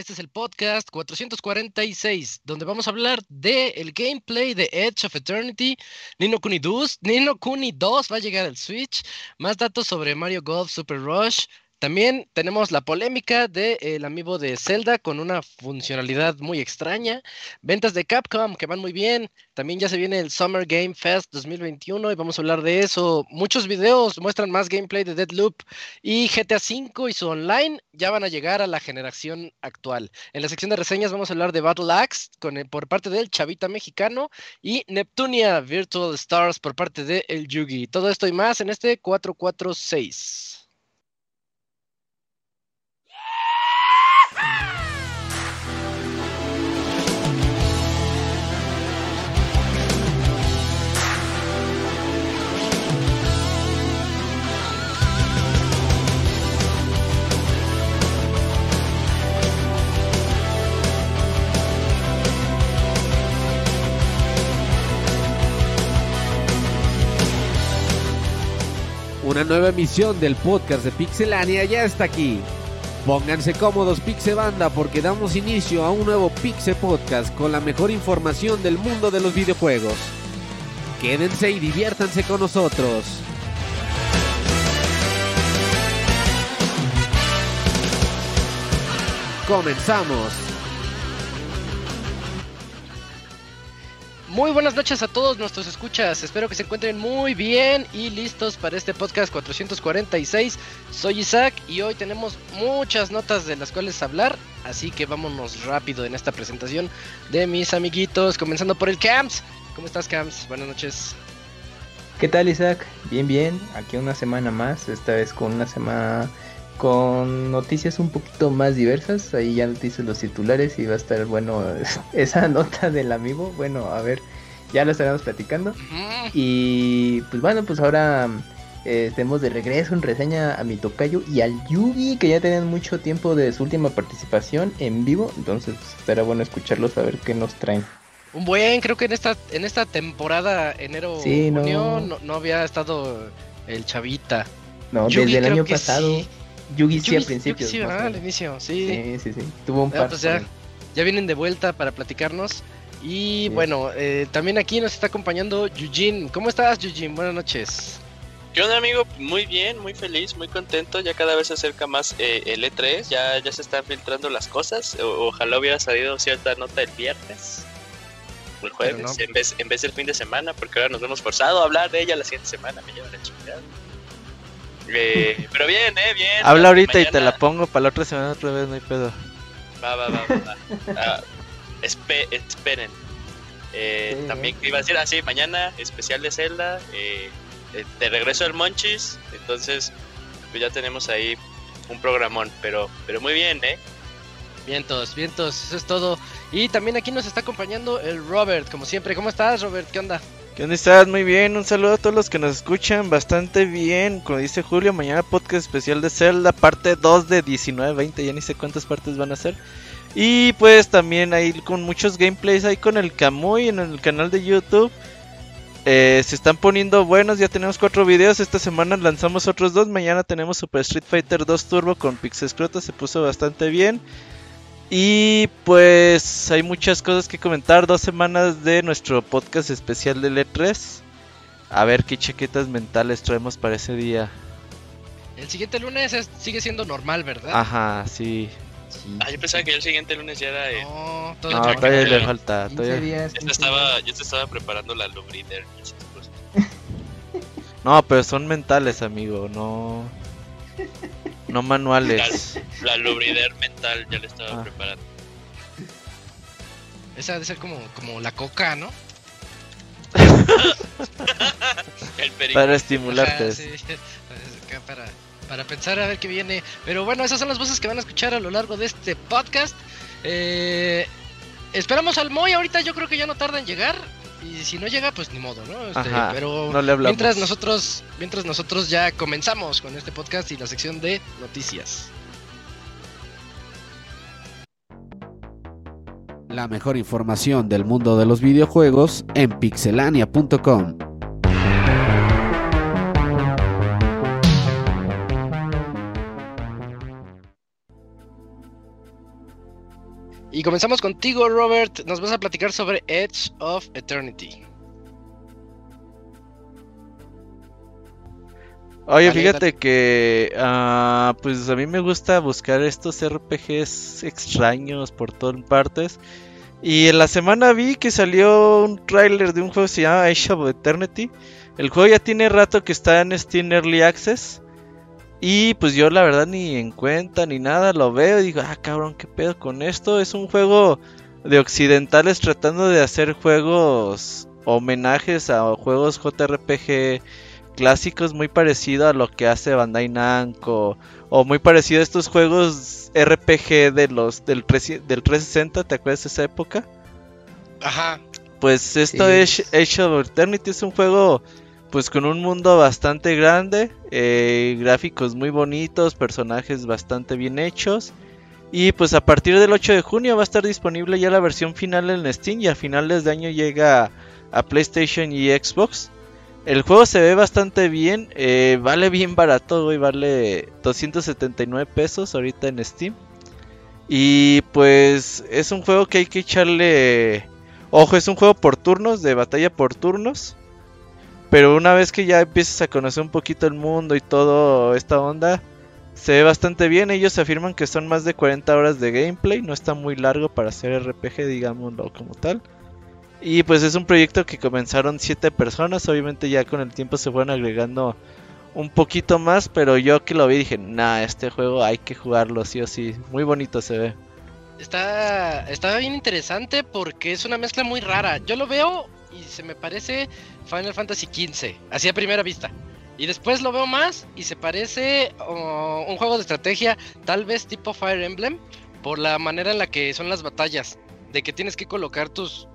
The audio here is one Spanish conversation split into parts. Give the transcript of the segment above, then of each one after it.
Este es el podcast 446, donde vamos a hablar del gameplay de Edge of Eternity. Ni no Kuni 2 va a llegar al Switch. Más datos sobre Mario Golf Super Rush. También tenemos la polémica del amiibo de Zelda con una funcionalidad muy extraña. Ventas de Capcom que van muy bien. También ya se viene el Summer Game Fest 2021 y vamos a hablar de eso. Muchos videos muestran más gameplay de Deathloop y GTA V y su online ya van a llegar a la generación actual. En la sección de reseñas vamos a hablar de Battle Axe por parte del Chavita Mexicano y Neptunia Virtual Stars por parte de El Yugi. Todo esto y más en este 446. Una nueva emisión del podcast de Pixelania ya está aquí. Pónganse cómodos, Pixebanda, porque damos inicio a un nuevo Pixe Podcast con la mejor información del mundo de los videojuegos. Quédense y diviértanse con nosotros. Comenzamos. Muy buenas noches a todos nuestros escuchas, espero que se encuentren muy bien y listos para este podcast 446. Soy Isaac y hoy tenemos muchas notas de las cuales hablar, así que vámonos rápido en esta presentación de mis amiguitos, comenzando por el Camps. ¿Cómo estás, Camps? Buenas noches. ¿Qué tal, Isaac? Bien, aquí una semana más, esta vez con una semana con noticias un poquito más diversas. Ahí ya noticias los titulares y va a estar bueno esa nota del amiibo. Bueno, a ver, ya lo estaremos platicando. Y pues bueno, pues ahora tenemos de regreso en reseña a mi tocayo y al Yugi, que ya tenían mucho tiempo de su última participación en vivo. Entonces pues, estará bueno escucharlos a ver qué nos traen. Creo que en esta temporada enero-junio no había estado el Chavita. No, Yugi, desde el año pasado. Sí. Yugi sí al principio. Sí, al inicio, sí. Sí. Tuvo un par. Pues ya vienen de vuelta para platicarnos. Y bueno, también aquí nos está acompañando Eugene. ¿Cómo estás, Eugene? Buenas noches. ¿Qué onda, amigo? Muy bien, muy feliz, muy contento. Ya cada vez se acerca más el E3. Ya se están filtrando las cosas. Ojalá hubiera salido cierta nota el viernes o el jueves, no. en vez del fin de semana, porque ahora nos hemos forzado a hablar de ella la siguiente semana. Me lleva la chingada. Pero bien, bien. Habla ahorita mañana... y te la pongo para la otra semana otra vez, no hay pedo. Va. Esperen. También iba a decir, mañana especial de Zelda, de regreso al Monchis, entonces pues ya tenemos ahí un programón, pero muy bien, Vientos, eso es todo. Y también aquí nos está acompañando el Robert, como siempre. ¿Cómo estás, Robert? ¿Qué onda? ¿Qué onda estás? Muy bien, un saludo a todos los que nos escuchan, bastante bien. Como dice Julio, mañana podcast especial de Zelda, parte 2 de 19-20, ya ni sé cuántas partes van a ser. Y pues también ahí con muchos gameplays ahí con el Kamui en el canal de YouTube. Se están poniendo buenos, ya tenemos 4 videos, esta semana lanzamos otros 2, mañana tenemos Super Street Fighter 2 Turbo con Pixescroto, se puso bastante bien. Y pues hay muchas cosas que comentar, 2 semanas de nuestro podcast especial del E3. A ver qué chaquetas mentales traemos para ese día. El siguiente lunes sigue siendo normal, ¿verdad? Ajá, sí. Yo pensaba que el siguiente lunes ya era... No, todavía le falta. Yo te estaba preparando la Lubrider. No, pero son mentales, amigo, no manuales. La Lubrider mental ya le estaba preparando. Esa debe ser como la coca, ¿no? El perico. Para estimularte. Sí. Para pensar a ver qué viene. Pero bueno, esas son las voces que van a escuchar a lo largo de este podcast. Esperamos al Moy, ahorita yo creo que ya no tarda en llegar. Y si no llega, pues ni modo, ¿no? Pero no le hablamos. mientras nosotros ya comenzamos con este podcast y la sección de noticias. La mejor información del mundo de los videojuegos en pixelania.com. Y comenzamos contigo, Robert. Nos vas a platicar sobre Edge of Eternity. Oye, Dale, fíjate dale. que pues a mí me gusta buscar estos RPGs extraños por todas partes. Y en la semana vi que salió un tráiler de un juego que se llama Edge of Eternity. El juego ya tiene rato que está en Steam Early Access. Y pues yo la verdad ni en cuenta ni nada, lo veo y digo, cabrón, ¿qué pedo con esto? Es un juego de occidentales tratando de hacer juegos, homenajes a juegos JRPG clásicos, muy parecido a lo que hace Bandai Namco, o muy parecido a estos juegos RPG del 360, ¿te acuerdas de esa época? Ajá. Pues esto Sí. es Age of Eternity, es un juego pues con un mundo bastante grande, gráficos muy bonitos, personajes bastante bien hechos. Y pues a partir del 8 de junio va a estar disponible ya la versión final en Steam y a finales de año llega a PlayStation y Xbox. El juego se ve bastante bien, vale bien barato, güey, vale 279 pesos ahorita en Steam. Y pues es un juego que hay que echarle... Ojo, es un juego por turnos, de batalla por turnos. Pero una vez que ya empiezas a conocer un poquito el mundo y toda esta onda, se ve bastante bien. Ellos afirman que son más de 40 horas de gameplay, no está muy largo para hacer RPG, digámoslo como tal. Y pues es un proyecto que comenzaron 7 personas, obviamente ya con el tiempo se fueron agregando un poquito más, pero yo que lo vi dije, este juego hay que jugarlo sí o sí, muy bonito se ve. Está bien interesante porque es una mezcla muy rara. Yo lo veo y se me parece Final Fantasy XV, así a primera vista. Y después lo veo más y se parece un juego de estrategia, tal vez tipo Fire Emblem, por la manera en la que son las batallas. De que tienes que colocar tus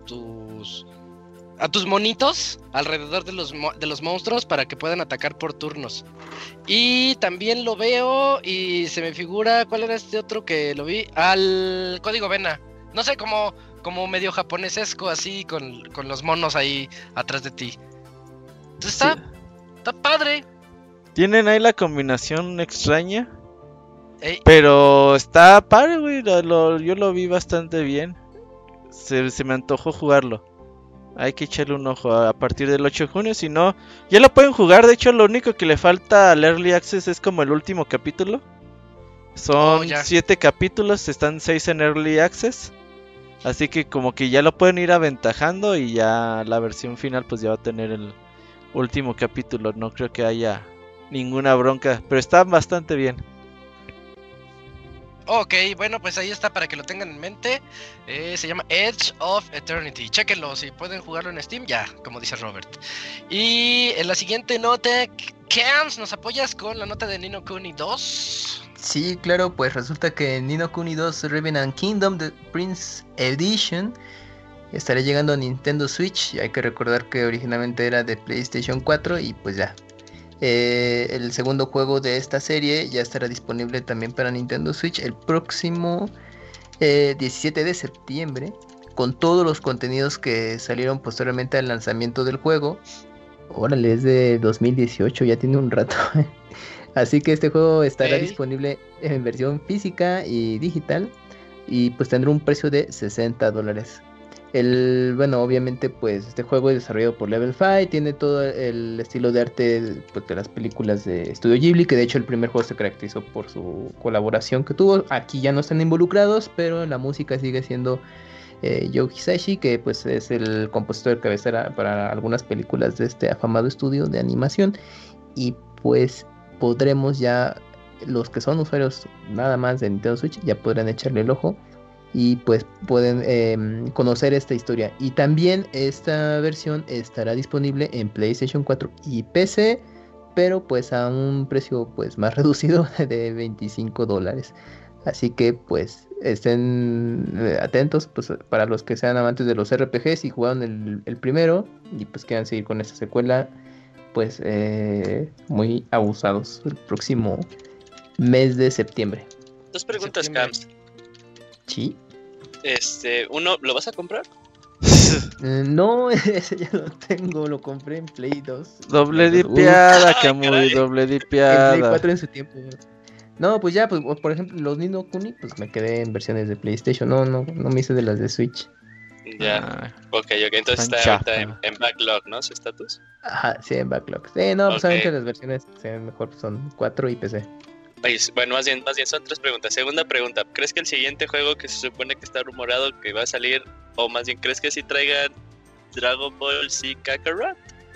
monitos alrededor de los monstruos para que puedan atacar por turnos. Y también lo veo y se me figura, ¿cuál era este otro que lo vi? Al Código Vena. No sé, como medio japonesesco así, con los monos ahí atrás de ti. Entonces está padre. Tienen ahí la combinación extraña, Ey, pero está padre, güey, yo lo vi bastante bien. Se me antojó jugarlo. Hay que echarle un ojo a partir del 8 de junio, si no, ya lo pueden jugar. De hecho, lo único que le falta al Early Access es como el último capítulo. Son ya. 7 capítulos, están 6 en Early Access. Así que como que ya lo pueden ir aventajando y ya la versión final pues ya va a tener el último capítulo. No creo que haya ninguna bronca, pero está bastante bien. Ok, bueno, pues ahí está para que lo tengan en mente. Se llama Edge of Eternity. Chéquenlo, si pueden jugarlo en Steam, ya, como dice Robert. Y en la siguiente nota, Cams, ¿nos apoyas con la nota de Ni no Kuni 2? Sí, claro, pues resulta que Ni no Kuni 2 Revenant Kingdom The Prince Edition estará llegando a Nintendo Switch. Hay que recordar que originalmente era de PlayStation 4 y pues ya. El segundo juego de esta serie ya estará disponible también para Nintendo Switch el próximo 17 de septiembre, con todos los contenidos que salieron posteriormente al lanzamiento del juego. Órale, es de 2018, ya tiene un rato. Así que este juego estará disponible en versión física y digital y pues tendrá un precio de $60. Bueno, obviamente pues este juego es desarrollado por Level 5, tiene todo el estilo de arte pues, de las películas de Studio Ghibli, que de hecho el primer juego se caracterizó por su colaboración que tuvo. Aquí ya no están involucrados, pero la música sigue siendo Yoji Hisaishi, que pues es el compositor de cabecera para algunas películas de este afamado estudio de animación. Y pues podremos ya, los que son usuarios nada más de Nintendo Switch, ya podrán echarle el ojo y pues pueden conocer esta historia. Y también esta versión estará disponible en PlayStation 4 y PC, pero pues a un precio pues más reducido de $25. Así que pues estén atentos pues, para los que sean amantes de los RPGs y jugaron el primero y pues quieran seguir con esta secuela, pues muy abusados el próximo mes de septiembre. Dos preguntas, Cams. Sí. Uno, ¿lo vas a comprar? No, ese ya lo tengo, lo compré en Play 2. Doble dipeada, Camuy, doble En Play dipeada. 4 en su tiempo. No, pues ya, pues por ejemplo, los Ni no Kuni, pues me quedé en versiones de PlayStation. No me hice de las de Switch. Ya, Ah, ok, entonces Tan está ahorita chafa. en backlog, ¿no? Su estatus. Ajá, sí, en backlog. Sí, no, pues Ok. solamente las versiones que se ven mejor son 4 y PC. Oye, bueno, más bien son 3 preguntas. Segunda pregunta, ¿crees que el siguiente juego que se supone que está rumorado que va a salir, o más bien, ¿crees que sí traigan Dragon Ball Z Kakarot?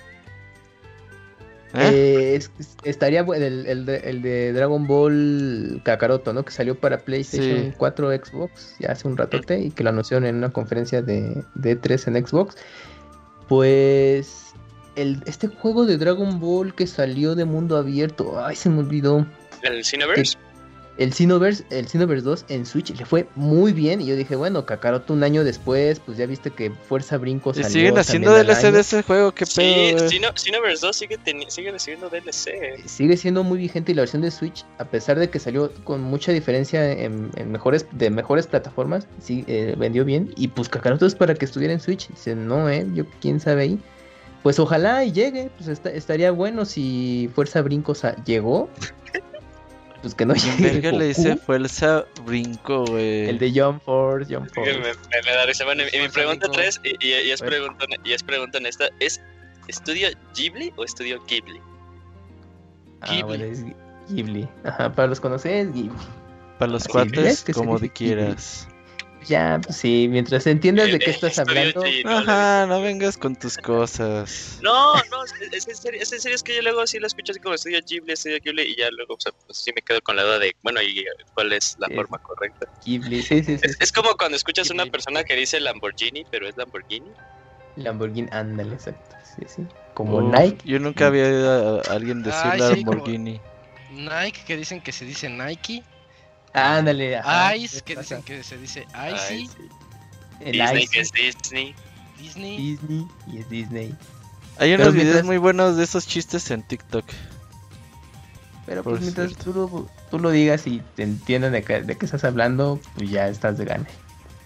Estaría el de Dragon Ball Kakaroto, ¿no? Que salió para PlayStation Sí. 4, Xbox, ya hace un ratote, y que lo anunciaron en una conferencia de E3 en Xbox. Pues este juego de Dragon Ball que salió de mundo abierto, ay, se me olvidó. ¿El Cineverse? El Xenoverse 2 en Switch le fue muy bien, y yo dije, bueno, Kakaroto un año después, pues ya viste que Fuerza Brinco Y salió siguen haciendo también al DLC de año. ese juego, qué Sí, pedo, güey. Cineverse 2 sigue recibiendo DLC. Sigue siendo muy vigente, y la versión de Switch, a pesar de que salió con mucha diferencia en mejores plataformas, sí, vendió bien. Y pues Kakaroto es para que estuviera en Switch. Dice, no, yo quién sabe ahí. Pues ojalá y llegue, pues estaría bueno si Fuerza Brinco llegó. Pues que no llegue Verga le dice Goku, Fuerza Brinco, güey. el de Jump Force. Me da risa. Bueno, y mi Fuerza pregunta Brinco. 3, y es Bueno. pregunta honesta, ¿es estudio Ghibli o estudio Ghibli? Ah, bueno, es Ghibli. Ajá, para los conocidos es Ghibli. Para los Sí, cuates, ¿ves que se como dice de quieras. Ya, pues sí, mientras entiendas de qué estás Estudio hablando. Ghibli, Ajá, no vengas con tus cosas. No, es en serio, es que yo luego sí lo escucho así como estudio Ghibli, y ya luego, o sea, pues sí me quedo con la duda de, bueno, ¿y cuál es la Sí. forma correcta? Ghibli, sí. Es como cuando escuchas a una Ghibli. persona que dice Lamborghini, pero es Lamborghini. Lamborghini, ándale, exacto. Sí. Como Uf, Nike. Yo nunca había oído a alguien decir Ay, sí, Lamborghini. Nike, que dicen que se dice Nike. Ándale, ajá. Ice, que dicen que se dice Icy. Ay, sí. El Disney, Ice, que es Disney. Disney. Disney y es Disney. Hay Pero unos videos mientras- muy buenos de esos chistes en TikTok. Pero Por pues mientras cierto. tú lo digas y te entiendan de qué estás hablando, pues ya estás de gane.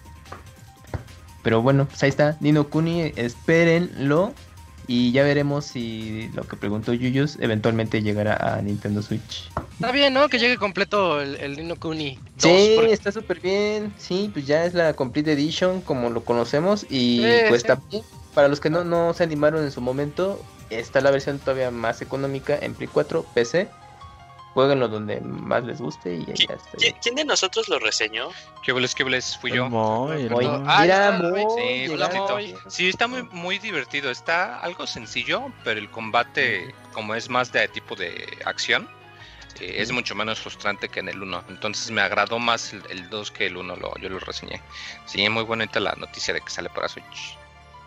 Pero bueno, pues ahí está, Ni no Kuni, espérenlo. Y ya veremos si lo que preguntó Yuyus eventualmente llegará a Nintendo Switch. Está bien, ¿no? Que llegue completo el Ni no Kuni 2. Sí, porque- está súper bien. Sí, pues ya es la Complete Edition como lo conocemos. Y Sí, pues sí. también, para los que no se animaron en su momento, está la versión todavía más económica en Play 4, PC. Jueguenlo donde más les guste y ya está. ¿Quién de nosotros lo reseñó? ¿Qué boles? Fui yo. Moy, Moy. Moy. Ah, Mira, ya, Moy, Sí, Hola, llegaste. Moy. Sí, está muy divertido. Está algo sencillo, pero el combate, como es más de tipo de acción, es mucho menos frustrante que en el 1. Entonces me agradó más el 2 que el 1, yo lo reseñé. Sí, muy bonita la noticia de que sale para Switch.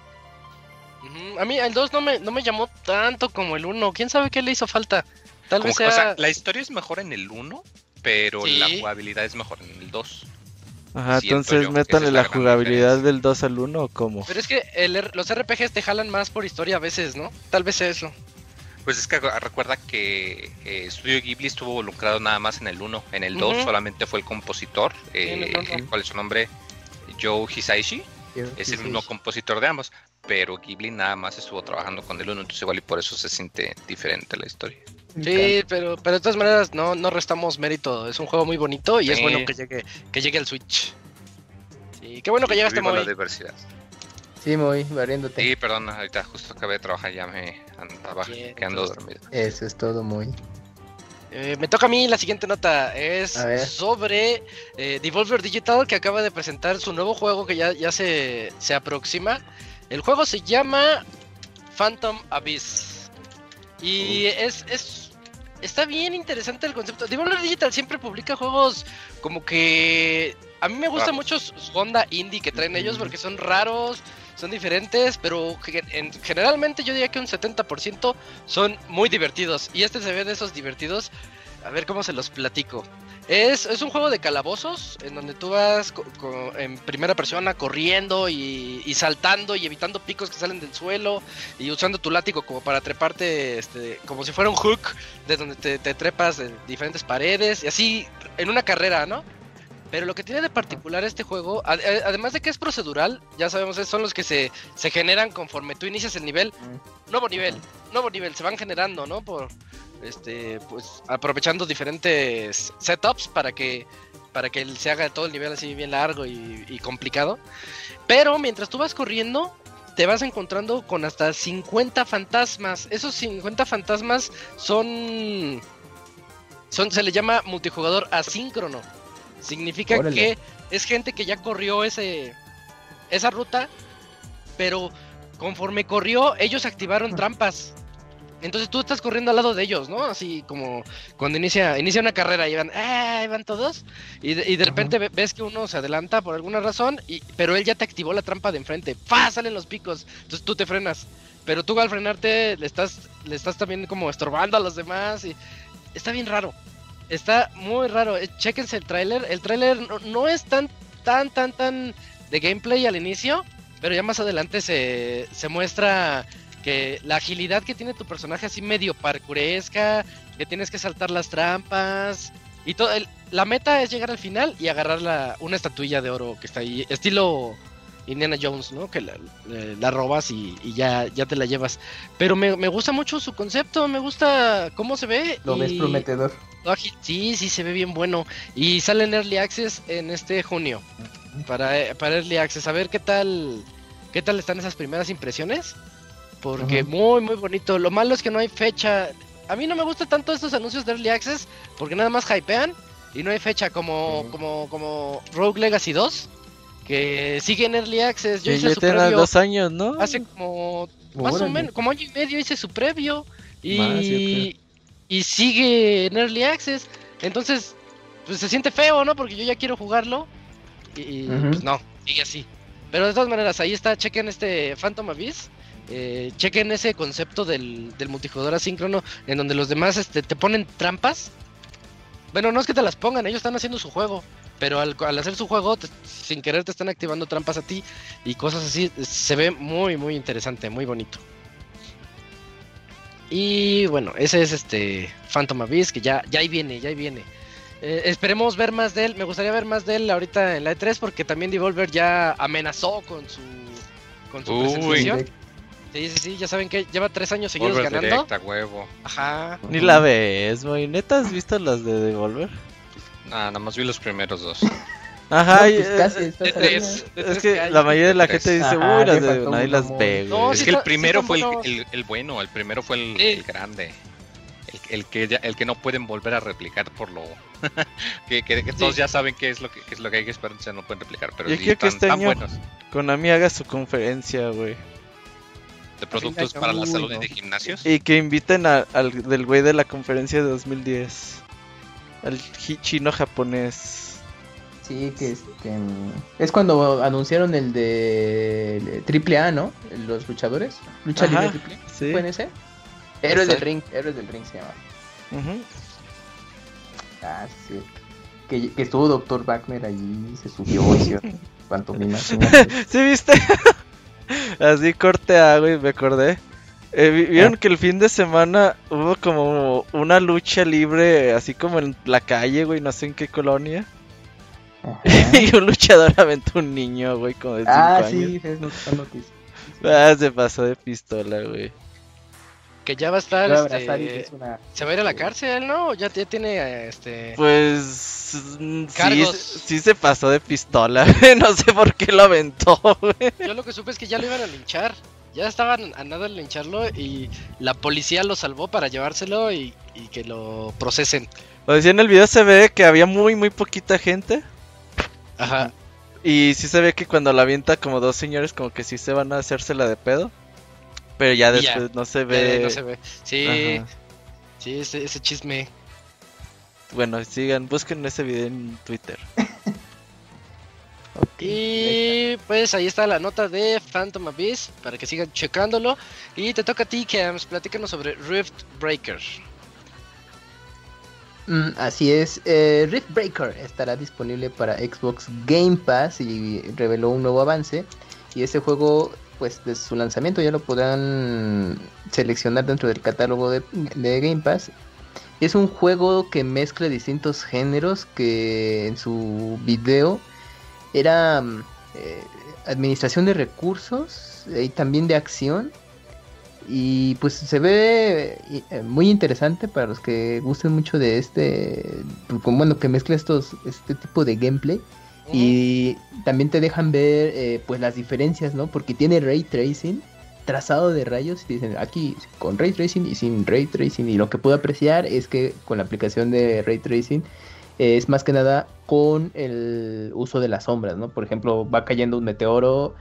Ujú, a mí el 2 no me llamó tanto como el 1. ¿Quién sabe qué le hizo falta? Tal Como vez que, o sea... sea, la historia es mejor en el 1, pero Sí. la jugabilidad es mejor en el 2. Ajá, Siento entonces yo que esa métanle es la la gran jugabilidad diferencia. del 2 al 1 o cómo. Pero es que los RPGs te jalan más por historia a veces, ¿no? Tal vez sea eso. Pues es que recuerda que Studio Ghibli estuvo involucrado nada más en el 1. En el 2 Ujú. solamente fue el compositor. en el 1. ¿Cuál es su nombre? Joe Hisaishi. Es el mismo compositor de ambos. Pero Ghibli nada más estuvo trabajando con el 1. Entonces igual y por eso se siente diferente la historia. Sí, pero de todas maneras no restamos mérito. Es un juego muy bonito y es Sí. bueno que llegue al Switch. Sí, qué bueno que llegaste, Viva la Moy. diversidad. Sí, Moy, barriéndote. Sí, perdón, ahorita justo acabé de trabajar, ya me andaba Bien, quedando entonces- dormido. Eso es todo, Moy. Me toca a mí la siguiente nota. Es A ver. sobre Devolver Digital, que acaba de presentar su nuevo juego que ya se aproxima. El juego se llama Phantom Abyss. Y está bien interesante el concepto. Devolver Digital siempre publica juegos como que... A mí me gusta Raros. mucho su onda indie que traen ellos porque son raros, son diferentes, pero generalmente yo diría que un 70% son muy divertidos. Y este se ve de esos divertidos. A ver cómo se los platico. Es un juego de calabozos en donde tú vas en primera persona corriendo y saltando y evitando picos que salen del suelo y usando tu látigo como para treparte, como si fuera un hook de donde te trepas en diferentes paredes y así en una carrera, ¿no? Pero lo que tiene de particular este juego, además de que es procedural, ya sabemos, son los que se generan conforme tú inicias el nivel. Nuevo nivel, se van generando, ¿no? pues aprovechando diferentes setups para que él se haga todo el nivel así bien largo y complicado. Pero mientras tú vas corriendo, te vas encontrando con hasta 50 fantasmas. Esos 50 fantasmas se le llama multijugador asíncrono. Significa Órale. que es gente que ya corrió esa ruta, pero conforme corrió, ellos activaron trampas. Entonces tú estás corriendo al lado de ellos, ¿no? Así como cuando inicia una carrera y van todos. Y de repente ves que uno se adelanta por alguna razón, pero él ya te activó la trampa de enfrente. ¡Fah! Salen los picos. Entonces tú te frenas. Pero tú al frenarte le estás también como estorbando a los demás. Y está bien raro. Está muy raro. Chéquense el tráiler. El tráiler no es tan de gameplay al inicio, pero ya más adelante se muestra que la agilidad que tiene tu personaje así medio parkouresca, que tienes que saltar las trampas y todo. La meta es llegar al final y agarrar una estatuilla de oro que está ahí, estilo Indiana Jones, ¿no? Que la robas y ya te la llevas. Pero me gusta mucho su concepto, me gusta cómo se ve. Lo ves prometedor. Sí, se ve bien bueno. Y sale en Early Access en junio. Para Early Access, a ver qué tal están esas primeras impresiones. Porque muy muy bonito. Lo malo es que no hay fecha. A mí no me gustan tanto estos anuncios de Early Access porque nada más hypean y no hay fecha como Rogue Legacy 2, que sigue en Early Access. Yo hice su previo 2 años, ¿no? hace como más o menos como año y medio hice su previo y sigue en Early Access. Entonces pues se siente feo, ¿no? Porque yo ya quiero jugarlo y pues no, sigue así. Pero de todas maneras, ahí está, chequen Phantom Abyss. Chequen ese concepto del multijugador asíncrono en donde los demás te ponen trampas. Bueno, no es que te las pongan, ellos están haciendo su juego, pero al hacer su juego sin querer te están activando trampas a ti y cosas así. Se ve muy muy interesante, muy bonito. Y bueno, ese es Phantom Abyss, que ya ahí viene. Esperemos ver más de él. Me gustaría ver más de él ahorita en la E3 porque también Devolver ya amenazó con su presentación. Sí, ya saben que lleva 3 años seguidos Volver ganando. directa, huevo. Ajá. Ni la ves, güey. ¿Neta has visto las de Devolver? Nada más vi los primeros 2. Ajá, No, pues casi, estás ahí, es que la mayoría de la gente dice, Ajá, uy, las te de faltó nadie uno las muy- ve, No, güey. Es sí que el está- primero sí fue están buenos. el bueno, el primero fue Sí. el grande. El que no pueden volver a replicar por lo que todos ya saben qué es lo que hay que esperar, o sea, no pueden replicar, pero Yo sí quiero que están este tan año- buenos. Konami haga su conferencia, güey. De productos año, para la uy, salud no. y de gimnasios. Y que inviten al del güey de la conferencia de 2010. Al chino japonés. Sí, que es cuando anunciaron el de AAA, ¿no? Los luchadores. Lucha Ajá, libre triple. sí. ¿Fue en ese? Héroes del Exacto. Ring se llama. Ujú. Ah, sí. Que estuvo Dr. Wagner allí, se subió y se pantomima. ¿Sí viste? Así corte a, güey, me acordé. ¿Vieron que el fin de semana hubo como una lucha libre, así como en la calle, güey, no sé en qué colonia? Y un luchador aventó un niño, güey, como de 5 años. Sí, es noticia. Se pasó de pistola, güey. Que ya va a estar, Lo va a abrazar y es una... se va a ir a la cárcel, ¿no? Ya tiene, Pues Cargos. sí se pasó de pistola, no sé por qué lo aventó, güey. Yo lo que supe es que ya lo iban a linchar. Ya estaban a nada de lincharlo y la policía lo salvó para llevárselo y que lo procesen. O decía en el video se ve que había muy poquita gente. Ajá. Y sí se ve que cuando la avienta como 2 señores como que sí se van a hacérsela de pedo. Pero ya Y ya, después no se ve. No se ve. Sí, Ajá. sí, ese chisme. Bueno, busquen ese video en Twitter. Y pues ahí está la nota de Phantom Abyss para que sigan checándolo. Y te toca a ti, Cams, platícanos sobre Rift Breaker. Así es, Rift Breaker estará disponible para Xbox Game Pass y reveló un nuevo avance. Y este juego, pues desde su lanzamiento ya lo podrán seleccionar dentro del catálogo de Game Pass. Es un juego que mezcla distintos géneros, que en su video era administración de recursos y también de acción. y pues se ve muy interesante para los que gusten mucho de bueno, que mezcla este tipo de gameplay. Y también te dejan ver pues las diferencias, ¿no? Porque tiene ray tracing, trazado de rayos, y dicen aquí con ray tracing y sin ray tracing. Y lo que puedo apreciar es que con la aplicación de ray tracing es más que nada con el uso de las sombras, ¿no? Por ejemplo, va cayendo un meteoro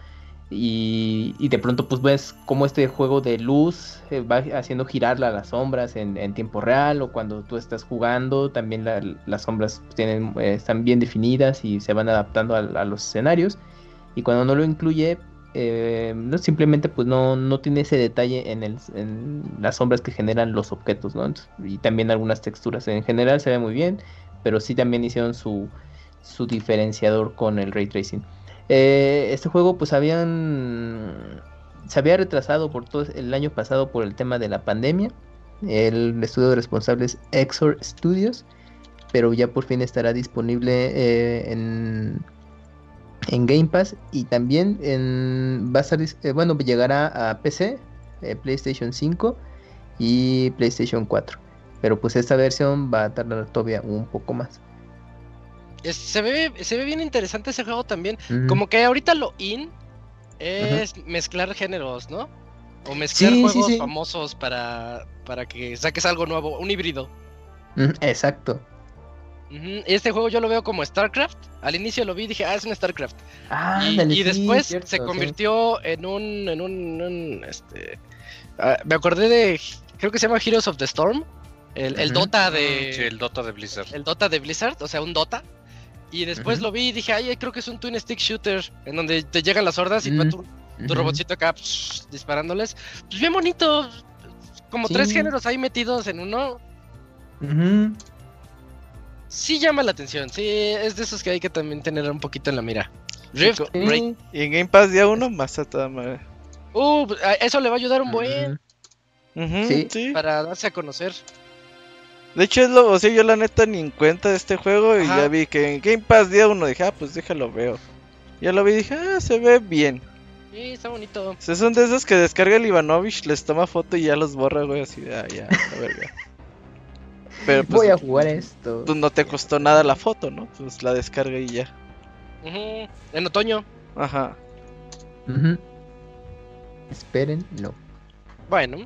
y de pronto pues ves cómo este juego de luz va haciendo girar las sombras en tiempo real, o cuando tú estás jugando también las sombras están bien definidas y se van adaptando a los escenarios. Y cuando no lo incluye, no, simplemente pues no tiene ese detalle en las sombras que generan los objetos, ¿no? Y también algunas texturas. En general se ve muy bien, pero sí también hicieron su diferenciador con el ray tracing. Este juego pues se había retrasado por todo el año pasado por el tema de la pandemia. El estudio responsable es Exor Studios, pero ya por fin estará disponible en Game Pass, y también va a estar, llegará a PC, PlayStation 5 y PlayStation 4, pero pues esta versión va a tardar todavía un poco más. Se ve bien interesante ese juego también. Como que ahorita lo es mezclar géneros, ¿no? O mezclar juegos famosos para que saques algo nuevo, un híbrido. Exacto. Este juego yo lo veo como StarCraft. Al inicio lo vi y dije, es un StarCraft. Y después se convirtió en un me acordé de, creo que se llama Heroes of the Storm. El Dota de... Sí, el Dota de Blizzard. El Dota de Blizzard, o sea, un Dota. Y después lo vi y dije, creo que es un twin stick shooter, en donde te llegan las hordas y tu robotcito acá disparándoles. Pues bien bonito. Como 3 géneros ahí metidos en uno. Sí llama la atención. Sí, es de esos que hay que también tener un poquito en la mira. Rift Raid. Y en Game Pass día 1 más a toda madre. Eso le va a ayudar un buen. Sí. Para darse a conocer. De hecho yo la neta ni en cuenta de este juego. Y ya vi que en Game Pass día 1 dije, pues déjalo veo. Ya lo vi y dije, se ve bien. Sí, está bonito. Son de esos que descarga el Ivanovich, les toma foto y ya los borra, güey, así de, ya, la verga. Pero pues, voy a jugar esto. Pues no te costó nada la foto, ¿no? Pues la descarga y ya. En otoño. Ajá. Esperen, no. Bueno.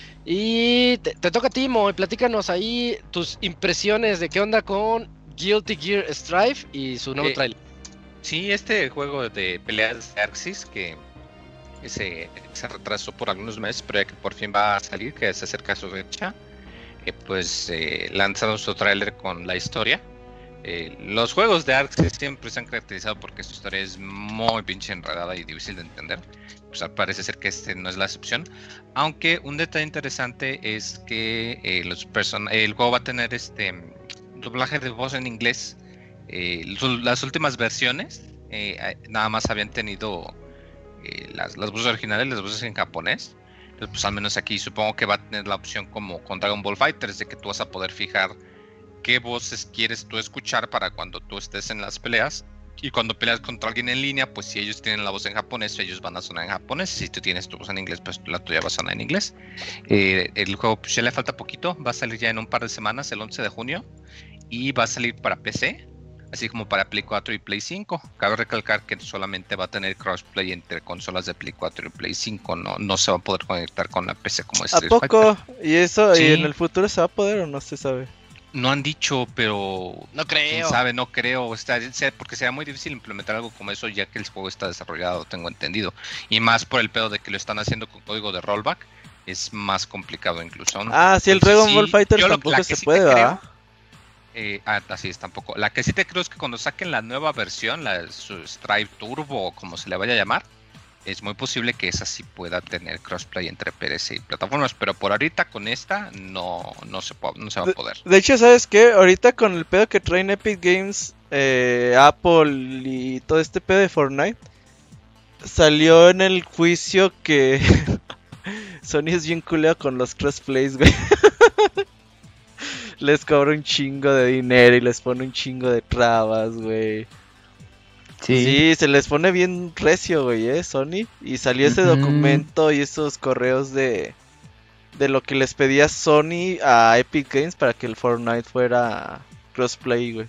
Y te toca a ti, Mo, y platícanos ahí tus impresiones de qué onda con Guilty Gear Strive y su nuevo trailer. Sí, este juego de peleas de Axis que se retrasó por algunos meses, pero ya que por fin va a salir, que se acerca su fecha, pues lanzaron su trailer con la historia. Los juegos de Axis siempre se han caracterizado porque su historia es muy pinche enredada y difícil de entender. Pues parece ser que este no es la excepción. Aunque un detalle interesante es que el juego va a tener doblaje de voz en inglés. Las últimas versiones nada más habían tenido las voces originales, las voces en japonés. Entonces, pues al menos aquí supongo que va a tener la opción como con Dragon Ball FighterZ, de que tú vas a poder fijar qué voces quieres tú escuchar para cuando tú estés en las peleas. Y cuando peleas contra alguien en línea, pues si ellos tienen la voz en japonés, ellos van a sonar en japonés. Si tú tienes tu voz en inglés, pues la tuya va a sonar en inglés. El juego pues ya le falta poquito, va a salir ya en un par de semanas, el 11 de junio. Y va a salir para PC, así como para Play 4 y Play 5. Cabe recalcar que solamente va a tener crossplay entre consolas de Play 4 y Play 5. No se va a poder conectar con la PC como Street Fighter. ¿A poco? Fighter. ¿Y eso? Sí. ¿Y en el futuro se va a poder o no se sabe? No han dicho, pero no creo. ¿Quién sabe? No creo. Porque será muy difícil implementar algo como eso ya que el juego está desarrollado, tengo entendido. Y más por el pedo de que lo están haciendo con código de rollback. Es más complicado incluso, ¿no? Sí, el Dragon Ball Fighter tampoco se puede, ¿verdad? Así es, tampoco. La que sí te creo es que cuando saquen la nueva versión, su Strive Turbo o como se le vaya a llamar, es muy posible que esa sí pueda tener crossplay entre PC y plataformas, pero por ahorita con esta no se va a poder. De hecho, ¿sabes qué? Ahorita con el pedo que traen Epic Games, Apple y todo este pedo de Fortnite, salió en el juicio que Sony es bien culero con los crossplays, güey. Les cobra un chingo de dinero y les pone un chingo de trabas, güey. Sí, se les pone bien recio, güey, Sony. Y salió ese documento y esos correos de de lo que les pedía Sony a Epic Games para que el Fortnite fuera crossplay, güey.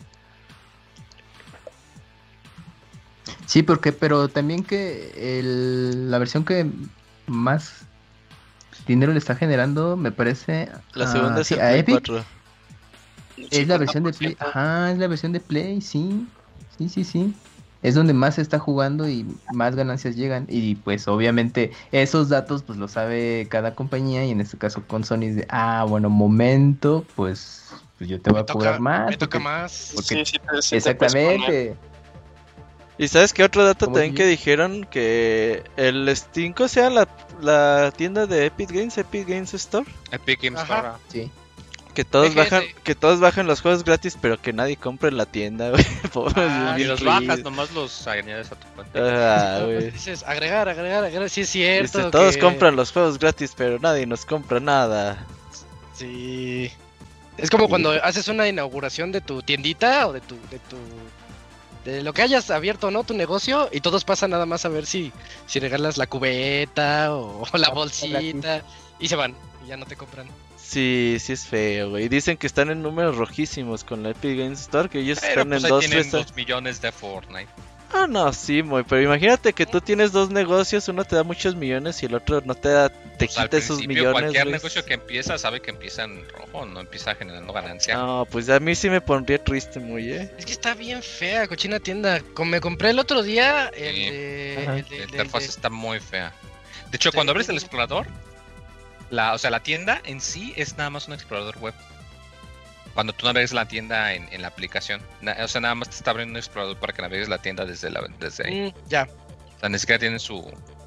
Sí, pero también que la versión que más dinero le está generando, me parece, La segunda es el a Play Epic. 4. Es la versión de Play. 50%. Ajá, es la versión de Play, sí. Sí. Es donde más se está jugando y más ganancias llegan. Y pues obviamente esos datos pues lo sabe cada compañía. Y en este caso con Sony es de, bueno, momento, pues yo te voy a cobrar más. Me toca porque- más. porque- Sí, pero sí te puedes poner. Exactamente. ¿Y sabes qué otro dato ¿Cómo también si que yo? dijeron? Que el Steam, o sea, la tienda de Epic Games Store, Epic Games Ajá. Store. Sí. que todos EGS. bajan los juegos gratis, pero que nadie compre en la tienda, güey. Pobres Ah, Y bien los tristes. bajas, nomás los añades a tu cuenta. Güey. Dices, agregar, sí es cierto. Dice, todos que- compran los juegos gratis, pero nadie nos compra nada. Sí. Es como cuando haces una inauguración de tu tiendita o de lo que hayas abierto, ¿no? Tu negocio y todos pasan nada más a ver si regalas la cubeta o la bolsita y se van y ya no te compran. Sí es feo, güey. Dicen que están en números rojísimos con la Epic Games Store, que ellos Pero están pues en ahí tienen 3. 2 millones de Fortnite. No, sí, muy. Pero imagínate que tú tienes dos negocios, uno te da muchos millones y el otro no te da, te Pues al quita esos principio, millones, cualquier güey. negocio que empieza sabe que empieza en rojo, no empieza generando ganancia. No, pues a mí sí me pondría triste, muy, Es que está bien fea, cochina tienda. Me compré el otro día el Sí. de... Ajá. el de- La el interfaz de- está muy fea. De hecho, Sí. cuando abres el explorador, o sea, la tienda en sí es nada más un explorador web. Cuando tú navegas la tienda en la aplicación, o sea, nada más te está abriendo un explorador para que navegues la tienda desde ahí. Ya. O sea, ni siquiera tiene su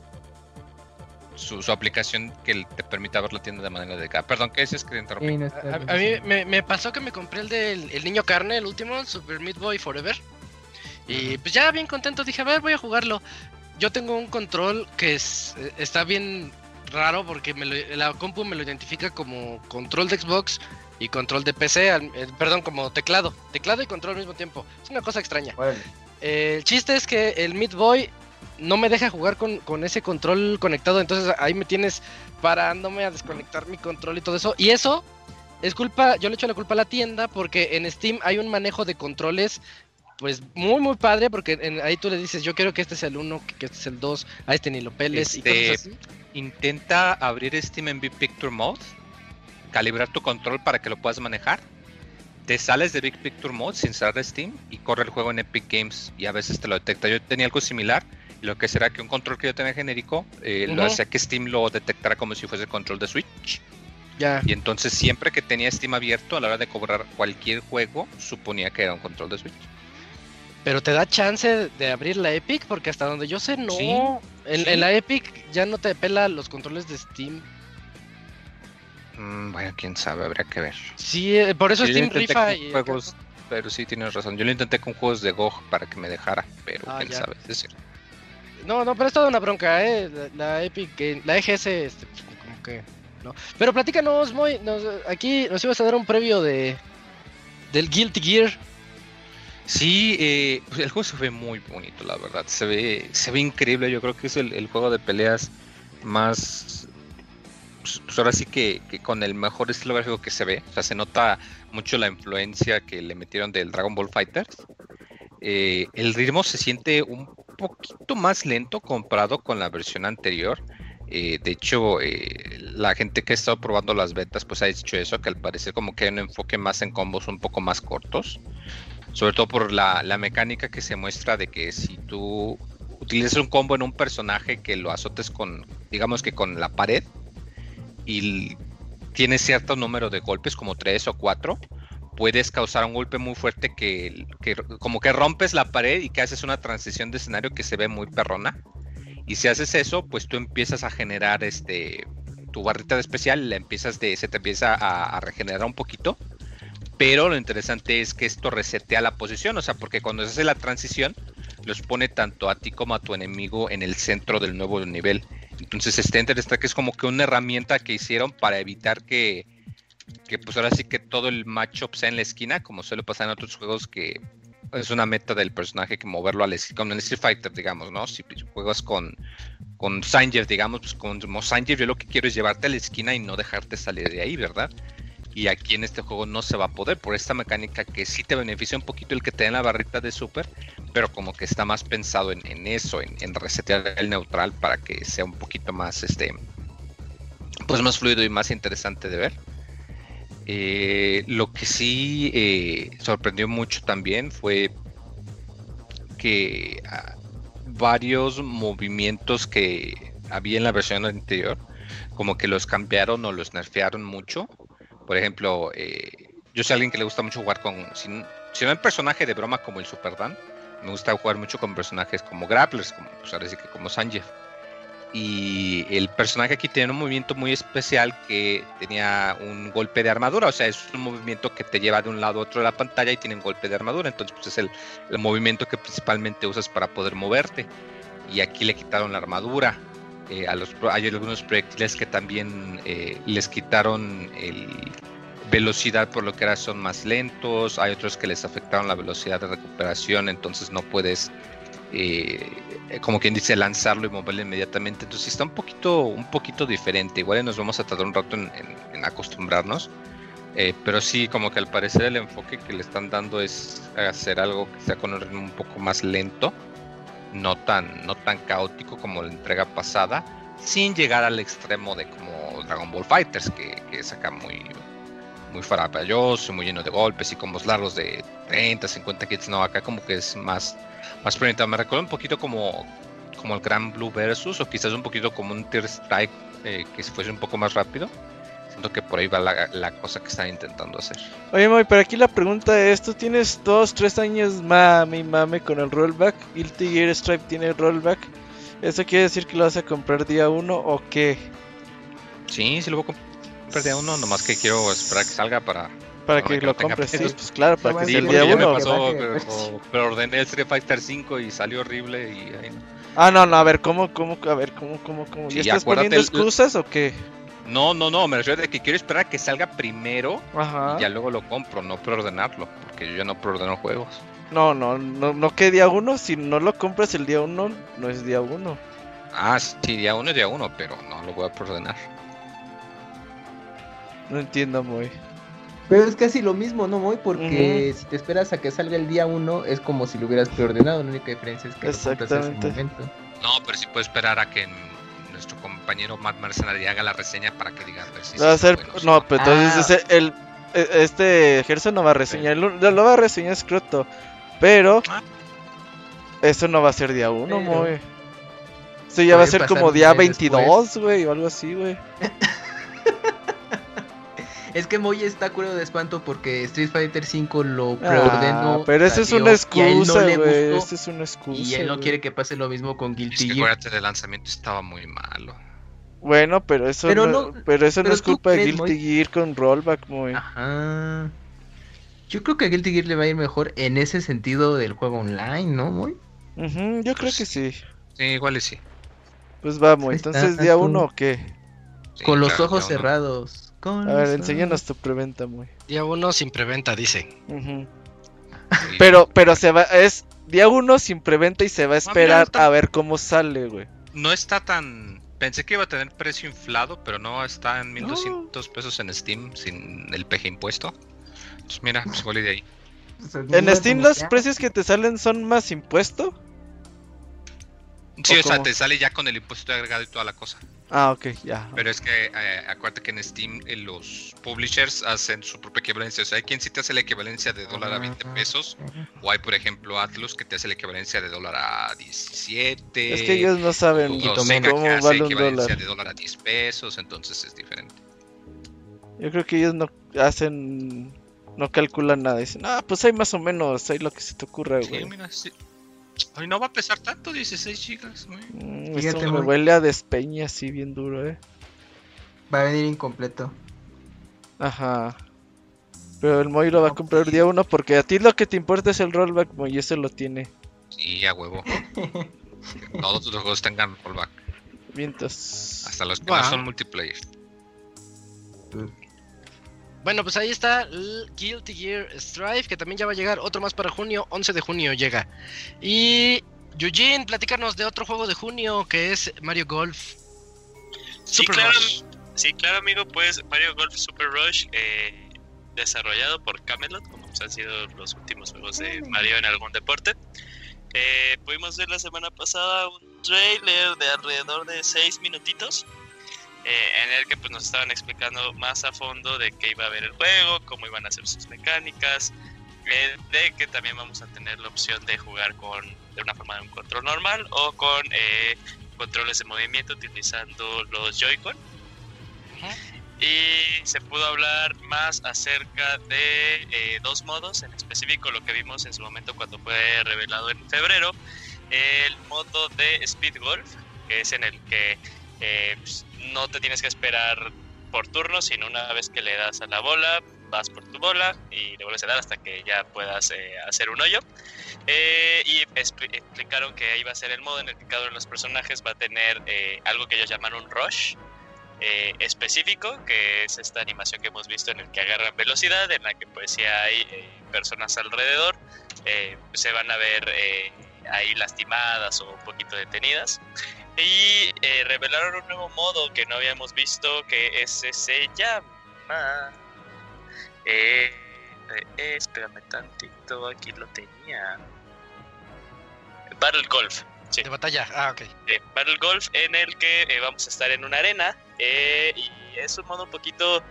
aplicación que te permita ver la tienda de manera dedicada. Perdón, ¿qué dices que te interrumpí? Sí, no está A mí me pasó que me compré el del el niño carne, el último, Super Meat Boy Forever. Y pues ya bien contento dije, a ver, voy a jugarlo. Yo tengo un control que está bien raro porque la compu me lo identifica como control de Xbox y control de PC, perdón, como teclado y control al mismo tiempo. Es una cosa extraña. Órale. El chiste es que el Meat Boy no me deja jugar con ese control conectado, entonces ahí me tienes parándome a desconectar mi control y todo eso. Y eso es culpa, yo le echo la culpa a la tienda porque en Steam hay un manejo de controles pues muy muy padre porque ahí tú le dices, yo quiero que este sea el 1, que este es el 2, a este ni lo peles y cosas así. Intenta abrir Steam en Big Picture Mode, calibrar tu control para que lo puedas manejar. Te sales de Big Picture Mode sin cerrar Steam y corre el juego en Epic Games y a veces te lo detecta. Yo tenía algo similar, lo que será que un control que yo tenía genérico lo hacía que Steam lo detectara como si fuese control de Switch. Ya. Y entonces siempre que tenía Steam abierto a la hora de cobrar cualquier juego, suponía que era un control de Switch. Pero te da chance de abrir la Epic porque hasta donde yo sé no. Sí, En sí. la Epic ya no te pela los controles de Steam. Bueno, quién sabe, habría que ver. Sí, por eso Yo lo Steam intenté rifa con y juegos, pero sí tienes razón. Yo lo intenté con juegos de GOG para que me dejara, pero quién ya. sabe. Es decir, No, pero es toda una bronca, la Epic, la EGS, como que no. Pero platícanos, Moy, aquí nos ibas a dar un previo del Guilty Gear. sí, pues el juego se ve muy bonito, la verdad. Se ve increíble. Yo creo que es el juego de peleas más, pues ahora sí que con el mejor estilo gráfico que se ve. O sea, se nota mucho la influencia que le metieron del Dragon Ball Fighters. El ritmo se siente un poquito más lento comparado con la versión anterior. De hecho, la gente que ha estado probando las betas pues ha dicho eso, que al parecer como que hay un enfoque más en combos un poco más cortos. Sobre todo por la mecánica que se muestra de que si tú utilizas un combo en un personaje que lo azotes con, digamos que con la pared, y tienes cierto número de golpes, como 3 o 4, puedes causar un golpe muy fuerte que como que rompes la pared y que haces una transición de escenario que se ve muy perrona. Y si haces eso, pues tú empiezas a generar tu barrita de especial, se te empieza a regenerar un poquito. Pero lo interesante es que esto resetea la posición, o sea, porque cuando se hace la transición, los pone tanto a ti como a tu enemigo en el centro del nuevo nivel. Entonces está interesante que es como que una herramienta que hicieron para evitar que pues ahora sí que todo el matchup sea en la esquina, como suele pasar en otros juegos que es una meta del personaje que moverlo como en el Street Fighter, digamos, ¿no? Si juegas con con Sanger, digamos, pues como Sanger yo lo que quiero es llevarte a la esquina y no dejarte salir de ahí, ¿verdad? Y aquí en este juego no se va a poder por esta mecánica que sí te beneficia un poquito el que te den la barrita de super, pero como que está más pensado en eso, en resetear el neutral para que sea un poquito más, pues más fluido y más interesante de ver. Lo que sí sorprendió mucho también fue que varios movimientos que había en la versión anterior, como que los cambiaron o los nerfearon mucho. Por ejemplo, yo soy alguien que le gusta mucho jugar con, si no hay personaje de broma como el Super Dan, me gusta jugar mucho con personajes como grapplers, como, pues ahora sí que como Sanjeev. Y el personaje aquí tiene un movimiento muy especial que tenía un golpe de armadura, o sea, es un movimiento que te lleva de un lado a otro de la pantalla y tiene un golpe de armadura, entonces pues es el movimiento que principalmente usas para poder moverte. Y aquí le quitaron la armadura. Hay algunos proyectiles que también les quitaron velocidad, por lo que ahora son más lentos. Hay otros que les afectaron la velocidad de recuperación, entonces no puedes, como quien dice, lanzarlo y moverlo inmediatamente. Entonces está un poquito diferente. Igual nos vamos a tardar un rato en acostumbrarnos. Pero sí, como que al parecer el enfoque que le están dando es hacer algo que sea con un ritmo un poco más lento. No tan caótico como la entrega pasada, sin llegar al extremo de como Dragon Ball Fighters, que es acá muy farragalloso, muy lleno de golpes y combos largos de 30, 50 hits. No, acá como que es más proyectado. Me recuerda un poquito como el Gran Blue Versus, o quizás un poquito como un Tear Strike, que fuese un poco más rápido. Siento que por ahí va la cosa que están intentando hacer. Oye, Moy, pero aquí la pregunta es, tú tienes 2-3 años mame con el rollback, Guilty Gear Strive tiene rollback, ¿eso quiere decir que lo vas a comprar día 1 o qué? Sí, lo voy a comprar día 1, nomás que quiero esperar que salga para que lo compres, sí, pues claro, para que sí, sea el día 1. me pasó, pero ordené el Street Fighter 5 y salió horrible y ahí no. Ah, no, a ver, ¿cómo? Sí, ¿Ya estás poniendo excusas o qué? No, me refiero a que quiero esperar a que salga primero. Ajá. Y ya luego lo compro, no preordenarlo, porque yo ya no preordeno juegos. No que día 1, si no lo compras el día 1, no es día 1. Ah, sí, día 1 es día 1, pero no lo voy a preordenar. No entiendo, Moy. Pero es casi lo mismo, ¿no, Moy? Porque si te esperas a que salga el día 1, es como si lo hubieras preordenado. La única diferencia es que lo compras en ese momento. No, pero sí puedo esperar a que nuestro compañero Matt Mercenary haga la reseña para que diga a ver si va a ser, bueno, no, pero entonces Gerson no va a reseñar, lo va a reseñar Scroto, pero eso no va a ser día 1, Moy. Eso ya va a ser como día 22, güey, o algo así, güey. Es que Moy está curado de espanto porque Street Fighter 5 lo preordenó. Pero eso es una excusa, güey. Eso es una excusa. Y él no quiere que pase lo mismo con Guilty Gear. Acuérdate, el lanzamiento estaba muy malo. Bueno, pero eso no es culpa de Guilty Gear con rollback, Moy. Ajá. Yo creo que a Guilty Gear le va a ir mejor en ese sentido del juego online, ¿no, Moy? Yo creo que sí. Sí, igual y sí. Pues vamos, entonces día 1 o qué. Sí, con los ojos cerrados. A ver, enséñanos tu preventa, Moy. Día 1 sin preventa, dice. Pero es día 1 sin preventa y se va a esperar a ver cómo sale, güey. No está tan... Pensé que iba a tener precio inflado, pero no, está en 1200 pesos en Steam sin el PG impuesto. Entonces mira, pues igual y de ahí. ¿En Steam los precios que te salen son más impuesto? Sí, o sea, te sale ya con el impuesto agregado y toda la cosa. Ah, ok, ya. Pero es que acuérdate que en Steam los publishers hacen su propia equivalencia. O sea, hay quien sí te hace la equivalencia de $a 20 pesos. O hay, por ejemplo, Atlus que te hace la equivalencia de $a 17. Es que ellos no saben cómo vale un dólar. De $a 10 pesos, entonces es diferente. Yo creo que ellos no calculan nada. Dicen, pues hay más o menos, hay lo que se te ocurra, güey. Sí, mira, sí. Ay, no va a pesar tanto, 16 gigas, güey. Esto me huele a despeña así bien duro, Va a venir incompleto. Ajá. Pero el Moy lo va a comprar día 1 porque a ti lo que te importa es el rollback, Moy, ese lo tiene. Sí, a huevo. Todos los juegos tengan rollback. Vientos. Hasta los que no son multiplayer. Bueno, pues ahí está el Guilty Gear Strive, que también ya va a llegar otro más para junio, 11 de junio llega. Y Eugene, platícanos de otro juego de junio que es Mario Golf. Sí, Super claro, Rush. sí, claro, amigo, pues Mario Golf Super Rush, desarrollado por Camelot, como han sido los últimos juegos de Mario en algún deporte. Pudimos ver la semana pasada un trailer de alrededor de 6 minutitos, en el que pues nos estaban explicando más a fondo de qué iba a haber el juego, cómo iban a ser sus mecánicas, de que también vamos a tener la opción de jugar de una forma de un control normal o con controles de movimiento utilizando los Joy-Con. Y se pudo hablar más acerca de 2 modos, en específico lo que vimos en su momento cuando fue revelado en febrero, el modo de Speed Golf, que es en el que pues, no te tienes que esperar por turno, sino una vez que le das a la bola, vas por tu bola y le vuelves a dar hasta que ya puedas hacer un hoyo. Y explicaron que ahí va a ser el modo en el que cada uno de los personajes va a tener algo que ellos llaman un rush específico, que es esta animación que hemos visto en el que agarran velocidad, en la que pues si hay personas alrededor se van a ver ahí lastimadas o un poquito detenidas. Y revelaron un nuevo modo que no habíamos visto, que ese se llama espérame tantito, aquí lo tenía, Battle Golf. Sí. De batalla, ok. Battle Golf, en el que vamos a estar en una arena, y es un modo un poquito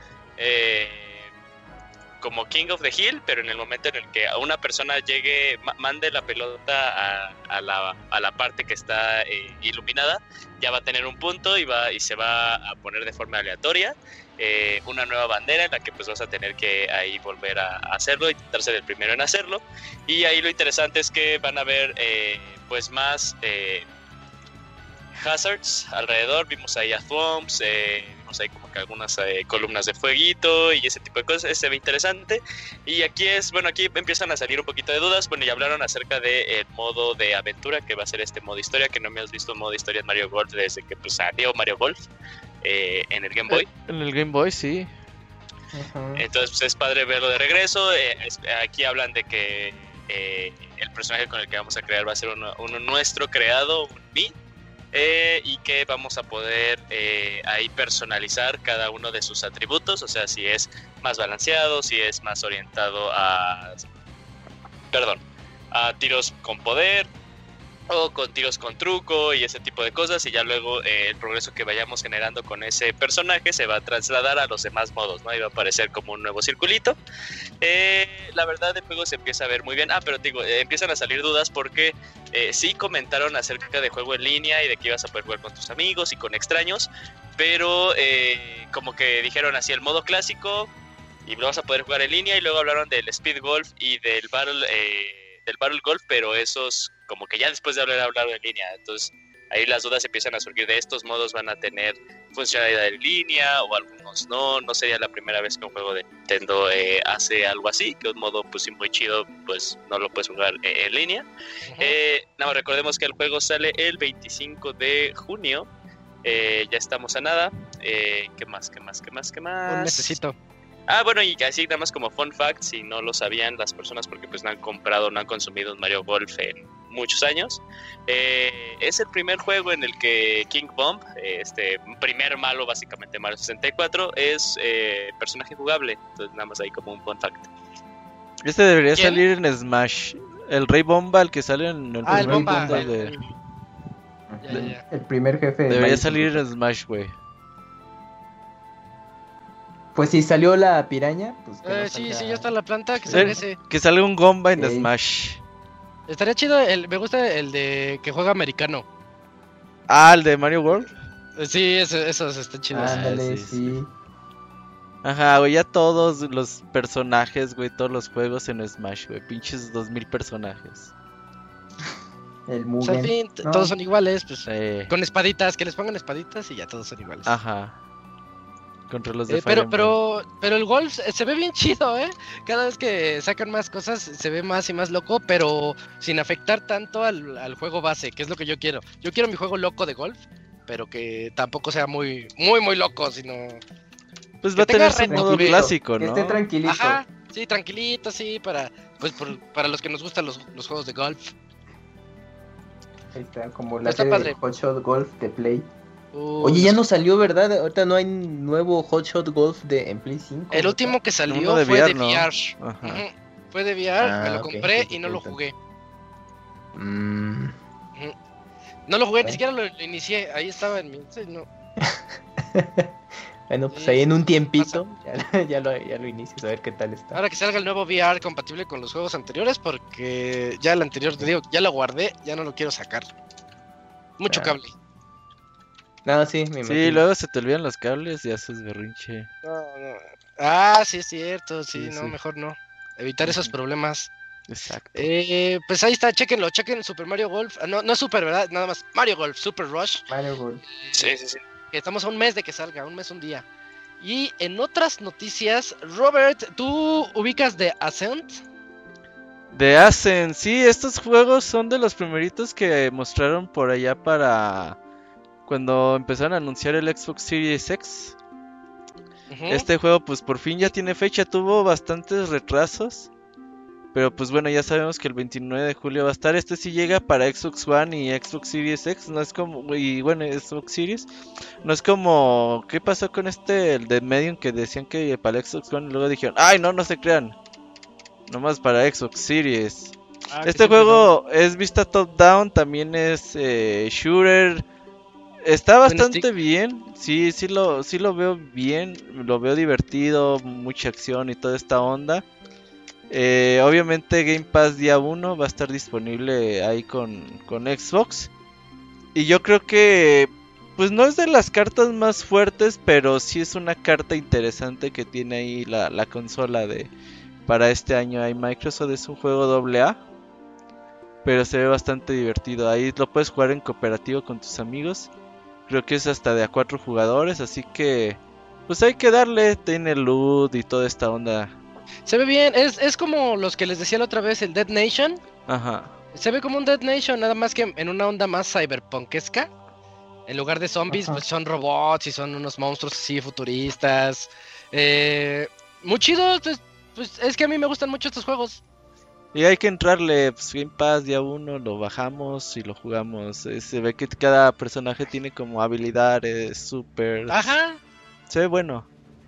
como King of the Hill, pero en el momento en el que a una persona llegue, mande la pelota a la parte que está iluminada, ya va a tener un punto y se va a poner de forma aleatoria una nueva bandera en la que pues vas a tener que ahí volver a hacerlo y intentar ser el primero en hacerlo. Y ahí lo interesante es que van a haber pues más hazards alrededor. Vimos ahí a Thwomps, vimos ahí como que algunas columnas de fueguito y ese tipo de cosas. Se ve interesante. Y aquí aquí empiezan a salir un poquito de dudas. Bueno, ya hablaron acerca del modo de aventura, que va a ser este modo historia, que no me has visto modo historia en Mario Golf desde que pues salió Mario Golf en el Game Boy. En el Game Boy, sí. Entonces pues, es padre verlo de regreso. Aquí hablan de que el personaje con el que vamos a crear va a ser uno nuestro creado, un Mi, y que vamos a poder ahí personalizar cada uno de sus atributos, o sea, si es más balanceado, si es más orientado a tiros con poder o con tiros con truco y ese tipo de cosas, y ya luego el progreso que vayamos generando con ese personaje se va a trasladar a los demás modos, ¿no? Y va a aparecer como un nuevo circulito. La verdad el juego se empieza a ver muy bien, pero te digo, empiezan a salir dudas porque sí comentaron acerca de juego en línea y de que ibas a poder jugar con tus amigos y con extraños, pero como que dijeron así el modo clásico y lo vas a poder jugar en línea, y luego hablaron del Speed Golf y del Battle Golf, pero esos como que ya después de haber hablado en línea, entonces ahí las dudas empiezan a surgir de estos modos van a tener funcionalidad en línea o algunos no sería la primera vez que un juego de Nintendo hace algo así, que un modo pues muy chido pues no lo puedes jugar en línea. Recordemos que el juego sale el 25 de junio, ya estamos a nada. ¿Qué más? Un mesecito. Bueno, y así nada más como fun fact, si no lo sabían las personas porque pues no han comprado, no han consumido un Mario Golf en muchos años, es el primer juego en el que King Bomb, este primer malo básicamente Mario 64, es personaje jugable, entonces nada más ahí como un fun fact. Este debería salir en Smash, el Rey Bomba, el que sale en el el Bomba, el primer jefe debería salir en Smash, güey. Pues si salió la piraña, pues sí, ya está la planta, que sale ese. Que salga un Gomba en Smash. Estaría chido, me gusta el de que juega americano. ¿El de Mario World? Sí, esos están chidos. Ándale, sí. Ajá, güey, ya todos los personajes, güey, todos los juegos en Smash, güey, pinches 2000 personajes. El Mugen. Al fin, todos son iguales, pues, Sí. con espaditas, que les pongan espaditas y ya todos son iguales. Ajá. Contra los de Fire pero el golf se ve bien chido, Cada vez que sacan más cosas se ve más y más loco, pero sin afectar tanto al juego base, que es lo que yo quiero. Yo quiero mi juego loco de golf, pero que tampoco sea muy loco, sino... Pues va a tener su modo clásico, ¿no? Que esté tranquilito. Ajá, sí, tranquilito, sí, para los que nos gustan los juegos de golf. Ahí está, como la Está serie padre. Hot Shot Golf de Play. Uy, Oye, ya no salió, ¿verdad? Ahorita no hay nuevo Hot Shot Golf en Play 5. el último que salió Uno de fue de VR, ¿no? VR. Ajá. Ujú, fue de VR, me Ah, lo ok, compré ok, y no lo ok. jugué. Mm, No lo jugué, ni Bueno. siquiera lo inicié. Ahí estaba en mi. Sí, no. Bueno, pues Sí, ahí en un sí, tiempito ya lo inicias a ver qué tal está. Ahora que salga el nuevo VR compatible con los juegos anteriores, porque ya el anterior, te digo, ya lo guardé, ya no lo quiero sacar. Mucho Ah, cable. No, sí, me Sí, imagino. luego se te olvidan los cables y haces berrinche. No, no. Ah, sí, es cierto, sí, Sí, no, sí. mejor no. Evitar esos Ujú. problemas. Exacto. Pues ahí está, chequen Super Mario Golf. Ah, no, no es Super, ¿verdad? Nada más Mario Golf, Super Rush. Mario Golf. Sí, sí, sí. Que estamos a un mes de que salga, un mes, un día. Y en otras noticias, Robert, ¿tú ubicas de Ascent? The Ascent, sí, estos juegos son de los primeritos que mostraron por allá para cuando empezaron a anunciar el Xbox Series X. Ujú. Este juego pues por fin ya tiene fecha, tuvo bastantes retrasos. Pero pues bueno, ya sabemos que el 29 de julio va a estar. Este sí llega para Xbox One y Xbox Series X. No es como. Y bueno, Xbox Series. No es como. ¿Qué pasó con el de Medium que decían que para el Xbox One? Y luego dijeron: ¡Ay, no, no se crean! Nomás para Xbox Series. Ah, que Este siempre juego es vista top-down. También es shooter. Está bastante stick. bien. Sí lo veo bien. Lo veo divertido. Mucha acción y toda esta onda. Obviamente Game Pass día 1 va a estar disponible ahí con Xbox. Y yo creo que pues no es de las cartas más fuertes, pero sí es una carta interesante que tiene ahí la consola para este año. Hay Microsoft, es un juego AA, pero se ve bastante divertido. Ahí lo puedes jugar en cooperativo con tus amigos. Creo que es hasta de a 4 jugadores, así que pues hay que darle. Tiene loot y toda esta onda. Se ve bien, es como los que les decía la otra vez, el Dead Nation. Ajá. Se ve como un Dead Nation, nada más que en una onda más cyberpunkesca. En lugar de zombies, Ajá. pues son robots y son unos monstruos así futuristas. Muy chido, pues es que a mí me gustan mucho estos juegos. Y hay que entrarle, pues Game Pass día 1, lo bajamos y lo jugamos. Se ve que cada personaje tiene como habilidades super. Ajá. Se ve bueno.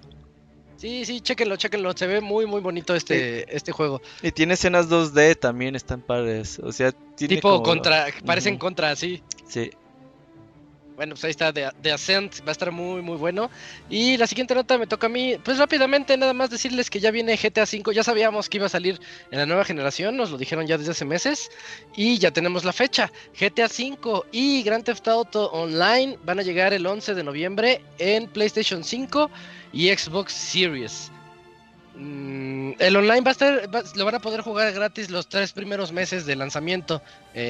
Sí, chéquenlo, se ve muy bonito este juego. Y tiene escenas 2D también, están padres. O sea, tiene Tipo como... parecen Ujú. contra, sí. Sí. Bueno, pues ahí está, The Ascent, va a estar muy bueno. Y la siguiente nota me toca a mí, pues rápidamente nada más decirles que ya viene GTA V, ya sabíamos que iba a salir en la nueva generación, nos lo dijeron ya desde hace meses, y ya tenemos la fecha. GTA V y Grand Theft Auto Online van a llegar el 11 de noviembre en PlayStation 5 y Xbox Series. El online va a estar, lo van a poder jugar gratis los 3 primeros meses de lanzamiento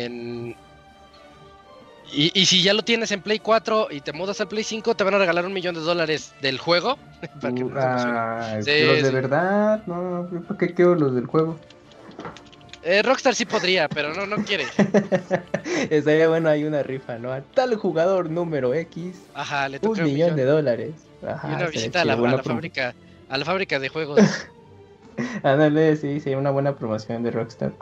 y si ya lo tienes en Play 4 y te mudas al Play 5, te van a regalar $1 millón del juego. Para que no se emocionen. Sí, los de sí. verdad, no, ¿para qué quiero los del juego? Rockstar sí podría, pero no quiere. Estaría bueno, hay una rifa, ¿no? A tal jugador número X, Ajá, le toca $1 millón de dólares. Ajá, y una estaría visita a chido, buena a la fábrica de juegos. Ándale, sí, sería una buena promoción de Rockstar.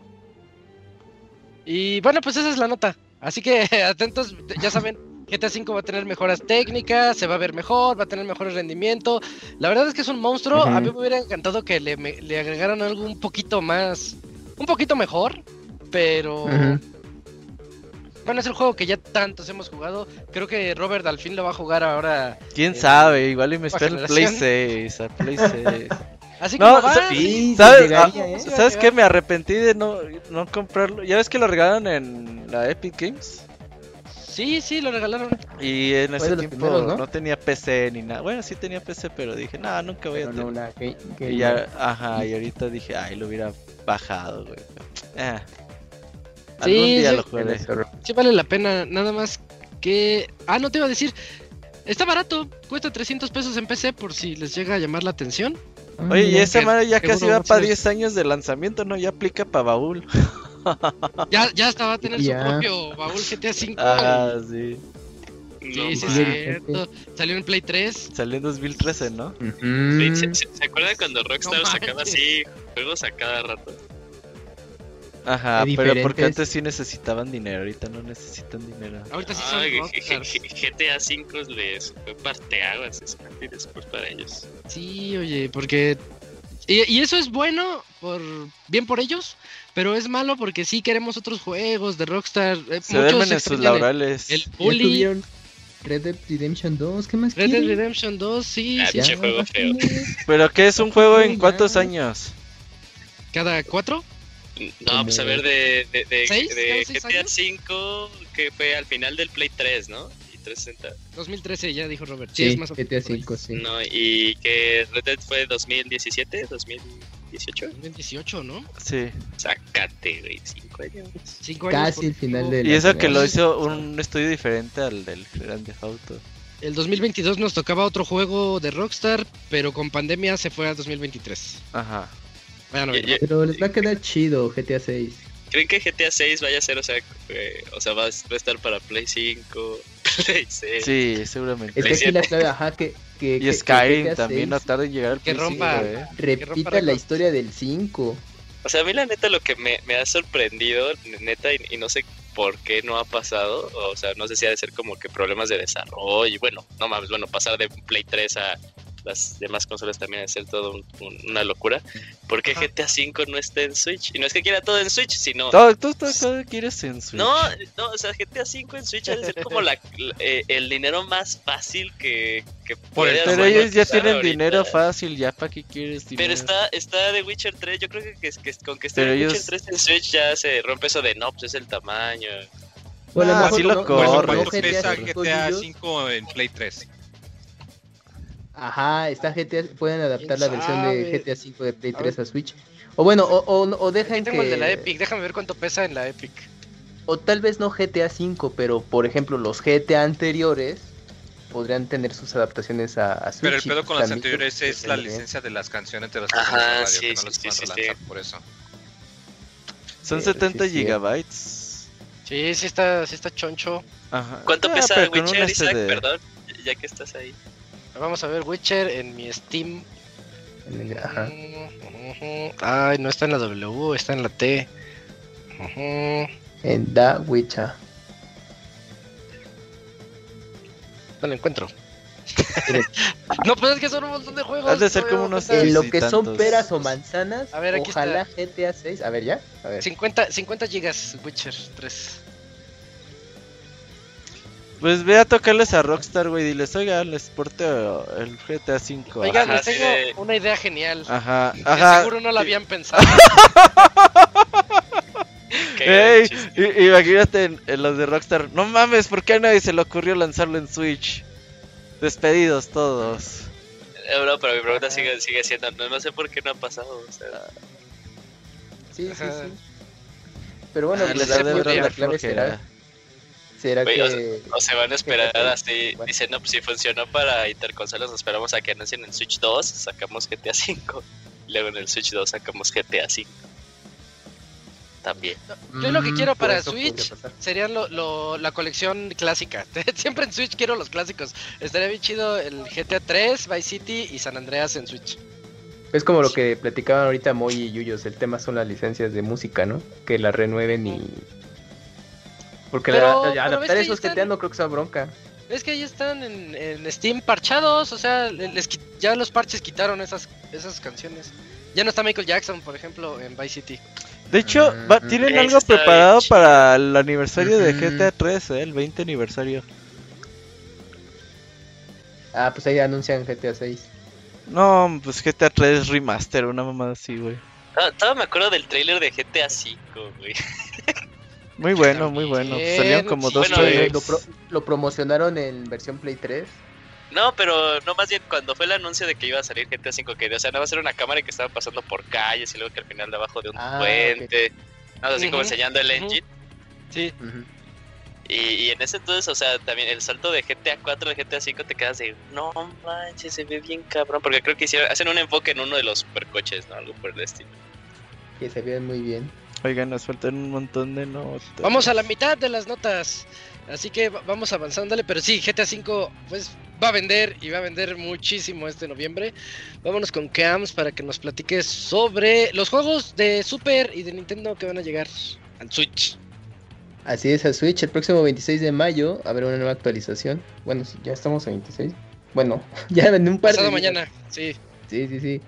Y bueno, pues esa es la nota. Así que atentos, ya saben, GTA V va a tener mejoras técnicas, se va a ver mejor, va a tener mejores rendimiento. La verdad es que es un monstruo. Ujú. A mí me hubiera encantado que le agregaran algo un poquito mejor, pero Ujú. bueno, es el juego que ya tantos hemos jugado. Creo que Robert al fin lo va a jugar ahora. ¿Quién sabe? Igual y me nueva espera el Play generación. 6, al Play 6. Así No, como va, sí, ¿Sabes? llegaría, ¿eh? ¿Sabes qué? Me arrepentí de no comprarlo. ¿Ya ves que lo regalaron en la Epic Games? Sí, lo regalaron. Y en Fue ese de los tiempo primeros, ¿no? tenía PC ni nada. Bueno, sí tenía PC, pero dije, no, nunca voy Pero a no tener. una Y ya, ajá, y ahorita dije, ay, lo hubiera bajado, güey. Algún día sí. lo jugaré. Sí vale la pena, nada más que... no te iba a decir, está barato, cuesta $300 en PC por si les llega a llamar la atención. Oye, y esa que madre ya casi seguro va va a para ser- 10 años de lanzamiento, ¿no? Ya aplica para baúl. Ya hasta va a tener Ya. su propio baúl GTA V. Ah, sí. Sí, No, sí, cierto. Salió en Play 3. Salió en 2013, ¿no? Sí, ¿se acuerdan cuando Rockstar No sacaba manches. así juegos a cada rato? Ajá, de pero porque diferentes- antes sí necesitaban dinero, ahorita no necesitan dinero. Ahorita sí son Ay, rockstars. GTA V les fue parteaguas y después para ellos. Sí, oye, porque... Y eso es bueno, bien por ellos, pero es malo porque sí queremos otros juegos de Rockstar. Se duermen en sus extrañan laurales. el Ya Bully, tuvieron Red Dead Redemption 2, ¿qué más Red Dead quieren? Redemption 2, sí, Ah, sí. pinche juego feo. ¿Pero qué es un juego en Ya. cuántos años? ¿Cada 4? No, pues a ver, de ¿Seis? de ¿Cada 6 GTA años? V, que fue al final del Play 3, ¿no? Y 360. 2013 ya dijo Robert. Sí, Sí, es más o menos GTA por ahí. 5, sí. No, y que Red Dead fue 2017, 2018. 2018, ¿no? Sí. Sácate, güey, 5 años. 5 años. Casi el final de Y eso que lo generación. hizo un estudio diferente al del Grand Theft Auto. El 2022 nos tocaba otro juego de Rockstar, pero con pandemia se fue a 2023. Ajá. Vayan a ver. Y- y- Pero les va a quedar chido GTA 6. ¿Creen que GTA 6 vaya a ser, o sea, va a estar para Play 5, Play 6? Sí, seguramente. Es que aquí siete. la clave, ajá, que Y Skyrim GTA también 6 no tarda en llegar al Que Play rompa. 5, repita récords. la historia del 5. O sea, a mí la neta lo que me ha sorprendido, neta, y no sé por qué no ha pasado, o sea, no sé si ha de ser como que problemas de desarrollo, y bueno, no mames, bueno, pasar de Play 3 a las demás consolas también ha de ser todo una locura. ¿Por qué Ajá. GTA 5 no está en Switch? Y no es que quiera todo en Switch, sino... Todo quieres en Switch. No, o sea, GTA 5 en Switch ha de ser como el dinero más fácil que puede Pero hacer ellos ya Rockstar tienen ahorita. dinero fácil, ya para qué quieres dinero. Pero está The Witcher 3, yo creo que con que esté Pero The ellos- Witcher 3 en Switch ya se rompe eso de no, pues es el tamaño. O a lo Ah, mejor sí lo no- corre. no, ¿Cuánto no pesa cinco GTA gigas. 5 en Play 3? Ajá, está GTA, pueden adaptar ¿Quién la versión de sabe? GTA 5 de Play A 3 a Switch. O bueno, o dejan Aquí tengo el de la que... Epic, déjame ver cuánto pesa en la Epic. O tal vez no GTA 5, pero por ejemplo los GTA anteriores podrían tener sus adaptaciones a Switch. Pero el y pedo con las también anteriores creo que es la también. licencia de las canciones de las Ajá, canciones de radio, sí, que no sí, las sí, pueden sí, relanzar sí. por eso. Son Sí, 70 sí, sí. gigabytes. Sí, sí está choncho. Ajá. ¿Cuánto Ah, pesa pero con un Witcher, Isaac? SD. Perdón, ya que estás ahí. Vamos a ver Witcher en mi Steam. Ajá. Ujú. Ay, no está en la W, está en la T. Ujú. En The Witcher. No lo encuentro. Miren. No, pues es que son un montón de juegos. Has de ser no como me unos doy cuenta. En lo y que son tantos. peras o manzanas, A ver, aquí ojalá GTA 6. A ver, ¿ya? A ver. 50 gigas Witcher 3. Pues ve a tocarles a Rockstar, güey. Diles, oigan, les porteo el GTA 5. Oigan, Ajá, les sí, tengo de- una idea genial. Ajá, Que ajá. seguro no la habían pensado. Qué gran Ey, chiste. imagínate en los de Rockstar. No mames, ¿por qué a nadie se le ocurrió lanzarlo en Switch? Despedidos todos. Bro, pero mi pregunta sigue siendo, no sé por qué no ha pasado. O sea, Sí, sí, Ajá. sí. Pero bueno, Ah, pues les ha de la, dar la la clave flojera. será Güey, que... o se van a esperar GTA así. bueno. Dicen, no, pues si funcionó para interconsolas, nos esperamos a que anuncien en Switch 2, sacamos GTA 5. Luego en el Switch 2 sacamos GTA 5. También. Yo lo que quiero por para eso podría Switch pasar. serían la colección clásica. Siempre en Switch quiero los clásicos. Estaría bien chido el GTA 3, Vice City y San Andreas en Switch. Es como lo que platicaban ahorita Moy y Yuyos, el tema son las licencias de música, ¿no? Que la renueven y... Porque Pero ves adaptar que ahí esos están. GTA no creo que sea bronca. Es que ahí están en Steam parchados, o sea, ya los parches quitaron esas canciones. Ya no está Michael Jackson, por ejemplo, en Vice City. De hecho, tienen Eso algo está preparado bien chido. para el aniversario de Ujú. GTA 3, el 20 aniversario. Ah, pues ahí anuncian GTA 6. No, pues GTA 3 Remaster, una mamada así, güey. Todavía me acuerdo del trailer de GTA 5, güey. Muy bueno, muy bueno. También, Salieron como sí. dos Bueno, trailers. Lo promocionaron en versión Play 3. No, pero no, más bien cuando fue el anuncio de que iba a salir GTA 5, que o sea, no va a ser una cámara y que estaban pasando por calles y luego que al final debajo de un Ah, puente. No, así como Ujú, enseñando el ujú. engine. Sí. Ujú. Y en ese entonces, o sea, también el salto de GTA 4 a GTA 5 te quedas de, no manches, se ve bien cabrón. Porque creo que hacen un enfoque en uno de los supercoches, ¿no? Algo por el estilo. Que se vean muy bien. Oigan, nos faltan un montón de notas. Vamos a la mitad de las notas. Así que vamos avanzándole, pero sí, GTA 5, pues va a vender y va a vender muchísimo este noviembre. Vámonos con Camps para que nos platiques sobre los juegos de Super y de Nintendo que van a llegar al Switch. Así es, al Switch el próximo 26 de mayo habrá una nueva actualización. Bueno, ya estamos a 26. Bueno, ya en un par de Pasado días. mañana, sí. Sí.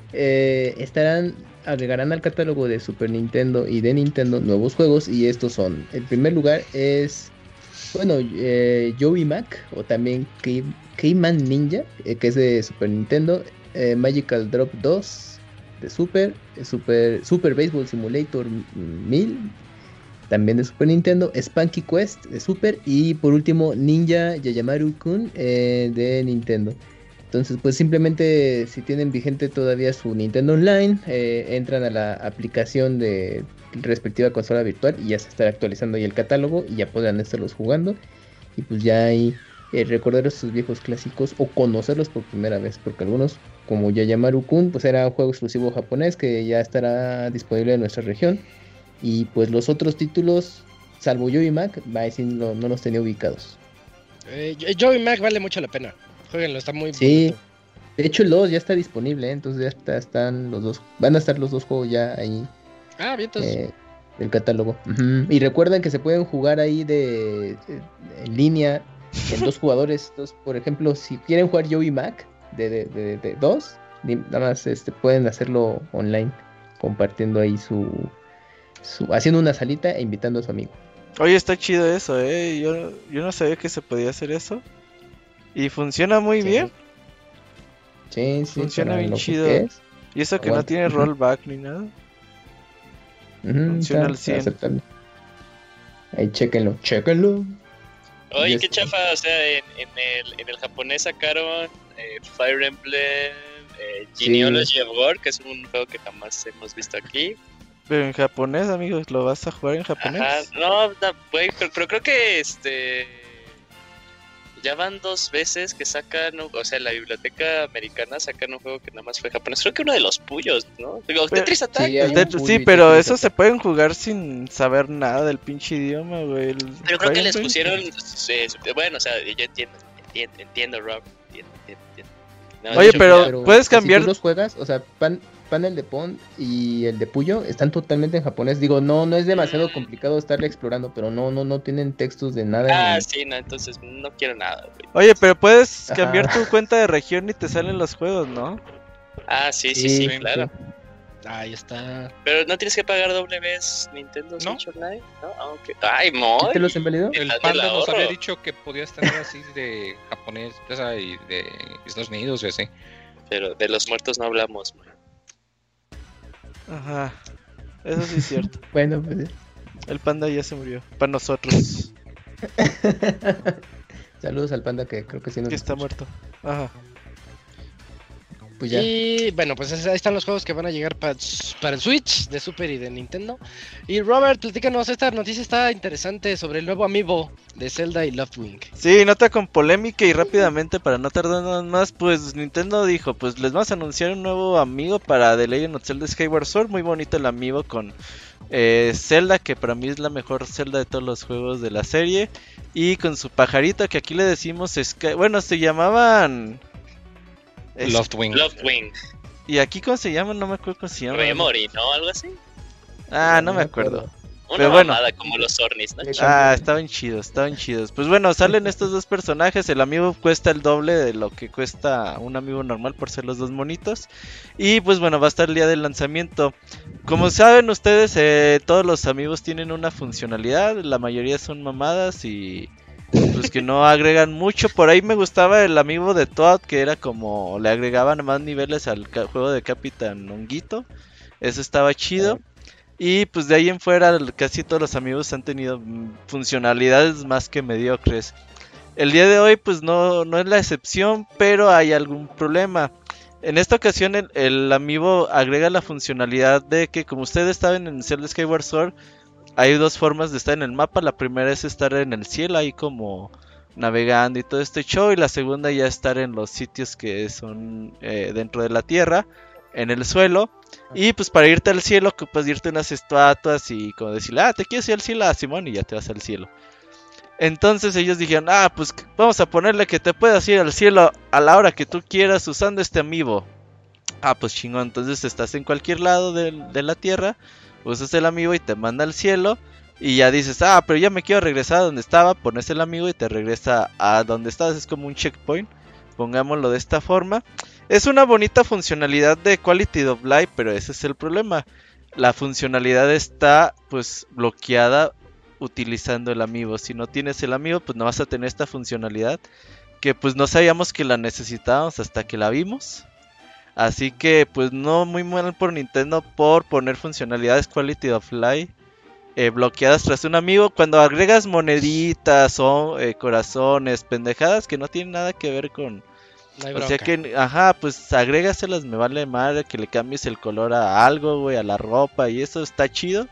Agregarán al catálogo de Super Nintendo y de Nintendo nuevos juegos, y estos son, en primer lugar es, Joey Mac, o también Cayman Ninja, que es de Super Nintendo, Magical Drop 2 de Super Baseball Simulator 1000, también de Super Nintendo, Spanky Quest de Super, y por último Ninja Yayamaru-kun de Nintendo. Entonces, pues simplemente si tienen vigente todavía su Nintendo Online, entran a la aplicación de respectiva consola virtual y ya se estará actualizando ahí el catálogo y ya podrán estarlos jugando. Y pues ya ahí recordar estos viejos clásicos o conocerlos por primera vez, porque algunos, como Yayamaru-kun, pues era un juego exclusivo japonés que ya estará disponible en nuestra región. Y pues los otros títulos, salvo Joey Mac, no los tenía ubicados. Joey Mac vale mucho la pena. Jueguenlo, está muy Sí, bonito. De hecho el 2 ya está disponible, entonces ya están los dos, van a estar los dos juegos ya ahí. Ah, bien, entonces. Del catálogo. Uh-huh. Y recuerden que se pueden jugar ahí en línea en 2 jugadores. Entonces, por ejemplo, si quieren jugar Joey Mac de 2, nada más pueden hacerlo online, compartiendo ahí haciendo una salita e invitando a su amigo. Oye, está chido eso, yo no sabía que se podía hacer eso. Y funciona muy bien. Sí, funciona bien chido. Y eso que no tiene rollback ni nada. Funciona al 100. Aceptable. Ahí chéquenlo. Oye, qué chafa, o sea, en el japonés sacaron Fire Emblem, Genealogy of War, que es un juego que jamás hemos visto aquí. Pero en japonés, amigos, ¿lo vas a jugar en japonés? Ajá, no, güey, pero creo que ya van 2 veces que sacan, o sea, en la biblioteca americana sacan un juego que nada más fue japonés. Creo que uno de los Puyos, ¿no? Digo, Tetris Attack. Sí, pero eso se pueden jugar sin saber nada del pinche idioma, güey. Pero creo que les pusieron, bueno, o sea, yo entiendo, Rob. Entiendo. No, oye, pero puedes cambiar. Si tú los juegas, o sea, Panel de Pon y el de Puyo están totalmente en japonés. Digo, no es demasiado complicado estarle explorando, pero no tienen textos de nada. Sí, no, entonces no quiero nada, güey. Oye, pero puedes cambiar tu cuenta de región y te salen los juegos, ¿no? Sí, claro. Ahí está. Pero no tienes que pagar doble vez Nintendo Switch Online, ¿no? Okay. Ay, Moy. ¿Te los invalidó? El Panda nos había dicho que podías tener así de japonés, o sea, y de Estados Unidos y así. Pero de los muertos no hablamos, man. Ajá, eso sí es cierto. Bueno, pues el Panda ya se murió, para nosotros. Saludos al Panda, que creo que sí nos está muerto. Ajá. Pues ya. Y bueno, pues ahí están los juegos que van a llegar para el Switch de Super y de Nintendo. Y Robert, platícanos, esta noticia está interesante sobre el nuevo amiibo de Zelda y Loftwing. Sí, nota con polémica y rápidamente, para no tardarnos más, pues Nintendo dijo, pues les vamos a anunciar un nuevo amiibo para The Legend of Zelda Skyward Sword. Muy bonito el amiibo con Zelda, que para mí es la mejor Zelda de todos los juegos de la serie. Y con su pajarito, que aquí le decimos, bueno, se llamaban... Loftwing. ¿Y aquí cómo se llama? No me acuerdo cómo se llama. Memory, ¿no? Algo así. No me acuerdo. Una mamada como los Ornis, ¿no? Estaban chidos. Pues bueno, salen estos 2 personajes. El amiibo cuesta el doble de lo que cuesta un amiibo normal por ser los 2 monitos. Y pues bueno, va a estar el día del lanzamiento. Como saben ustedes, todos los amiibos tienen una funcionalidad. La mayoría son mamadas y... pues que no agregan mucho. Por ahí me gustaba el amiibo de Toad, que era como le agregaban más niveles al juego de Capitán Honguito. Eso estaba chido. Y pues de ahí en fuera casi todos los amigos han tenido funcionalidades más que mediocres. El día de hoy pues no es la excepción, pero hay algún problema. En esta ocasión el amiibo agrega la funcionalidad de que, como ustedes saben, en Zelda Skyward Sword hay 2 formas de estar en el mapa. La primera es estar en el cielo, ahí como navegando y todo este show. Y la segunda ya estar en los sitios que son dentro de la tierra, en el suelo. Y pues para irte al cielo ocupas irte unas estatuas y como decirle, te quieres ir al cielo, Simón, y ya te vas al cielo. Entonces ellos dijeron, pues vamos a ponerle que te puedas ir al cielo a la hora que tú quieras usando este amiibo. Pues chingón, entonces estás en cualquier lado de la tierra, usas el amiibo y te manda al cielo. Y ya dices, pero ya me quiero regresar a donde estaba, pones el amiibo y te regresa a donde estás, es como un checkpoint, pongámoslo de esta forma. Es una bonita funcionalidad de Quality of Life, pero ese es el problema. La funcionalidad está pues bloqueada utilizando el amiibo. Si no tienes el amiibo, pues no vas a tener esta funcionalidad, que pues no sabíamos que la necesitábamos hasta que la vimos. Así que pues no muy mal por Nintendo por poner funcionalidades Quality of Life bloqueadas tras un amiibo. Cuando agregas moneditas o corazones, pendejadas que no tienen nada que ver con... No o sea que, pues agrégaselas, me vale madre que le cambies el color a algo, güey, a la ropa y eso está chido.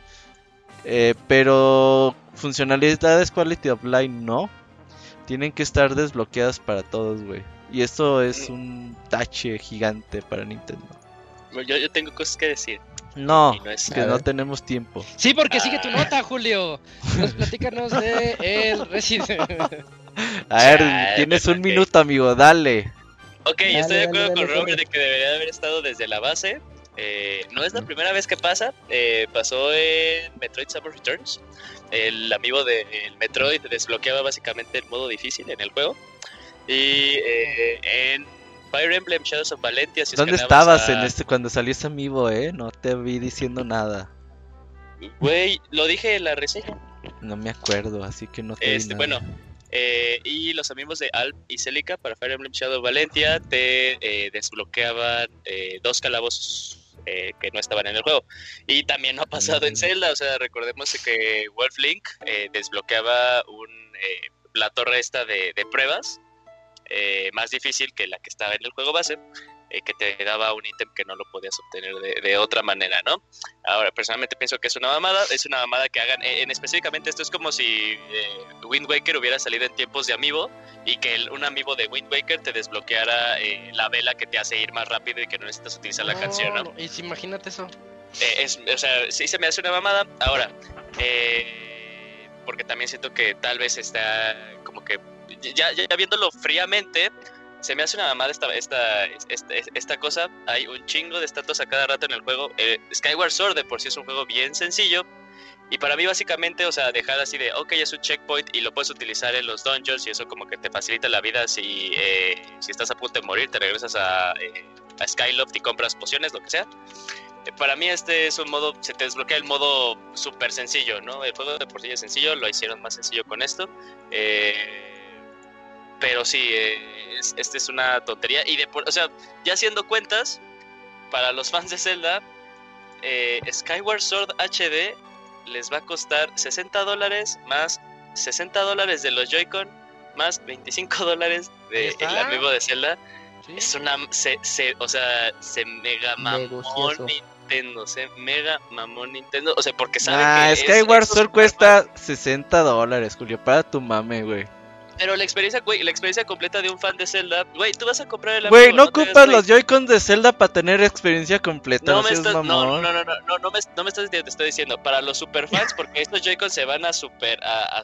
Pero funcionalidades Quality of Life no. Tienen que estar desbloqueadas para todos, güey. Y eso es un tache gigante para Nintendo. Yo tengo cosas que decir. No, Y no es- que no tenemos tiempo. Sí, porque sigue tu nota, Julio. Platícanos de el Resident. A ver, Chale, tienes un ok. minuto, amigo, dale. Ok, Dale, estoy de acuerdo dale, con dale, Robert dale. de que debería haber estado desde la base. No es la primera vez que pasa. Pasó en Metroid Samus Returns. El amigo del Metroid desbloqueaba básicamente el modo difícil en el juego. Y en Fire Emblem Shadows of Valentia, si ¿Dónde escaneabas estabas cuando salió ese amiibo, No te vi diciendo nada. Güey, lo dije en la reseña. No me acuerdo, así que no te vi nada. Bueno, y los amigos de Alp y Celica para Fire Emblem Shadow of Valentia te desbloqueaban 2 calabozos que no estaban en el juego. Y también no ha pasado en Zelda, o sea, recordemos que Wolf Link desbloqueaba la torre esta de pruebas, más difícil que la que estaba en el juego base, que te daba un ítem que no lo podías obtener de otra manera, ¿no? Ahora, personalmente pienso que es una mamada que hagan, específicamente esto es como si Wind Waker hubiera salido en tiempos de amiibo y que un amiibo de Wind Waker te desbloqueara la vela que te hace ir más rápido y que no necesitas utilizar la canción, ¿no? Y si imagínate eso. O sea, sí se me hace una mamada. Ahora, porque también siento que tal vez está como que ya viéndolo fríamente, se me hace una mamada esta cosa. Hay un chingo de estatuas a cada rato en el juego. Skyward Sword de por sí es un juego bien sencillo. Y para mí básicamente, o sea, dejar así de, ok, es un checkpoint y lo puedes utilizar en los dungeons y eso como que te facilita la vida si estás a punto de morir, te regresas a Skyloft y compras pociones, lo que sea. Para mí este es un modo, se te desbloquea el modo súper sencillo, ¿no? El juego de por sí es sencillo, lo hicieron más sencillo con esto. Pero sí, este es una tontería. Y o sea, ya haciendo cuentas, para los fans de Zelda, Skyward Sword HD les va a costar $60 más $60 de los Joy-Con más $25 del amiibo de Zelda. ¿Sí? Es una se mega mamó Negocioso. Nintendo, o sea, porque saben que Skyward es Sword cuesta $60, Julio, para tu mame, güey. pero la experiencia completa de un fan de Zelda, güey, tú vas a comprar el Güey, amiibo, no te ocupas ves, los Joy-Con de Zelda para tener experiencia completa, No no me seas estás, mamón. no me estás diciendo, te estoy diciendo, para los super fans, porque estos Joy-Con se van a super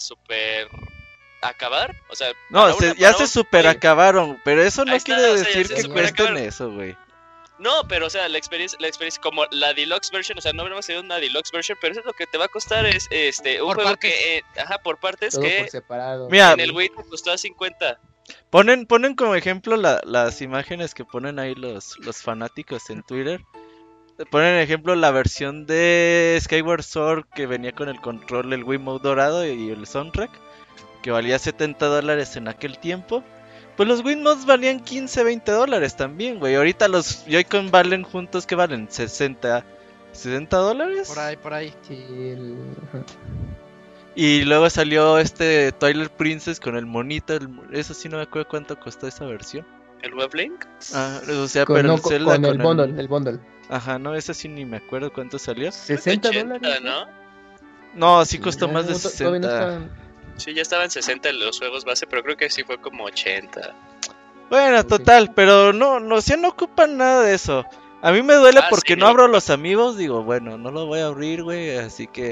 acabar, o sea, No, ya se super güey. acabaron, pero eso no Ahí está, quiere o sea, decir se que super cuesten acabaron. eso, güey. No, pero o sea, la experiencia como la deluxe version, o sea, no habremos tenido una deluxe version, pero eso es lo que te va a costar es un Por juego partes. que por partes Todo que por separado. Mira, en el Wii te costó a 50. Ponen como ejemplo las imágenes que ponen ahí los fanáticos en Twitter. Ponen ejemplo la versión de Skyward Sword que venía con el control, el Wiimote dorado y el soundtrack, que valía $70 en aquel tiempo. Pues los Wiimotes valían $15-20 también, güey. Ahorita los Joy-Con valen juntos, ¿qué valen? ¿$60? Por ahí. Sí, ajá. Y luego salió Twilight Princess con el monito. Eso sí no me acuerdo cuánto costó esa versión. ¿El Weblink? O sea, Con, pero no, el con Zelda el bundle. Ajá, no, ese sí ni me acuerdo cuánto salió. $60, ¿no? No, sí costó No, más de todavía no 60. estaban- Sí, ya estaban 60 los juegos base, pero creo que sí fue como 80. Bueno, Ok. total, pero no ocupan nada de eso. A mí me duele Ah, porque sí, no no. abro los amigos, digo, bueno, no lo voy a abrir, güey, así que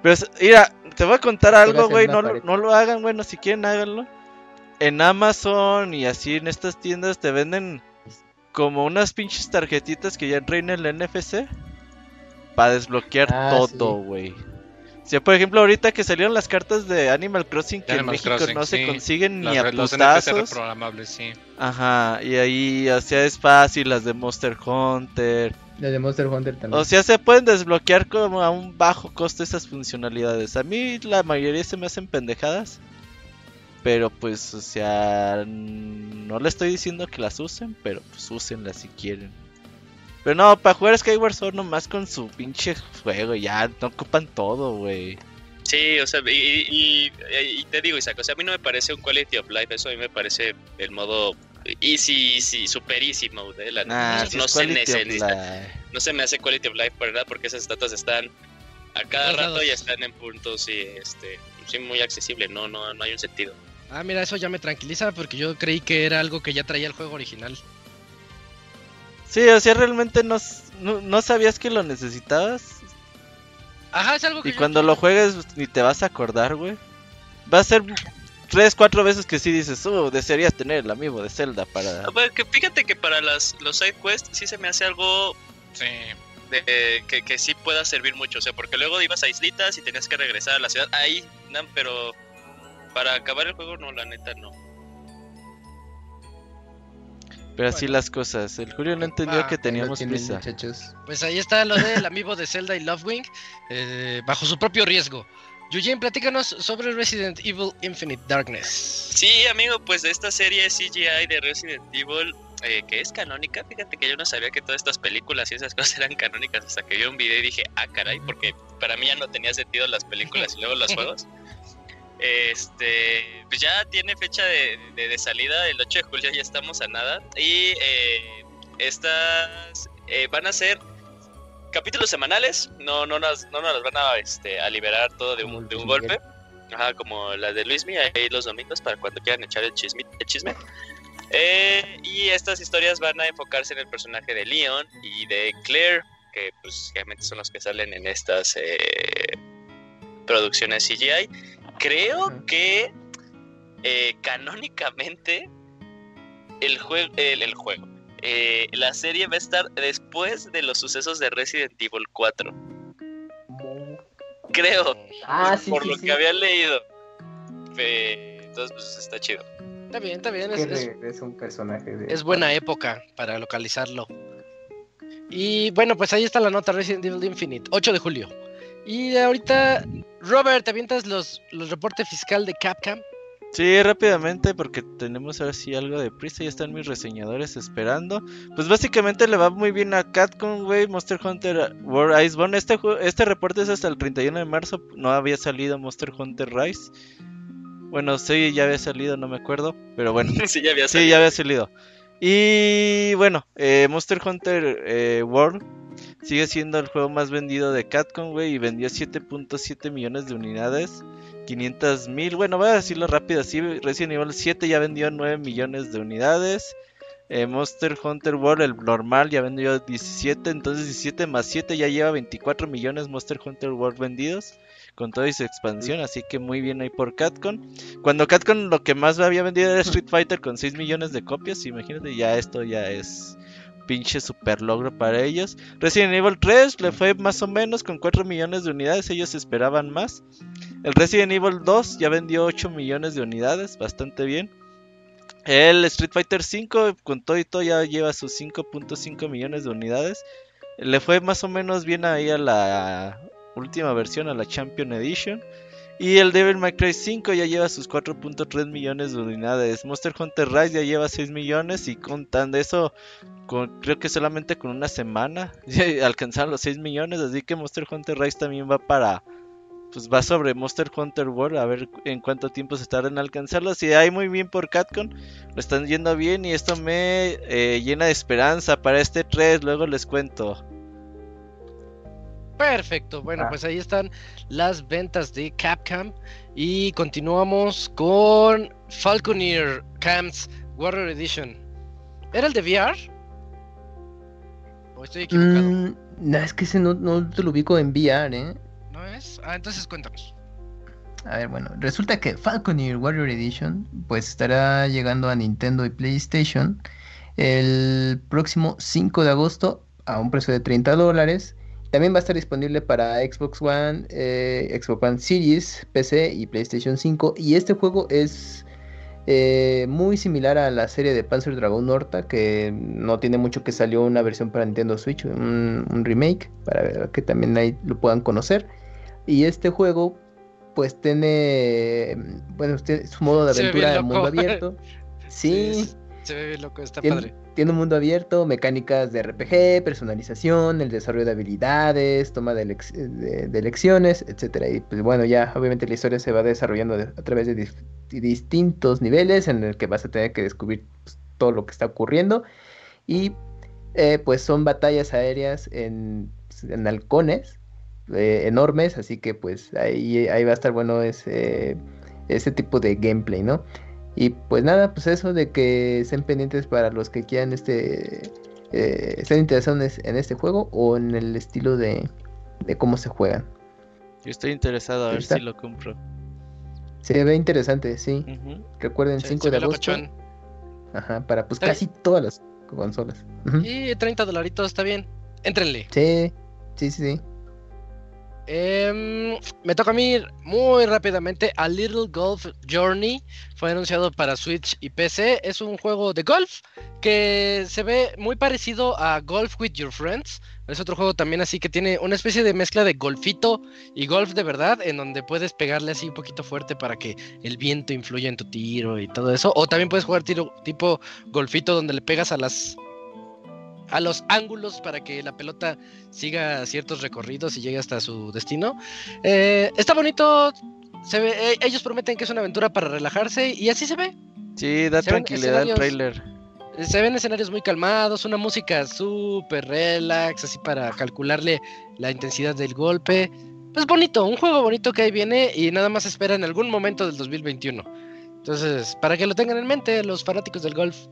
Pero, mira, te voy a contar algo, Pegas en güey. una No, pared. no lo hagan, bueno, si quieren háganlo. En Amazon y así en estas tiendas te venden como unas pinches tarjetitas que ya traen el NFC para desbloquear todo, Sí. güey. O sea, por ejemplo, ahorita que salieron las cartas de Animal Crossing que en Animal México Crossing, no se sí. consiguen ni a Los NFC putazos. reprogramables, sí. Ajá, y ahí, o sea, es fácil, las de Monster Hunter. La de Monster Hunter también. O sea, se pueden desbloquear como a un bajo costo esas funcionalidades. A mí la mayoría se me hacen pendejadas. Pero pues, o sea, no le estoy diciendo que las usen, pero pues úsenlas si quieren. Pero no, para jugar Skyward Sword nomás con su pinche juego, ya no ocupan todo, güey. Sí, o sea, y te digo, Isaac, o sea, a mí no me parece un quality of life, eso a mí me parece el modo easy, super easy mode, la Nah, no, si no es se quality of necesita, life. no se me hace quality of life para nada porque esas estatuas están a cada Todos rato lados. y están en puntos y sí, muy accesible, no hay un sentido. Ah, mira, eso ya me tranquiliza porque yo creí que era algo que ya traía el juego original. Sí, o sea, realmente no sabías que lo necesitabas. Ajá, es algo que Y yo cuando ya- lo juegues ni te vas a acordar, güey. Va a ser 3-4 veces que sí dices, desearías tener el amiibo de Zelda para... Bueno, que fíjate que para los side quests sí se me hace algo Sí. que sí pueda servir mucho, o sea, porque luego ibas a islitas y tenías que regresar a la ciudad, ahí, no, pero para acabar el juego no, la neta no. Pero así Bueno. las cosas. El Julio no entendió Ah, que Ahí lo teníamos tienen, prisa. muchachos. Pues ahí está lo del amiibo de Zelda y Lovewing, bajo su propio riesgo. Eugene, platícanos sobre Resident Evil Infinite Darkness. Sí, amigo, pues de esta serie CGI de Resident Evil, que es canónica, fíjate que yo no sabía que todas estas películas y esas cosas eran canónicas hasta que vi un video y dije, ah, caray, porque para mí ya no tenía sentido las películas y luego los juegos. Pues ya tiene fecha de salida, el 8 de julio ya estamos a nada. Y estas van a ser capítulos semanales, no nos van a liberar todo de un golpe. Ajá, como las de Luismi, ahí los domingos para cuando quieran echar el chisme. Y estas historias van a enfocarse en el personaje de Leon y de Claire, que pues realmente son los que salen en estas producciones CGI. Creo que canónicamente la serie va a estar después de los sucesos de Resident Evil 4. Creo, por lo que había leído. Entonces pues está chido. Está bien, Es un personaje de... es buena época para localizarlo. Y bueno, pues ahí está la nota Resident Evil Infinite, 8 de julio. Y ahorita, Robert, ¿te avientas los reportes fiscal de Capcom? Sí, rápidamente porque tenemos ahora sí algo de prisa. Ya están mis reseñadores esperando. Pues básicamente le va muy bien a Capcom, güey. Monster Hunter World Iceborne. Este reporte es hasta el 31 de marzo. No había salido Monster Hunter Rise. Bueno, sí, ya había salido, no me acuerdo. Pero bueno. Sí, ya había Sí, salido. ya había salido. Y bueno, Monster Hunter World sigue siendo el juego más vendido de Capcom, güey. Y vendió 7.7 millones de unidades. 500,000, bueno, voy a decirlo rápido así. Resident Evil 7 ya vendió 9 millones de unidades. Monster Hunter World, el normal, ya vendió 17. Entonces 17 más 7 ya lleva 24 millones Monster Hunter World vendidos, con toda su expansión. Así que muy bien ahí por Capcom. Cuando Capcom lo que más había vendido era Street Fighter con 6 millones de copias. Imagínate, ya esto ya es pinche super logro para ellos. Resident Evil 3 le fue más o menos con 4 millones de unidades. Ellos esperaban más. El Resident Evil 2 ya vendió 8 millones de unidades, bastante bien. El Street Fighter 5 con todo y todo ya lleva sus 5.5 millones de unidades. Le fue más o menos bien ahí a la última versión, a la Champion Edition. Y el Devil May Cry 5 ya lleva sus 4.3 millones de unidades. Monster Hunter Rise ya lleva 6 millones y contando eso, creo que solamente con una semana ya alcanzaron los 6 millones. Así que Monster Hunter Rise también va va sobre Monster Hunter World, a ver en cuánto tiempo se tarda en alcanzarlo. Si hay muy bien por Capcom, lo están yendo bien y esto me llena de esperanza para este 3, luego les cuento. Perfecto, bueno, pues ahí están las ventas de Capcom. Y continuamos con Falconeer Camps Warrior Edition. ¿Era el de VR? ¿O estoy equivocado? No, es que ese no te lo ubico en VR, ¿eh? No, es? Entonces cuéntanos. A ver, bueno, resulta que Falconeer Warrior Edition pues estará llegando a Nintendo y PlayStation el próximo 5 de agosto a un precio de $30. También va a estar disponible para Xbox One, Xbox One Series, PC y PlayStation 5. Y este juego es muy similar a la serie de Panzer Dragoon Horta, que no tiene mucho que salió una versión para Nintendo Switch, un remake, para que también ahí lo puedan conocer. Y este juego pues tiene, bueno, su modo de aventura en mundo abierto. Sí, se ve bien loco, está tiene, padre. Tiene un mundo abierto, mecánicas de RPG, personalización, el desarrollo de habilidades, toma de lecciones, etcétera. Y pues bueno, ya obviamente la historia se va desarrollando a través de distintos niveles en el que vas a tener que descubrir pues, todo lo que está ocurriendo. Y pues son batallas aéreas en halcones enormes, así que pues ahí va a estar bueno ese tipo de gameplay, ¿no? Y pues nada, pues eso de que estén pendientes para los que quieran estén interesados en este juego o en el estilo de cómo se juegan. Yo estoy interesado a ver si lo compro. Se ve interesante, sí. Recuerden, 5 de agosto. Ajá, para pues casi todas las consolas. Y $30 está bien. Éntrenle. Sí. Me toca a mí muy rápidamente. A Little Golf Journey fue anunciado para Switch y PC. Es un juego de golf que se ve muy parecido a Golf with Your Friends. Es otro juego también así que tiene una especie de mezcla de golfito y golf de verdad, en donde puedes pegarle así un poquito fuerte para que el viento influya en tu tiro y todo eso. O también puedes jugar tipo golfito donde le pegas a los ángulos para que la pelota siga ciertos recorridos y llegue hasta su destino. Está bonito, se ve, ellos prometen que es una aventura para relajarse y así se ve. Sí, da tranquilidad el trailer. Se ven escenarios muy calmados, una música súper relax, así para calcularle la intensidad del golpe. Pues bonito, un juego bonito que ahí viene y nada más espera en algún momento del 2021. Entonces, para que lo tengan en mente los fanáticos del golf.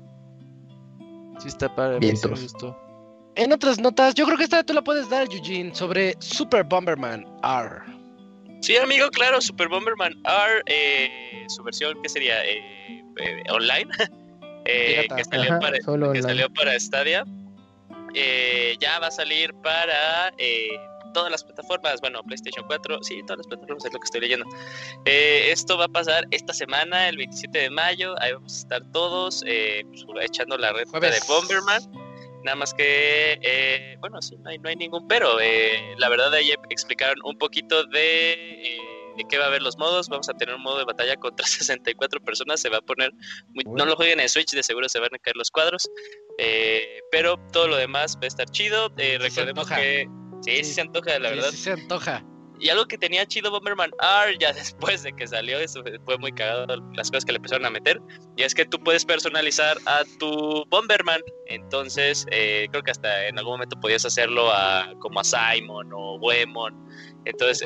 Sí está padre, me gustó. En otras notas, yo creo que esta tú la puedes dar, Eugene, sobre Super Bomberman R. Sí, amigo, claro, Super Bomberman R, su versión, ¿qué sería? Online, que salió para Stadia. Ya va a salir para todas las plataformas, bueno, PlayStation 4, sí, todas las plataformas es lo que estoy leyendo. Esto va a pasar esta semana, el 27 de mayo, ahí vamos a estar todos pues, echando la reta de Bomberman. Nada más que, bueno, sí, no hay ningún pero. La verdad, ahí explicaron un poquito de qué va a haber los modos. Vamos a tener un modo de batalla contra 64 personas. Se va a poner, no lo jueguen en Switch, de seguro se van a caer los cuadros. Pero todo lo demás va a estar chido. Recordemos que sí se antoja, la verdad. Sí se antoja. Y algo que tenía chido Bomberman R ya después de que salió, eso fue muy cagado las cosas que le empezaron a meter, y es que tú puedes personalizar a tu Bomberman. Entonces creo que hasta en algún momento podías hacerlo como a Simon o Goemon. Entonces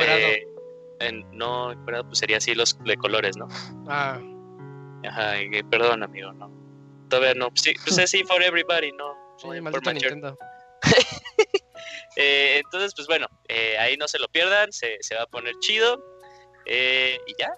no, pues sería así los de colores, ¿no? Ajá, perdón amigo, no, todavía no. Sí, pues es for everybody, no. Sí, maldito Nintendo. Entonces pues bueno, ahí no se lo pierdan, se va a poner chido, y ya.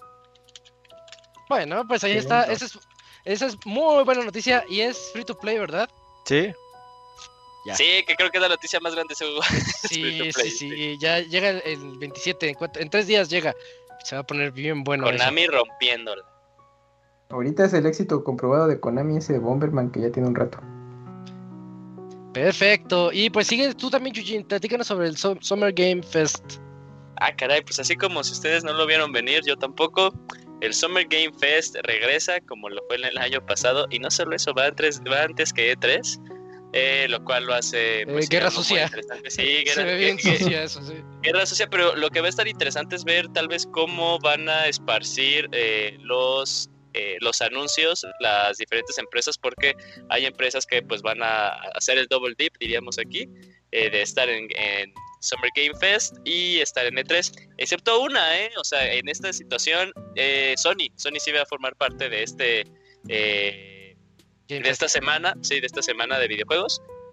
Bueno, pues ahí está, esa es muy buena noticia y es free to play, ¿verdad? Sí. Ya. Sí, que creo que es la noticia más grande ese juego. Sí, ya llega el 27, en 3 días llega, se va a poner bien bueno. Konami rompiéndola. Ahorita es el éxito comprobado de Konami, ese Bomberman que ya tiene un rato. Perfecto, y pues sigue tú también, Eugene, platícanos sobre el Summer Game Fest. Caray, pues así como si ustedes no lo vieron venir, yo tampoco. El Summer Game Fest regresa como lo fue en el año pasado, y no solo eso, va antes que E3, lo cual lo hace pues, Guerra Sucia. Sí, se ve bien sucia eso, sí. Guerra Sucia, pero lo que va a estar interesante es ver tal vez cómo van a esparcir los anuncios las diferentes empresas, porque hay empresas que pues van a hacer el double dip, diríamos aquí, de estar en Summer Game Fest y estar en E3, excepto una, o sea, en esta situación Sony sí va a formar parte de esta semana, de videojuegos.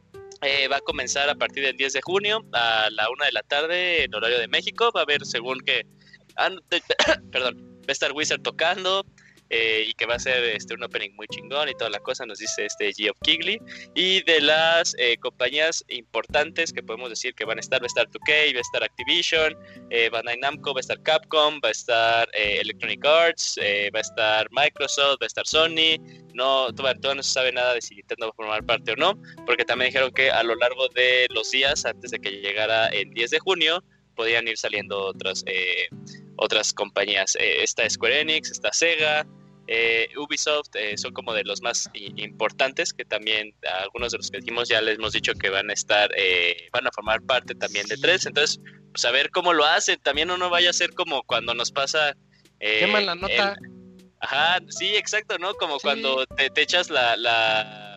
Va a comenzar a partir del 10 de junio a la 1 de la tarde en horario de México. Va a haber según que... perdón, va a estar Wizard tocando y que va a ser un opening muy chingón y toda la cosa, nos dice Geoff Keighley. Y de las compañías importantes que podemos decir que van a estar, va a estar 2K, va a estar Activision, Bandai Namco, va a estar Capcom, va a estar Electronic Arts, va a estar Microsoft, va a estar Sony. Todavía no se sabe nada de si Nintendo va a formar parte o no, porque también dijeron que a lo largo de los días, antes de que llegara el 10 de junio, podían ir saliendo otras compañías. Está Square Enix, está Sega, Ubisoft, son como de los más importantes, que también algunos de los que dijimos ya les hemos dicho que van a formar parte también de 3. Entonces, pues a ver cómo lo hacen. También no vaya a ser como cuando nos pasa... queman la nota. Ajá, sí, exacto, ¿no? Como cuando te echas la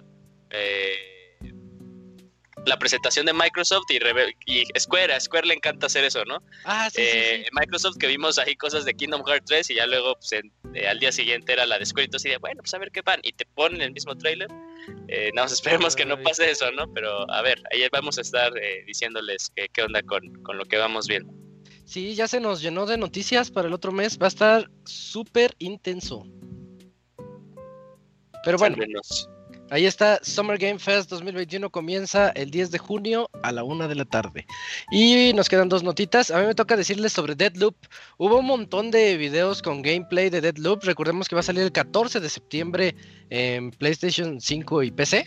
presentación de Microsoft y Square, a Square le encanta hacer eso, ¿no? Sí. Microsoft, que vimos ahí cosas de Kingdom Hearts 3 y ya luego pues, al día siguiente era la de Square, entonces bueno, pues a ver qué van, y te ponen el mismo trailer. Nada más esperemos que no pase eso, ¿no? Pero a ver, ahí vamos a estar diciéndoles qué onda con lo que vamos viendo. Sí, ya se nos llenó de noticias para el otro mes, va a estar súper intenso. Pero bueno, ahí está, Summer Game Fest 2021 comienza el 10 de junio a la 1 de la tarde. Y nos quedan 2 notitas. A mí me toca decirles sobre Deathloop. Hubo un montón de videos con gameplay de Deathloop. Recordemos que va a salir el 14 de septiembre en PlayStation 5 y PC.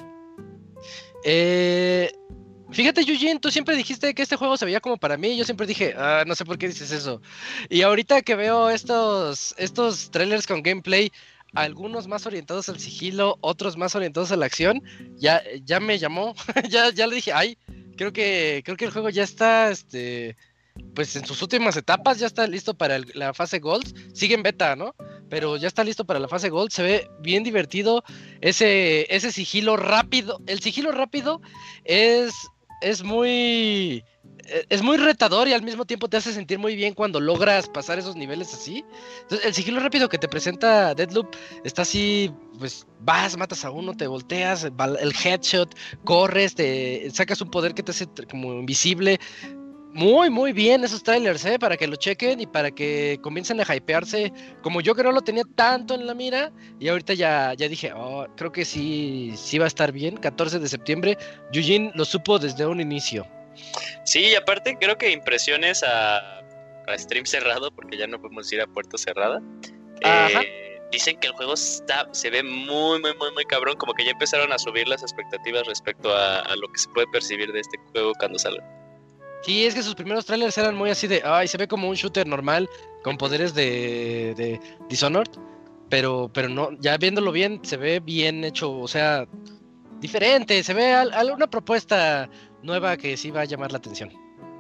Fíjate, Eugene, tú siempre dijiste que este juego se veía como para mí. Yo siempre dije, no sé por qué dices eso. Y ahorita que veo estos trailers con gameplay, algunos más orientados al sigilo, otros más orientados a la acción, ya me llamó. ya le dije, creo que el juego ya está pues en sus últimas etapas, ya está listo para la fase Gold. Sigue en beta, ¿no? Pero ya está listo para la fase Gold. Se ve bien divertido ese sigilo rápido. El sigilo rápido es muy retador y al mismo tiempo te hace sentir muy bien cuando logras pasar esos niveles así. Entonces, el sigilo rápido que te presenta Deathloop está así, pues vas, matas a uno, te volteas, el headshot, corres, te sacas un poder que te hace como invisible. Muy, muy bien esos trailers, para que lo chequen y para que comiencen a hypearse. Como yo que no lo tenía tanto en la mira, y ahorita ya dije, creo que sí va a estar bien. 14 de septiembre, Eugene lo supo desde un inicio. Sí, y aparte creo que impresiones a stream cerrado, porque ya no podemos ir a puerta cerrada. Dicen que el juego se ve muy, muy, muy, muy cabrón, como que ya empezaron a subir las expectativas respecto a lo que se puede percibir de este juego cuando salga. Sí, es que sus primeros trailers eran muy así de, se ve como un shooter normal con poderes de Dishonored, pero no, ya viéndolo bien, se ve bien hecho, o sea, diferente, se ve una propuesta nueva que sí va a llamar la atención.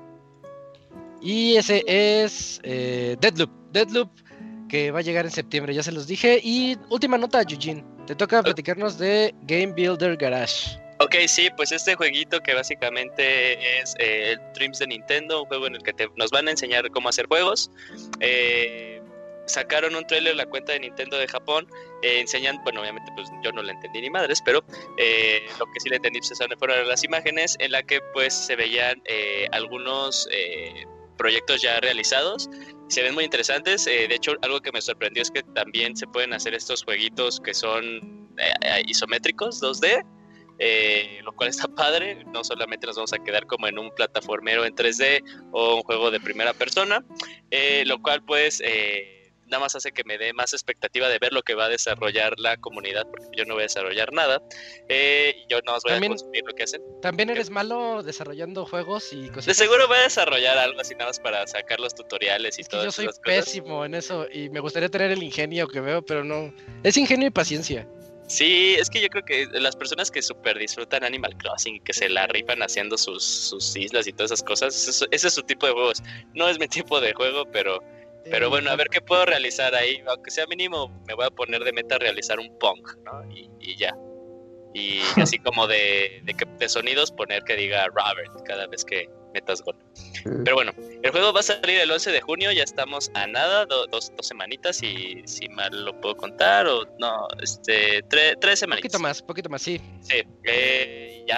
Y ese es Deathloop, que va a llegar en septiembre, ya se los dije. Y última nota, Eugene, te toca platicarnos de Game Builder Garage. Ok, sí, pues este jueguito que básicamente es el Dreams de Nintendo, un juego en el que nos van a enseñar cómo hacer juegos. Sacaron un trailer en la cuenta de Nintendo de Japón, enseñan, bueno, obviamente pues yo no le entendí ni madres, pero lo que sí le entendí pues, fueron las imágenes en la que pues se veían algunos proyectos ya realizados. Se ven muy interesantes. De hecho, algo que me sorprendió es que también se pueden hacer estos jueguitos que son isométricos 2D. Lo cual está padre, no solamente nos vamos a quedar como en un plataformero en 3D o un juego de primera persona, lo cual pues nada más hace que me dé más expectativa de ver lo que va a desarrollar la comunidad, porque yo no voy a desarrollar nada, yo nada más voy a consumir lo que hacen. ¿También eres malo desarrollando juegos y cosas? De seguro voy a desarrollar algo así nada más para sacar los tutoriales y todo. Yo soy pésimo en eso y me gustaría tener el ingenio que veo, pero no, es ingenio y paciencia. Sí, es que yo creo que las personas que súper disfrutan Animal Crossing y que se la rifan haciendo sus islas y todas esas cosas, ese es su tipo de juegos. No es mi tipo de juego, pero bueno, a ver qué puedo realizar ahí. Aunque sea mínimo, me voy a poner de meta realizar un Pong, ¿no? Y ya. Y así como de sonidos poner que diga Robert cada vez que metas gol. Pero bueno, el juego va a salir el 11 de junio, ya estamos a nada, dos semanitas, y si mal lo puedo contar, o no, 3 semanitas. Poquito más, sí. Sí, ya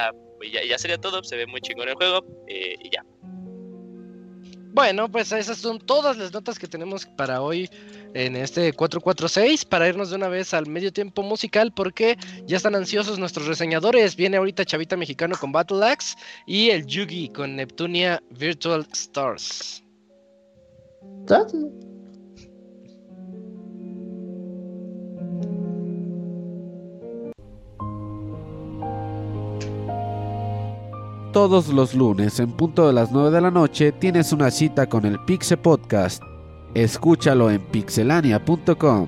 ya sería todo. Se ve muy chingón el juego y ya. Bueno, pues esas son todas las notas que tenemos para hoy en este 446, para irnos de una vez al medio tiempo musical, porque ya están ansiosos nuestros reseñadores. Viene ahorita Chavita Mexicano con Battle Axe y el Yugi con Neptunia Virtual Stars. Todos los lunes en punto de las 9 de la noche tienes una cita con el Pixel Podcast. Escúchalo en pixelania.com.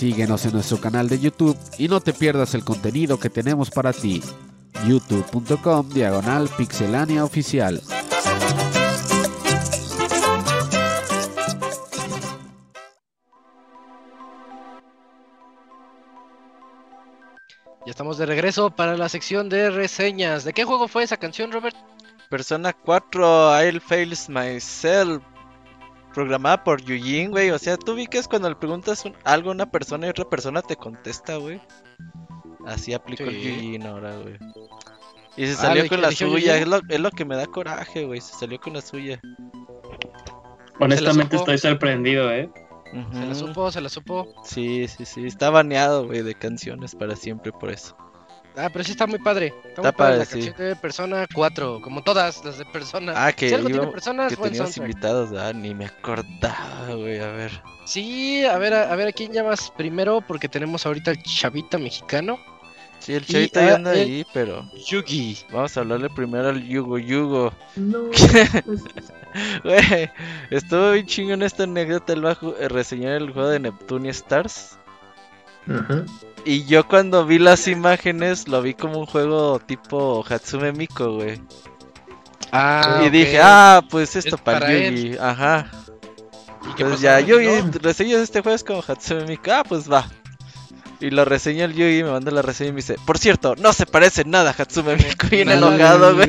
Síguenos en nuestro canal de YouTube y no te pierdas el contenido que tenemos para ti. youtube.com/Pixelania Oficial. Ya estamos de regreso para la sección de reseñas. ¿De qué juego fue esa canción, Robert? Persona 4, I'll Fails Myself. Programada por Yujin, güey. O sea, tú vi que es cuando le preguntas algo a una persona y otra persona te contesta, güey. Así aplicó el Yujin ahora, güey. Y se salió con la suya. Es lo que me da coraje, güey. Se salió con la suya. Honestamente estoy sorprendido, Se la supo. Sí. Está baneado, güey, de canciones para siempre por eso. Ah, pero sí está muy padre. Está muy padre, la canción de Persona 4, como todas las de Persona. Ah, que, si algo tiene Personas, que buen teníamos soundtrack. invitados, ni me acordaba, güey, a ver. Sí, a ver a quién llamas primero, porque tenemos ahorita el chavita mexicano. Sí, el chavita ya anda el ahí, pero... Yugi. Vamos a hablarle primero al Yugo. No, Güey, estuvo bien chingón esta anécdota. Él va a reseñar el juego de Neptunia Stars. Ajá. Y yo cuando vi las imágenes lo vi como un juego tipo Hatsume Miku, güey. Ah, Y ok. dije, pues esto Es para para el Yugi. Ajá. ¿Y qué Pues pasó? ya, Yugi, ¿No? reseñas este juego es como Hatsume Miku. Pues va. Y lo reseña el Yugi, me manda la reseña y me dice, por cierto, no se parece nada a Hatsume Miku. Bien Nada. enojado, güey.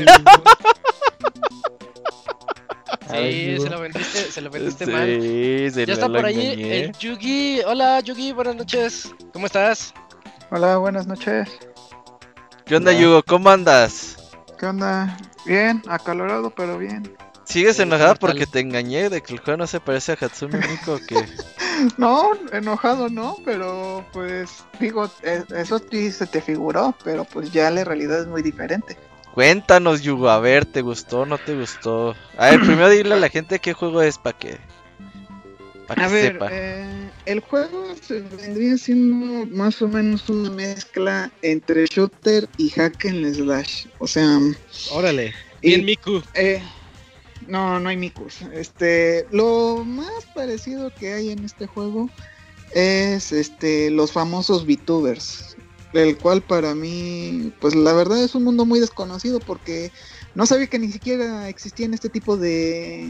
Sí, se lo vendiste mal. Sí, Ya está por ahí el Yugi. Hola, Yugi, buenas noches. ¿Cómo estás? Hola, buenas noches. ¿Qué onda, Yugo? ¿Cómo andas? ¿Qué onda? Bien, acalorado, pero bien. ¿Sigues Sí, enojado mortal. porque te engañé de que el juego no se parece a Hatsume Miku o qué? No, enojado no, pero pues digo, eso sí se te figuró, pero pues ya la realidad es muy diferente. Cuéntanos, Yugo, a ver, ¿te gustó o no te gustó? A ver, primero dile a la gente qué juego es para que A ver, sepa. el juego se vendría siendo más o menos una mezcla entre shooter y hack and slash. O sea, Órale. y- Bien, Miku. no hay micos. Lo más parecido que hay en este juego es los famosos VTubers, el cual para mí, pues la verdad es un mundo muy desconocido porque no sabía que ni siquiera existían este tipo de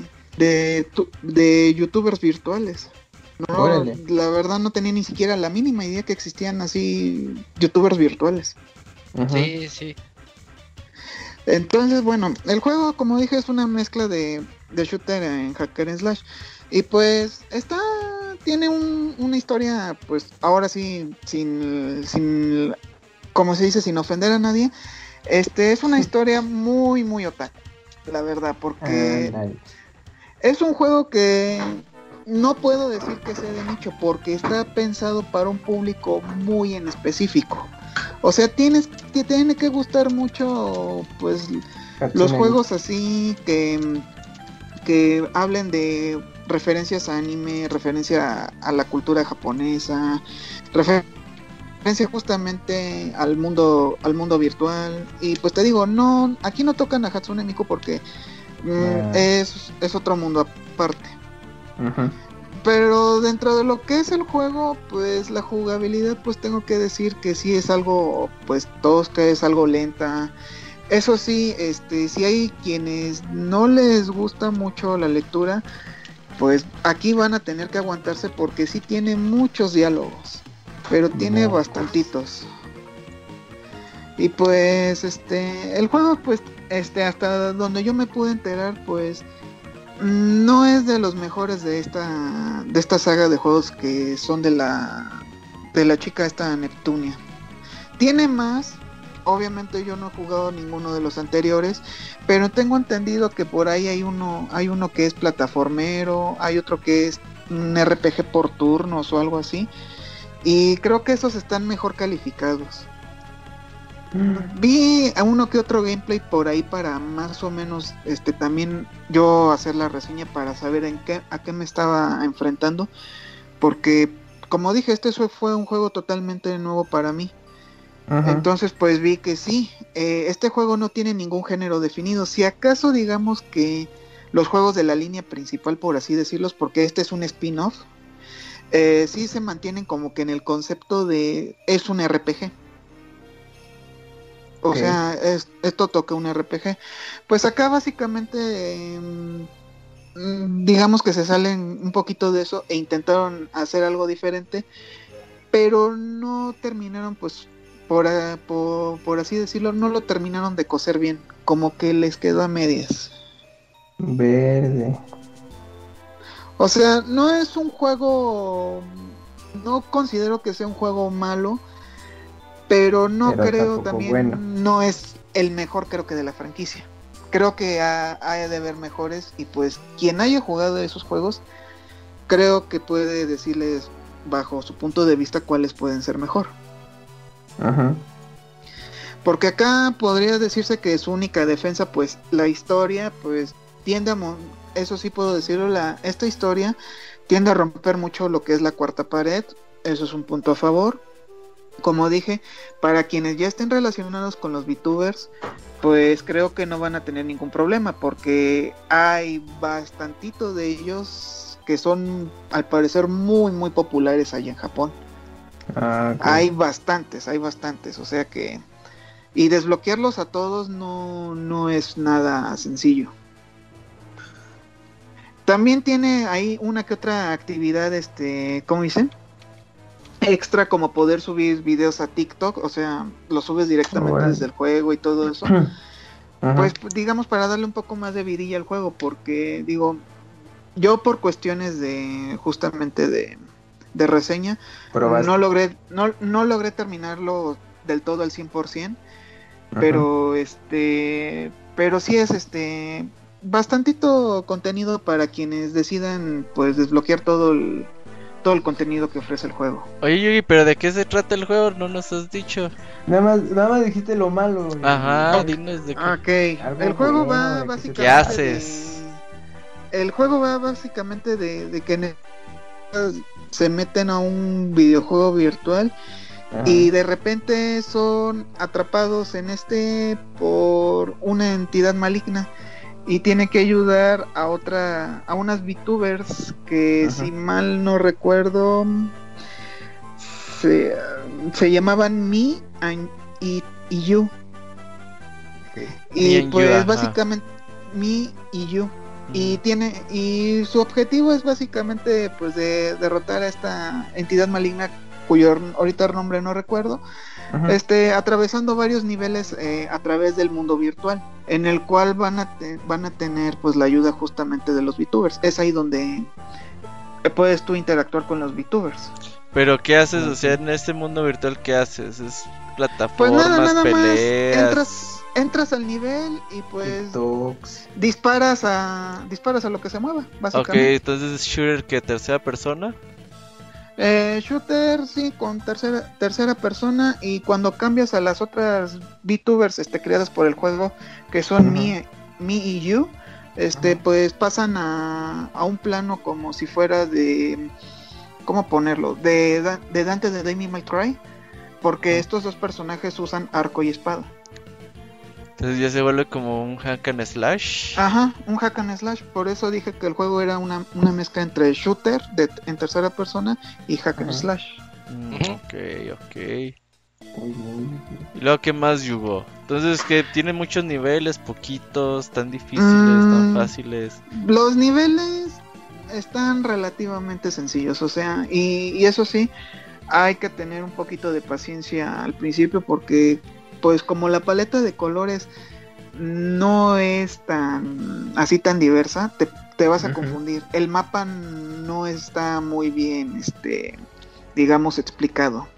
YouTubers virtuales. No, Órale. la verdad no tenía ni siquiera la mínima idea que existían así YouTubers virtuales. Ajá. Sí. Entonces, bueno, el juego, como dije, es una mezcla de shooter en hacker and slash. Y pues tiene una historia, pues ahora sí, sin, como se dice, sin ofender a nadie. Es una historia muy, muy otaku, la verdad, porque Ándale. es un juego que no puedo decir que sea de nicho, porque está pensado para un público muy en específico. O sea, tiene que gustar mucho, pues, los juegos así que hablen de referencias a anime, referencia a la cultura japonesa, referencia justamente al mundo virtual. Y pues te digo, no, aquí no tocan a Hatsune Miku porque es otro mundo aparte. Ajá. Pero dentro de lo que es el juego, pues la jugabilidad, pues tengo que decir que sí es algo, pues tosca, es algo lenta. Eso sí, si hay quienes no les gusta mucho la lectura, pues aquí van a tener que aguantarse porque sí tiene muchos diálogos, pero tiene No. bastantitos. Y pues el juego, pues hasta donde yo me pude enterar, pues no es de los mejores de esta saga de juegos que son de la chica esta Neptunia. Tiene más, obviamente yo no he jugado ninguno de los anteriores, pero tengo entendido que por ahí hay uno que es plataformero, hay otro que es un RPG por turnos o algo así, y creo que esos están mejor calificados. Vi a uno que otro gameplay por ahí para más o menos también yo hacer la reseña para saber a qué me estaba enfrentando, porque como dije, fue un juego totalmente nuevo para mí. Ajá. Entonces pues vi que sí, este juego no tiene ningún género definido, si acaso digamos que los juegos de la línea principal, por así decirlos, porque este es un spin-off, sí se mantienen como que en el concepto de es un RPG. O Ok. sea, esto toca un RPG. Pues acá básicamente, digamos que se salen un poquito de eso e intentaron hacer algo diferente, pero no terminaron, pues, por así decirlo, no lo terminaron de coser bien, como que les quedó a medias. Verde. O sea, no es un juego, no considero que sea un juego malo, pero no Pero creo tampoco también, bueno. no es el mejor creo que de la franquicia. Creo que hay de haber mejores y pues quien haya jugado esos juegos, creo que puede decirles bajo su punto de vista cuáles pueden ser mejor. Ajá. Porque acá podría decirse que su única defensa, pues la historia, pues tiende a, eso sí puedo decirlo, esta historia tiende a romper mucho lo que es la cuarta pared, eso es un punto a favor. Como dije, para quienes ya estén relacionados con los VTubers, pues creo que no van a tener ningún problema, porque hay bastantito de ellos que son al parecer muy muy populares allá en Japón. Ah, ok. Hay bastantes, o sea que... Y desbloquearlos a todos no es nada sencillo. También tiene ahí una que otra actividad, ¿cómo dicen? Extra, como poder subir videos a TikTok, o sea, lo subes directamente Bueno. desde el juego y todo eso. Ajá. Pues digamos para darle un poco más de vidilla al juego, porque digo, yo por cuestiones de justamente de reseña, Probaste. no logré terminarlo del todo al 100%, Ajá. pero pero sí es bastantito contenido para quienes decidan pues desbloquear todo el contenido que ofrece el juego. Oye, Yugi, ¿pero de qué se trata el juego? No nos has dicho. Nada más dijiste lo malo. Ajá, Ok. dinos de qué. Ok, Algo el juego bueno, va de que se básicamente ¿Qué haces? el juego va básicamente de que se meten a un videojuego virtual Ajá. y de repente son atrapados en por una entidad maligna y tienen que ayudar a unas VTubers que, Ajá. si mal no recuerdo, se llamaban Me y You. Ok. Y Me and You, pues ajá. básicamente Me y You. Y su objetivo es básicamente pues de derrotar a esta entidad maligna cuyo ahorita nombre no recuerdo, Ajá. atravesando varios niveles a través del mundo virtual, en el cual van a tener pues la ayuda justamente de los VTubers. Es ahí donde puedes tú interactuar con los VTubers. ¿Pero qué haces? O sea, en este mundo virtual, ¿qué haces? ¿Es Pues plataformas, nada peleas? más entras al nivel y pues TikToks. disparas a lo que se mueva, Ok, básicamente. entonces es shooter que tercera persona. Shooter, sí, con tercera persona, y cuando cambias a las otras VTubers creadas por el juego, que son Ajá. Me y You, Ajá. pues pasan a un plano como si fuera de, ¿cómo ponerlo? De Dante de Devil May Cry, porque estos dos personajes usan arco y espada. Entonces ya se vuelve como un hack and slash. Ajá, un hack and slash, por eso dije que el juego era una mezcla entre shooter en tercera persona y hack and Ajá. slash. Ok. Muy bien. ¿Y luego qué más jugó? Entonces que tiene muchos niveles, poquitos, tan difíciles, tan fáciles. Los niveles están relativamente sencillos, o sea, y eso sí, hay que tener un poquito de paciencia al principio, porque pues como la paleta de colores no es tan diversa, te vas a Ujú. confundir. El mapa no está muy bien, digamos, explicado.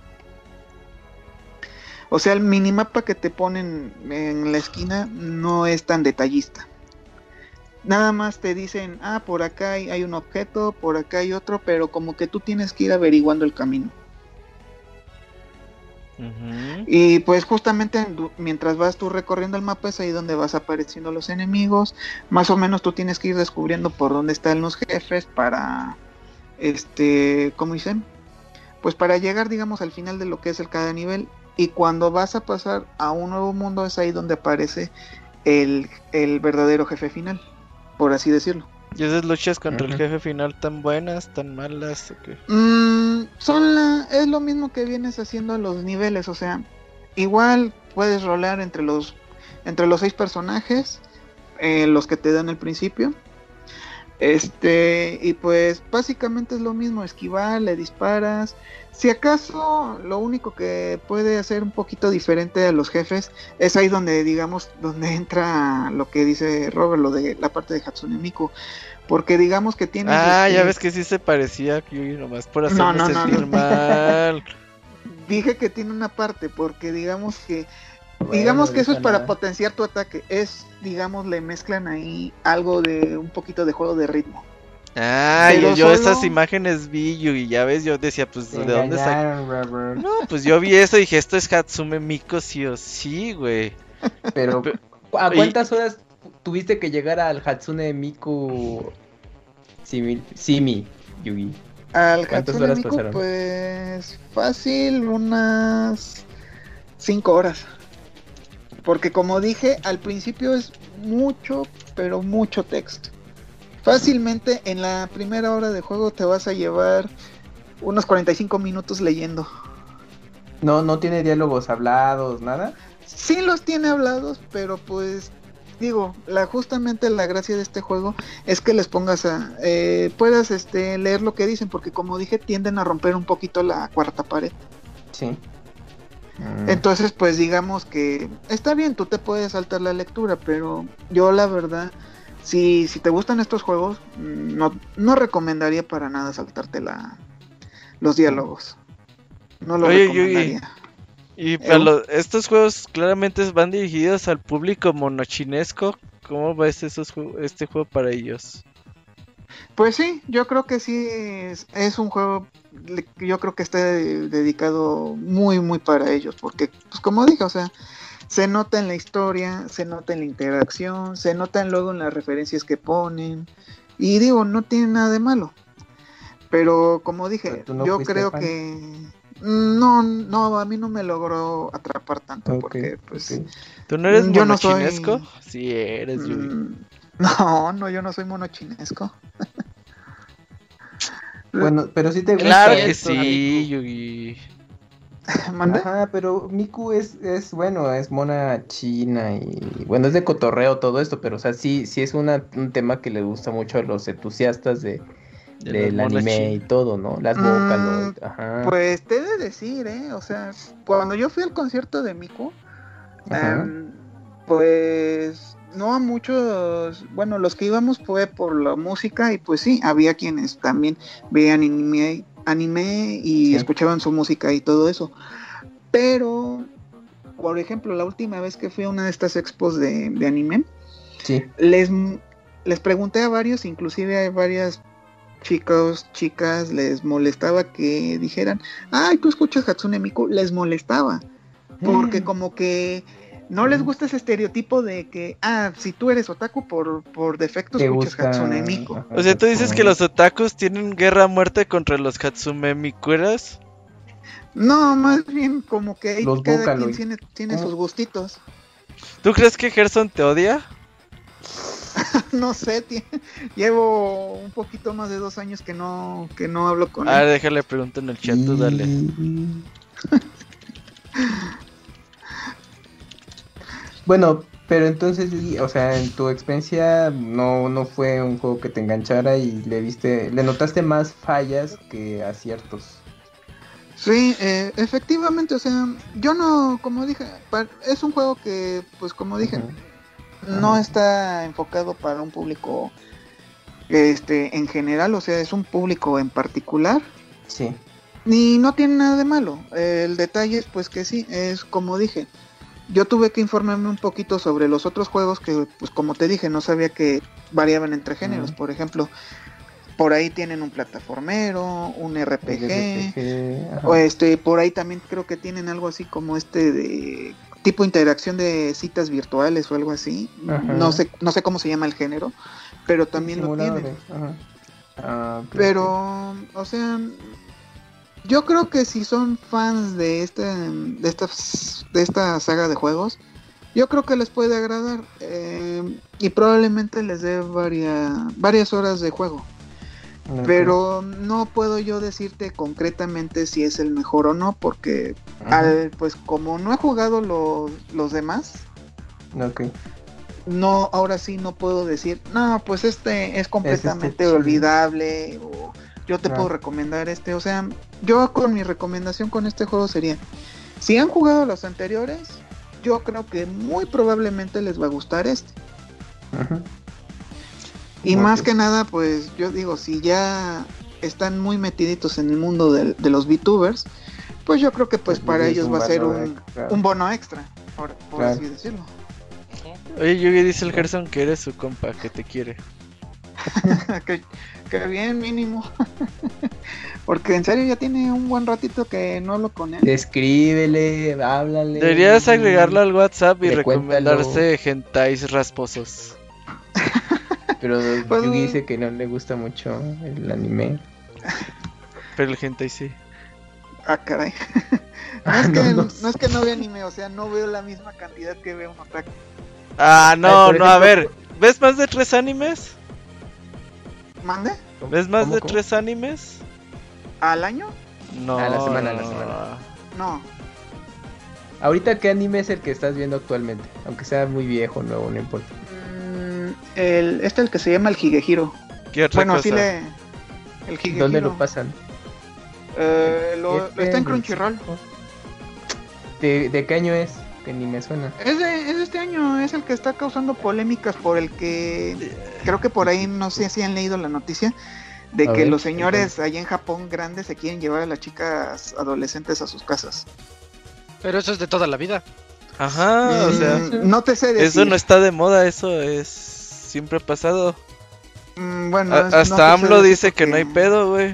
O sea, el minimapa que te ponen en la esquina no es tan detallista. Nada más te dicen, por acá hay un objeto, por acá hay otro, pero como que tú tienes que ir averiguando el camino. Ujú. Y pues justamente mientras vas tú recorriendo el mapa, es ahí donde vas apareciendo los enemigos. Más o menos tú tienes que ir descubriendo por dónde están los jefes para, ¿cómo dicen? Pues para llegar, digamos, al final de lo que es cada nivel. Y cuando vas a pasar a un nuevo mundo, es ahí donde aparece el verdadero jefe final, por así decirlo. ¿Y esas luchas contra el Ujú. jefe final tan buenas, tan malas? ¿O qué? Es lo mismo que vienes haciendo en los niveles, o sea, igual puedes rolar entre los 6 personajes, los que te dan al principio. Y pues básicamente es lo mismo, esquivar, le disparas. Si acaso lo único que puede hacer un poquito diferente a los jefes es ahí donde, digamos, donde entra lo que dice Robert, lo de la parte de Hatsune Miku, porque digamos que tienes Ya ves que sí se parecía a Kyuubi nomás por hacerme no, sentir no. mal. Dije que tiene una parte, porque digamos que Bueno, eso es para déjala. potenciar tu ataque. Digamos, le mezclan ahí algo de un poquito de juego de ritmo. Pero Yo solo- esas imágenes vi, y ya ves, yo decía, pues, Te ¿de dónde saca? engañaron, Robert. No, pues yo vi eso y dije, esto es Hatsume Miku sí o sí, güey. Pero, Pe- ¿a y- cuántas horas tuviste que llegar al Hatsune Miku Simi, Yugi? Al ¿Cuántas Hatsune horas Miku, pasaron? pues fácil, unas 5 horas. Porque como dije, al principio es mucho, pero mucho texto. Fácilmente en la primera hora de juego te vas a llevar unos 45 minutos leyendo. No tiene diálogos hablados, nada. Sí los tiene hablados, pero pues digo, justamente la gracia de este juego es que les pongas puedas leer lo que dicen, porque como dije, tienden a romper un poquito la cuarta pared. Sí. Entonces, pues digamos que está bien, tú te puedes saltar la lectura, pero yo la verdad, si te gustan estos juegos, no recomendaría para nada saltarte los diálogos. No lo Oye, recomendaría. Y para estos juegos claramente van dirigidos al público monochinesco. ¿Cómo ves este juego para ellos? Pues sí, yo creo que sí es un juego, yo creo que está dedicado muy, muy para ellos, porque, pues como dije, o sea, se nota en la historia, se nota en la interacción, se notan luego en las referencias que ponen, y digo, no tiene nada de malo, pero como dije, ¿Pero tú no yo fuiste creo fan? que no, a mí no me logró atrapar tanto, Ok, porque, pues, ok. ¿Tú no eres yo no soy... monochinesco? Sí eres, Yugi. No, yo no soy monochinesco. Bueno, pero sí te gusta Claro que esto, sí, Miku. Yugi. ¿Mande? Ajá, pero Miku es bueno, es mona china y bueno, es de cotorreo todo esto, pero o sea, sí es un tema que le gusta mucho a los entusiastas De del las monas anime y chinas. todo, ¿no? Las Vocaloid, ajá. Pues te he de decir, o sea, cuando yo fui al concierto de Miku, Ajá. pues no a muchos, bueno, los que íbamos fue por la música y pues sí, había quienes también veían anime y Sí. escuchaban su música y todo eso. Pero, por ejemplo, la última vez que fui a una de estas expos de anime, Sí. les pregunté a varios, inclusive a varias chicas, les molestaba que dijeran, ay, tú escuchas Hatsune Miku, les molestaba, porque como que no les gusta ese estereotipo de que, si tú eres otaku, por defecto Te escuchas gusta. Hatsune Miku. Ajá, O sea, tú dices que Hatsune. los otakus tienen guerra a muerte contra los Hatsume Mikueras. No, más bien como que ahí Los cada Vocaloid. quien tiene ¿Cómo? sus gustitos. ¿Tú crees que Gerson te odia? No sé, llevo un poquito más de 2 años que no hablo con él. Déjale preguntar en el chat, tú dale. Bueno, pero entonces, o sea, en tu experiencia no fue un juego que te enganchara y le notaste más fallas que aciertos. Sí, efectivamente, o sea, yo no, como dije, es un juego que, pues como dije, no está enfocado para un público, en general, o sea, es un público en particular. Sí. Ni no tiene nada de malo. El detalle es pues que sí, es como dije. Yo tuve que informarme un poquito sobre los otros juegos que, pues como te dije, no sabía que variaban entre géneros. Por ejemplo, por ahí tienen un plataformero, un RPG, o por ahí también creo que tienen algo así como de tipo interacción de citas virtuales o algo así. No sé cómo se llama el género, pero también lo tienen. Pero, o sea, yo creo que si son fans de esta saga de juegos, yo creo que les puede agradar y probablemente les dé varias horas de juego. Ok. Pero no puedo yo decirte concretamente si es el mejor o no, porque pues como no he jugado los demás, Ok. no, ahora sí no puedo decir, no, pues este es completamente chido. olvidable, o yo te Ah. puedo recomendar este. O sea, yo con mi recomendación con este juego sería, si han jugado los anteriores, yo creo que muy probablemente les va a gustar este. Ujú. Y Ok. más que nada, pues yo digo, si ya están muy metiditos en el mundo de los VTubers, pues yo creo que pues para es ellos un va a ser valor un, extra. un bono extra, por Claro. así decirlo. Oye, Yugi, dice el Gerson que eres su compa, que te quiere. que bien mínimo. Porque en serio ya tiene un buen ratito que no hablo con él. Escríbele, háblale. Deberías agregarlo al WhatsApp y Recuéntalo. recomendarse hentais rasposos. Pero Pues- Yugi dice que no le gusta mucho el anime. Pero el hentai sí. Ah, caray. No es que No, no es que no vea anime, o sea, no veo la misma cantidad que veo un otaku. Ah, no, por no, a ejemplo, ver. ¿Ves más de 3 animes? ¿Mande? ¿Ves más ¿Cómo, de cómo? 3 animes? ¿Al año? No. A la semana. No. Ahorita, ¿qué anime es el que estás viendo actualmente? Aunque sea muy viejo, nuevo, no importa. El que se llama el Higehiro. ¿Qué otra Bueno, cosa? así le... El Higehiro. ¿Dónde lo pasan? Está en Crunchyroll. ¿De qué año es? Que ni me suena. Es de este año, es el que está causando polémicas por el que... Creo que por ahí, no sé si han leído la noticia, de A que ver, los señores allá en Japón grandes se quieren llevar a las chicas adolescentes a sus casas. Pero eso es de toda la vida. Ajá, o sea, no te sé decir. eso no está de moda, eso es... Siempre ha pasado. Bueno, no te Hasta sé AMLO decir dice que no hay porque- pedo, güey.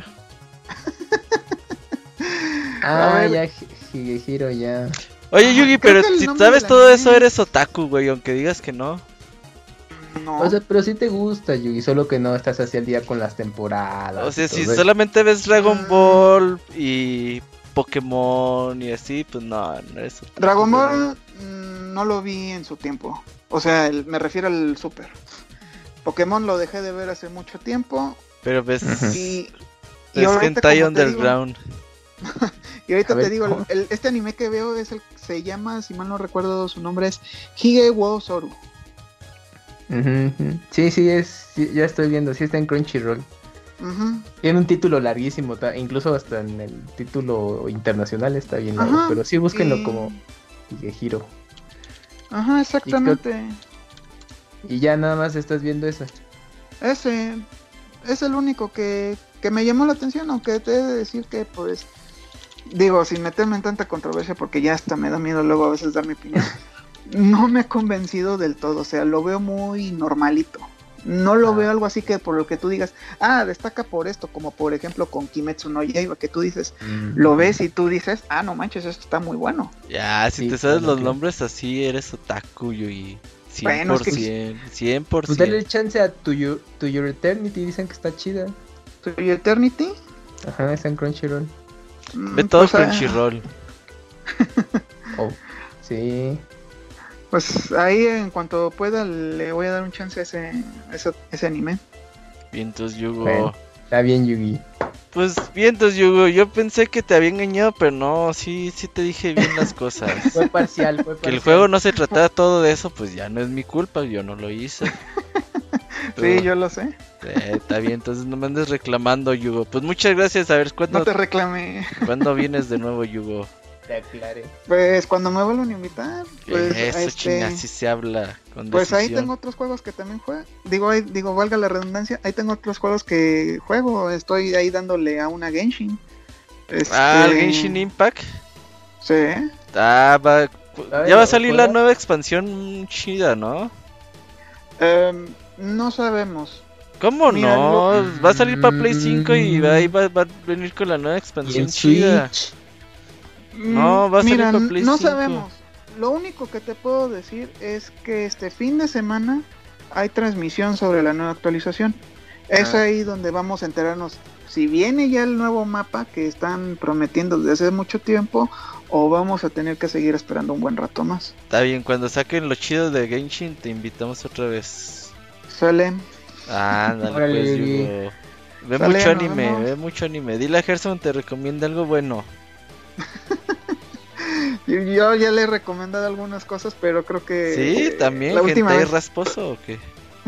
Ah, ver. ya, Higehiro, ya. Oye, Ajá, Yugi, creo pero que el si nombre sabes del todo anime eso, es- eres otaku, güey, aunque digas que no. No. O sea, pero sí te gusta, Yugi, solo que no estás así al día con las temporadas. O sea, y si todo eso. solamente ves Dragon Ah. Ball y Pokémon y así, pues no eres otaku. Dragon güey. Ball no lo vi en su tiempo. O sea, me refiero al Super. Pokémon lo dejé de ver hace mucho tiempo. Pero ves, Ujú. Y ves ahorita, hentai como te digo, underground. y ahorita A ver, te digo, ¿cómo? este anime que veo se llama, si mal no recuerdo su nombre, es Hige wo Soru. Ujú, ujú. Sí, sí, ya estoy viendo, sí está en Crunchyroll. Ujú. Tiene un título larguísimo, incluso hasta en el título internacional está bien largo, Ajá, pero sí búsquenlo y- como Higehiro. Ajá, exactamente. Y ya nada más estás viendo eso. Ese es el único que me llamó la atención, aunque te he de decir que, pues, digo, sin meterme en tanta controversia, porque ya hasta me da miedo luego a veces dar mi opinión, no me ha convencido del todo, o sea, lo veo muy normalito. No lo veo algo así que por lo que tú digas, destaca por esto, como por ejemplo con Kimetsu no Yaiba, que tú dices, lo ves y tú dices, no manches, esto está muy bueno. Ya, si Sí, te sabes claro los que- nombres así, eres otaku, Yugi. 100%, Bueno, es que- 100%. Pues dale chance a To Your Eternity, dicen que está chida. ¿Y Eternity? Ajá, está en Crunchyroll. Ve todo Pues, Crunchyroll. Oh, sí. Pues ahí en cuanto pueda le voy a dar un chance a ese anime. Vientos, Yugo. Bueno. Está bien, Yugi. Pues vientos, Yugo. Yo pensé que te había engañado, pero no, sí te dije bien las cosas. Fue parcial, fue Que parcial. el juego no se trataba todo de eso, pues ya no es mi culpa, yo no lo hice. Sí, yo lo sé. Está bien, entonces no me andes reclamando, Yugo. Pues muchas gracias, a ver, No te reclamé. ¿cuándo vienes de nuevo, Yugo? Te aclaré. Pues cuando me vuelvan a invitar, pues Eso, chinga, así se habla. Con pues ahí decisión. tengo otros juegos que también juego. Digo, valga la redundancia, ahí tengo otros juegos que juego. Estoy ahí dándole a una Genshin. El Este, Genshin Impact. Sí. Ah, ver, ya va a salir la ¿juega? nueva expansión chida, ¿no? No sabemos. ¿Cómo Mira, no? Va a salir para Play 5 y ahí va a venir con la nueva Y expansión en chida. Switch. No, va a salir Mira, para Play no 5. sabemos. Lo único que te puedo decir es que este fin de semana hay transmisión sobre la nueva actualización. Es ahí donde vamos a enterarnos si viene ya el nuevo mapa que están prometiendo desde hace mucho tiempo, o vamos a tener que seguir esperando un buen rato más. Está bien, cuando saquen lo chido de Genshin te invitamos otra vez. Sale. Ándale, Órale, pues, Yuri. Yugo. Ve Sale, mucho nos anime, vemos. ve mucho anime. Dile a Gerson te recomienda algo bueno. Yo ya le he recomendado algunas cosas, pero creo que Sí, también, la última hentai vez, rasposo o qué.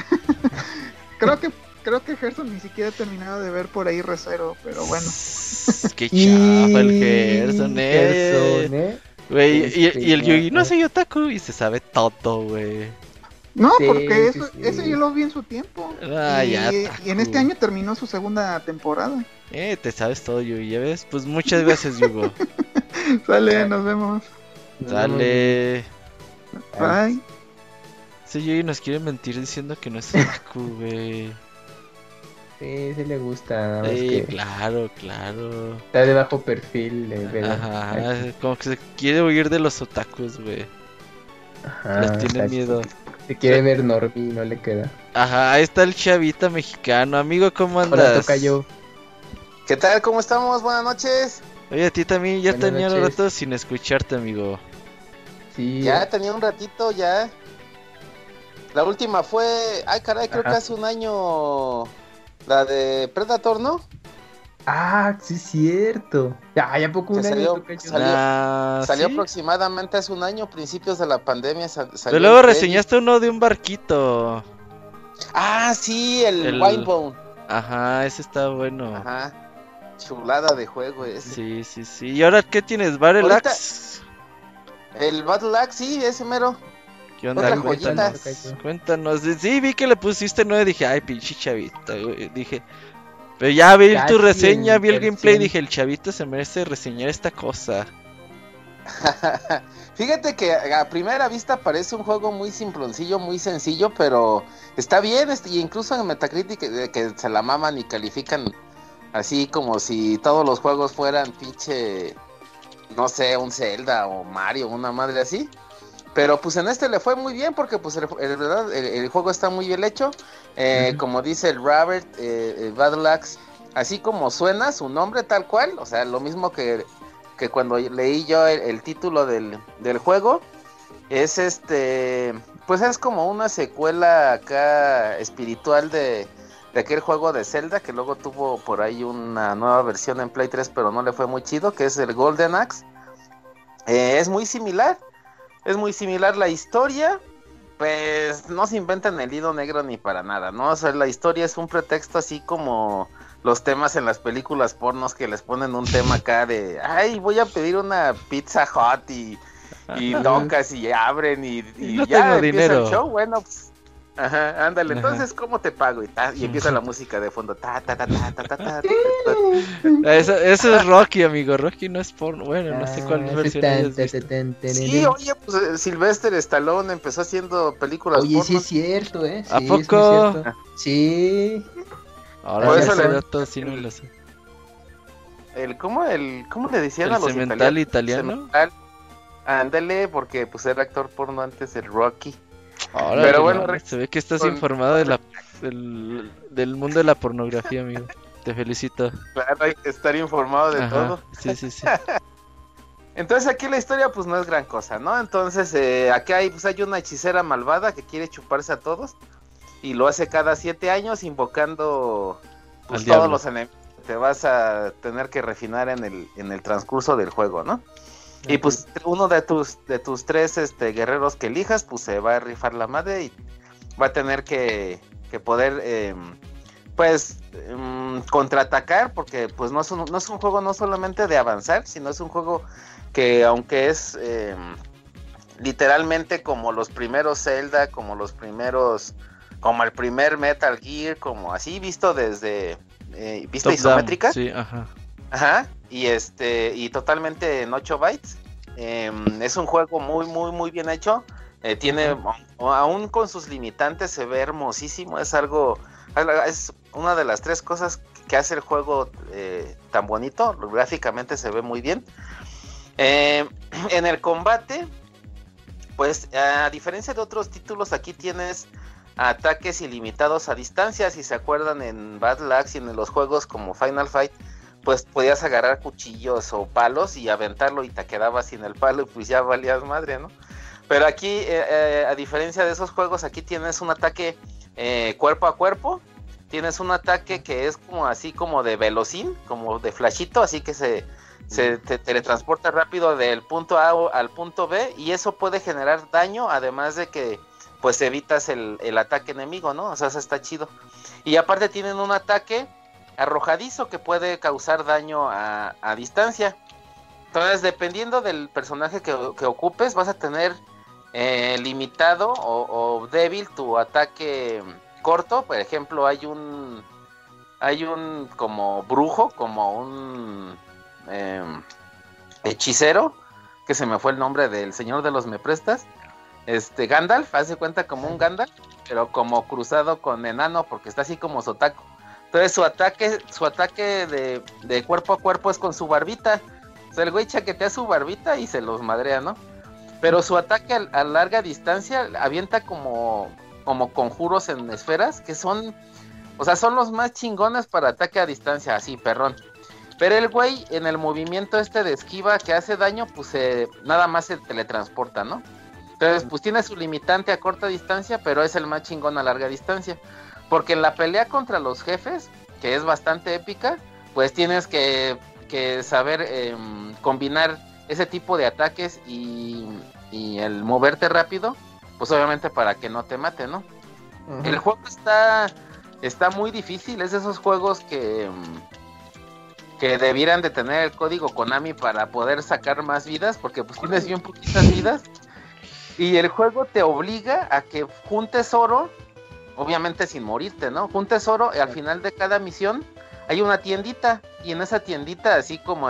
creo que Gerson ni siquiera ha terminado de ver por ahí Re:Zero, pero bueno. Qué chafa el Gerson, Gerson, Güey, y el Yugi no Este, soy otaku y se sabe todo, güey. No, Sí, porque sí, sí. eso yo lo vi en su tiempo. Ah, y, ya, y en este año terminó su segunda temporada. Te sabes todo, Yugi, ¿ya ves? Pues muchas gracias, Yugo. Sale, nos vemos. Dale. Bye. Ese Yugi nos quiere mentir diciendo que no es otaku, güey. Sí, sí le gusta, nada más Sí, que claro. está de bajo perfil, ¿verdad? Ajá, como que se quiere huir de los otakus, güey. Ajá, Les tiene exacto. miedo. Se quiere ver Norby, no le queda. Ajá, ahí está el chavita mexicano. Amigo, ¿cómo Hola, andas? tocayo. ¿Qué tal? ¿Cómo estamos? Buenas noches. Oye, a ti también ya Buenas tenía un noches. rato sin escucharte, amigo. Sí, Ya tenía un ratito ya. La última fue... Ay, caray, creo Ajá. que hace un año... La de Predator, ¿no? sí es cierto. Ya poco un Que año salió- tocayo. salió- Salió ¿sí? aproximadamente hace un año, principios de la pandemia. Salió Pero luego el trailer. reseñaste uno de un barquito. Ah, sí, el El- Winebone. Ajá, ese está bueno. Ajá. Chulada de juego ese. Sí. ¿Y ahora qué tienes? ¿Battle Ahorita- Axe? El Battle Axe, sí, ese mero. ¿Qué onda? otra Cuéntanos. joyita. Cuéntanos. Sí, vi que le pusiste 9. Dije, ay, pinche chavita, güey. Dije, pero ya vi Casi tu reseña, en vi el gameplay. versión. Dije, el chavito se merece reseñar esta cosa. Fíjate que a primera vista parece un juego muy simploncillo, muy sencillo, pero está bien, y incluso en Metacritic que se la maman y califican así como si todos los juegos fueran pinche, no sé, un Zelda o Mario, una madre así. Pero pues en este le fue muy bien porque pues el juego está muy bien hecho. Como dice el Robert, Battle Axe, así como suena su nombre tal cual, o sea, lo mismo que cuando leí yo el título del juego, es pues es como una secuela acá espiritual de aquel juego de Zelda que luego tuvo por ahí una nueva versión en Play 3 pero no le fue muy chido, que es el Golden Axe. Es muy similar la historia, pues no se inventan el hilo negro ni para nada, ¿no? O sea, la historia es un pretexto así como los temas en las películas pornos que les ponen un tema acá de, ay, voy a pedir una Pizza Hut y tocas y abren y No ya tengo empieza dinero. el show, bueno, pues, ajá, ándale, Ajá. entonces, ¿cómo te pago? Y empieza la música de fondo, ta, ta, ta, ta, ta, ta, ta, ta. Eso es Rocky, amigo. Rocky no es porno. Bueno, no sé cuál versión hayas visto. Sí, oye, pues Sylvester Stallone empezó haciendo películas Oye, sí porno. es cierto, ¿A sí, es muy poco? cierto. Sí. Ahora Por ya eso ese le- dato sí no lo sé. ¿Cómo le decían ¿El a los cemental italianos? italiano? Cemental. Ándale, porque pues era actor porno antes del Rocky. Ahora, Pero bueno, se ve que estás con- informado del mundo de la pornografía, amigo. Te felicito. Claro, hay que estar informado de Ajá, todo. Sí. Entonces aquí la historia pues no es gran cosa, ¿no? Entonces aquí hay una hechicera malvada que quiere chuparse a todos y lo hace cada 7 años invocando pues Al todos diablo. los enemigos que te vas a tener que refinar en el transcurso del juego, ¿no? Y pues uno de tus 3 guerreros que elijas pues se va a rifar la madre y va a tener que poder contraatacar, porque pues no es un juego no solamente de avanzar, sino es un juego que aunque es literalmente como los primeros Zelda, como el primer Metal Gear, como así visto desde vista Top down, isométrica, sí, ajá. ajá, y totalmente en 8 bytes. Es un juego muy muy muy bien hecho. Tiene, aún con sus limitantes, se ve hermosísimo. Es una de las 3 cosas que hace el juego tan bonito. Gráficamente se ve muy bien. En el combate, pues a diferencia de otros títulos, aquí tienes a ataques ilimitados a distancia. Si se acuerdan, en Battle Axe y en los juegos como Final Fight, pues podías agarrar cuchillos o palos y aventarlo y te quedabas sin el palo y pues ya valías madre, ¿no? Pero aquí, a diferencia de esos juegos, aquí tienes un ataque cuerpo a cuerpo. Tienes un ataque que es como así como de velocín, como de flashito, así que te teletransporta rápido del punto A al punto B, y eso puede generar daño, además de que pues evitas el ataque enemigo, ¿no? O sea, eso está chido. Y aparte tienen un ataque arrojadizo que puede causar daño a distancia. Entonces, dependiendo del personaje que ocupes, vas a tener limitado o débil tu ataque corto. Por ejemplo, hay un como brujo, como un hechicero, que se me fue el nombre del señor de los me prestas, Gandalf, haz de cuenta como un Gandalf, pero como cruzado con enano, porque está así como Sotaku. Entonces su ataque de cuerpo a cuerpo es con su barbita. O sea, el güey chaquetea su barbita y se los madrea, ¿no? Pero su ataque a larga distancia avienta como conjuros en esferas, que son los más chingones para ataque a distancia, así, perrón. Pero el güey, en el movimiento de esquiva que hace daño, pues nada más se teletransporta, ¿no? Entonces, pues tiene su limitante a corta distancia, pero es el más chingón a larga distancia. Porque en la pelea contra los jefes, que es bastante épica, pues tienes que saber combinar ese tipo de ataques y el moverte rápido, pues obviamente para que no te mate, ¿no? Uh-huh. El juego está muy difícil, es de esos juegos que debieran de tener el código Konami para poder sacar más vidas, porque pues tienes bien poquitas vidas, y el juego te obliga a que juntes oro, obviamente sin morirte, ¿no? Juntes oro y al final de cada misión hay una tiendita, y en esa tiendita, así como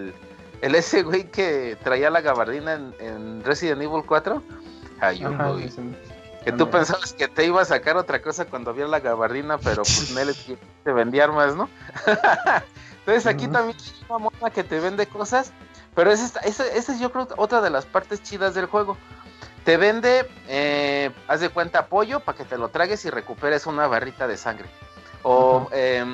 ese güey que traía la gabardina en Resident Evil 4, hay un güey que tú pensabas que te iba a sacar otra cosa cuando vio la gabardina, pero pues él te vendía armas, ¿no? Entonces aquí también hay una mona que te vende cosas, pero esa es yo creo otra de las partes chidas del juego. Te vende, haz de cuenta, apoyo para que te lo tragues y recuperes una barrita de sangre. O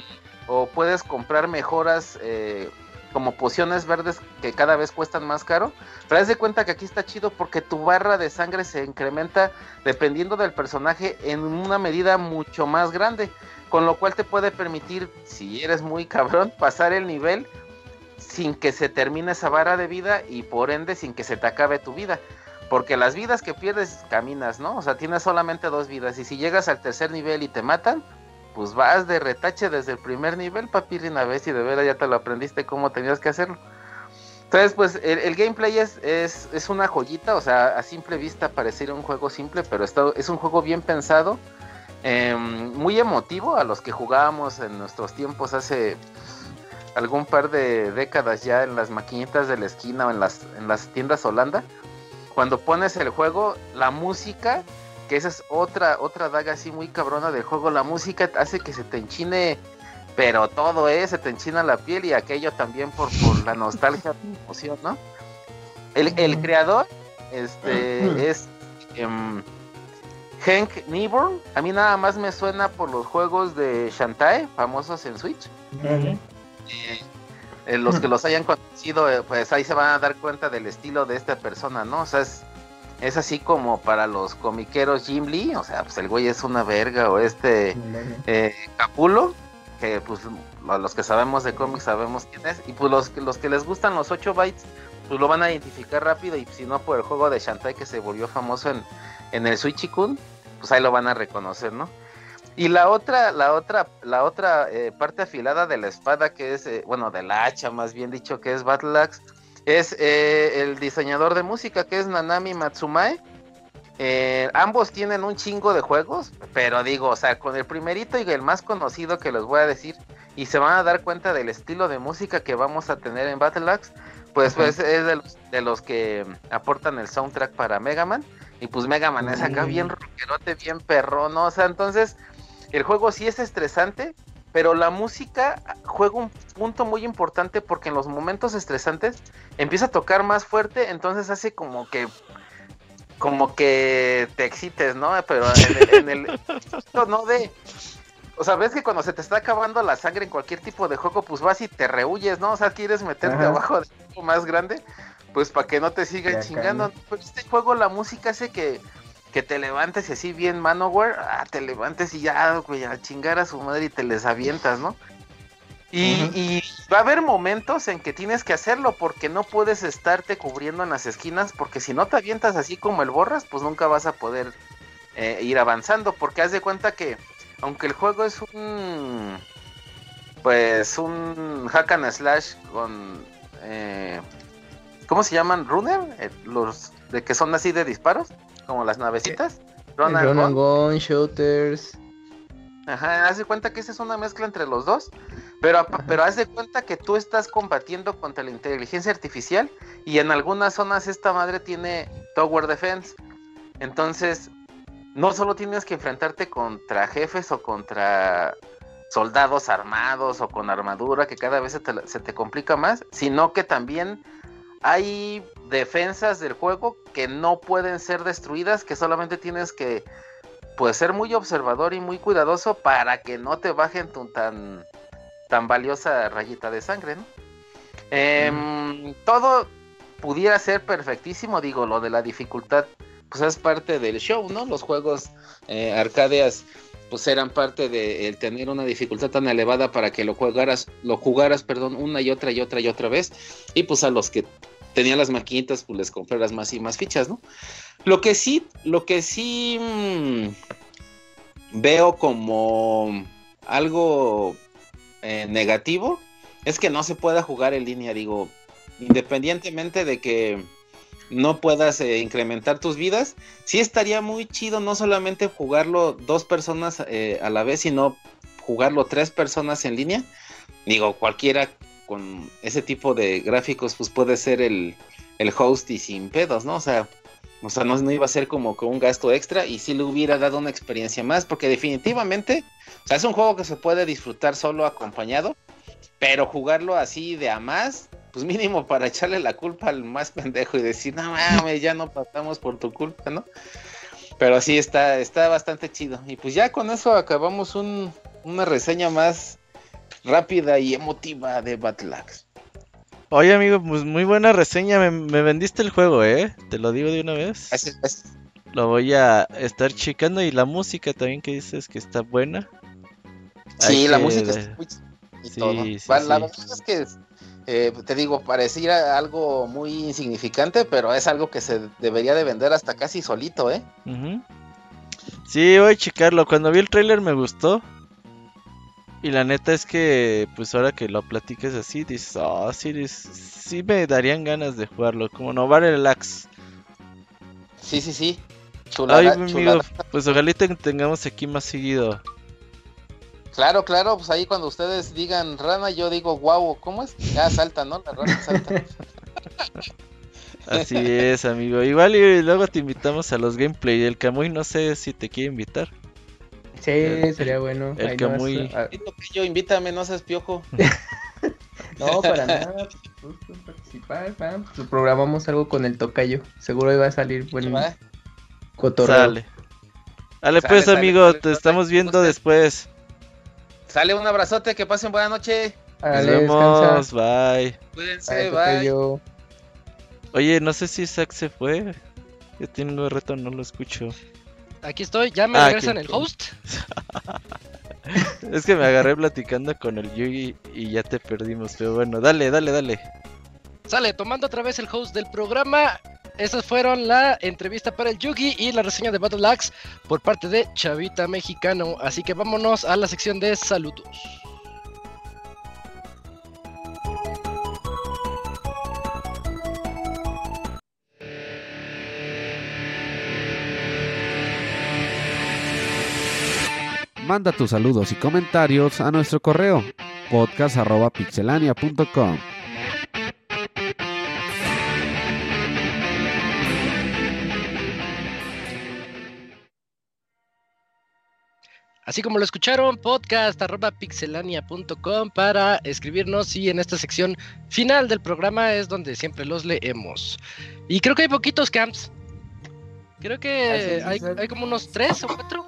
puedes comprar mejoras como pociones verdes que cada vez cuestan más caro. Pero haz de cuenta que aquí está chido porque tu barra de sangre se incrementa dependiendo del personaje en una medida mucho más grande. Con lo cual te puede permitir, si eres muy cabrón, pasar el nivel sin que se termine esa barra de vida y por ende sin que se te acabe tu vida. Porque las vidas que pierdes caminas, ¿no? O sea, tienes solamente 2 vidas. Y si llegas al tercer nivel y te matan, pues vas de retache desde el primer nivel, papirrina, vez, y de veras ya te lo aprendiste cómo tenías que hacerlo. Entonces, pues, el gameplay es una joyita. O sea, a simple vista parecería un juego simple, pero es un juego bien pensado. Muy emotivo a los que jugábamos en nuestros tiempos hace algún par de décadas ya en las maquinitas de la esquina o en las tiendas Holanda. Cuando pones el juego, la música, que esa es otra daga así muy cabrona del juego, la música hace que se te enchine, pero todo se te enchina la piel, y aquello también por la nostalgia, la emoción, ¿no? El creador es Henk Nieborn. A mí nada más me suena por los juegos de Shantae, famosos en Switch. Uh-huh. Los que los hayan conocido, pues ahí se van a dar cuenta del estilo de esta persona, ¿no? O sea, es así como para los comiqueros Jim Lee, o sea, pues el güey es una verga, o Capullo, que pues los que sabemos de cómics sabemos quién es, y pues los que les gustan los 8 bytes, pues lo van a identificar rápido, y si no por el juego de Shantae que se volvió famoso en el Suichikun, pues ahí lo van a reconocer, ¿no? Y la otra parte afilada de la espada, que es, de la hacha más bien dicho, que es Battle Axe, es el diseñador de música, que es Nanami Matsumae. Ambos tienen un chingo de juegos, pero digo, o sea, con el primerito y el más conocido que les voy a decir, y se van a dar cuenta del estilo de música que vamos a tener en Battle Axe, pues es de los que aportan el soundtrack para Mega Man, y pues Mega Man es acá bien rockerote, bien perrón, ¿no? O sea, entonces el juego sí es estresante, pero la música juega un punto muy importante, porque en los momentos estresantes empieza a tocar más fuerte, entonces hace como que como que te excites, ¿no? Pero en el no de... O sea, ves que cuando se te está acabando la sangre en cualquier tipo de juego, pues vas y te rehuyes, ¿no? O sea, quieres meterte abajo de algo más grande, pues para que no te sigan chingando. Pero este juego, la música hace que te levantes y así bien Manowar, te levantes y ya, güey, a chingar a su madre y te les avientas, ¿no? Y va a haber momentos en que tienes que hacerlo porque no puedes estarte cubriendo en las esquinas, porque si no te avientas así como el Borras, pues nunca vas a poder ir avanzando, porque haz de cuenta que aunque el juego es un hack and slash con ¿cómo se llaman? ¿Runner? Los de que son así de disparos, como las navecitas. Run and gun, shooters. Ajá, haz de cuenta que esa es una mezcla entre los dos, pero haz de cuenta que tú estás combatiendo contra la inteligencia artificial y en algunas zonas esta madre tiene Tower Defense. Entonces, no solo tienes que enfrentarte contra jefes o contra soldados armados o con armadura, que cada vez se te complica más, sino que también hay defensas del juego que no pueden ser destruidas, que solamente tienes que pues ser muy observador y muy cuidadoso para que no te bajen tu tan valiosa rayita de sangre, ¿no? Todo pudiera ser perfectísimo, digo, lo de la dificultad pues es parte del show, ¿no? Los juegos arcadeas pues eran parte de el tener una dificultad tan elevada para que lo jugaras, una y otra vez, y pues a los que tenían las maquinitas pues les compraras más y más fichas, ¿no? Lo que sí veo como algo negativo es que no se pueda jugar en línea, digo, independientemente de que no puedas incrementar tus vidas, sí estaría muy chido no solamente jugarlo 2 personas a la vez, sino jugarlo 3 personas en línea. Digo, cualquiera con ese tipo de gráficos pues puede ser el host y sin pedos, ¿no? O sea, no iba a ser como con un gasto extra y sí le hubiera dado una experiencia más, porque definitivamente, o sea, es un juego que se puede disfrutar solo acompañado, pero jugarlo así de a más, pues mínimo para echarle la culpa al más pendejo y decir, no mames, ya no pasamos por tu culpa, ¿no? Pero sí está bastante chido. Y pues ya con eso acabamos una reseña más rápida y emotiva de Battle Axe. Oye, amigo, pues muy buena reseña, me vendiste el juego, te lo digo de una vez. Gracias. Lo voy a estar checando y la música también que dices que está buena. Sí, la música está muy y sí, todo. Sí, la sí. verdad es que te digo, pareciera algo muy insignificante, pero es algo que se debería de vender hasta casi solito, Uh-huh. Sí, voy a checarlo. Cuando vi el tráiler me gustó. Y la neta es que, pues ahora que lo platiques así, dices, sí me darían ganas de jugarlo. Como no, Battle Axe. Sí. Ay, amigo, pues ojalá tengamos aquí más seguido. Claro, pues ahí cuando ustedes digan rana, yo digo guau, ¿cómo es? Ya salta, ¿no? La rana salta. Así es, amigo. Igual y luego te invitamos a los gameplay. El Camuy no sé si te quiere invitar. Sí, sería bueno. El Camuy. Yo invítame, no seas piojo. No, para nada. Pues, participar, pues, programamos algo con el tocayo. Seguro iba a salir buen cotorreo. Sale pues, amigo, te estamos viendo después. Sale, un abrazote, que pasen buena noche. Nos vemos, bye. Cuídense, bye. Oye, no sé si Isaac se fue. Yo tengo reto, no lo escucho. Aquí estoy, ya me regresan el host. Es que me agarré platicando con el Yugi y ya te perdimos, pero bueno, dale. Sale, tomando otra vez el host del programa. Esas fueron la entrevista para el Yugi y la reseña de Battle Axe por parte de Chavita Mexicano. Así que vámonos a la sección de saludos. Manda tus saludos y comentarios a nuestro correo podcast@pixelania.com. Así como lo escucharon, podcast@pixelania.com para escribirnos, y en esta sección final del programa es donde siempre los leemos. Y creo que hay poquitos camps. Creo que hay como unos 3 o 4.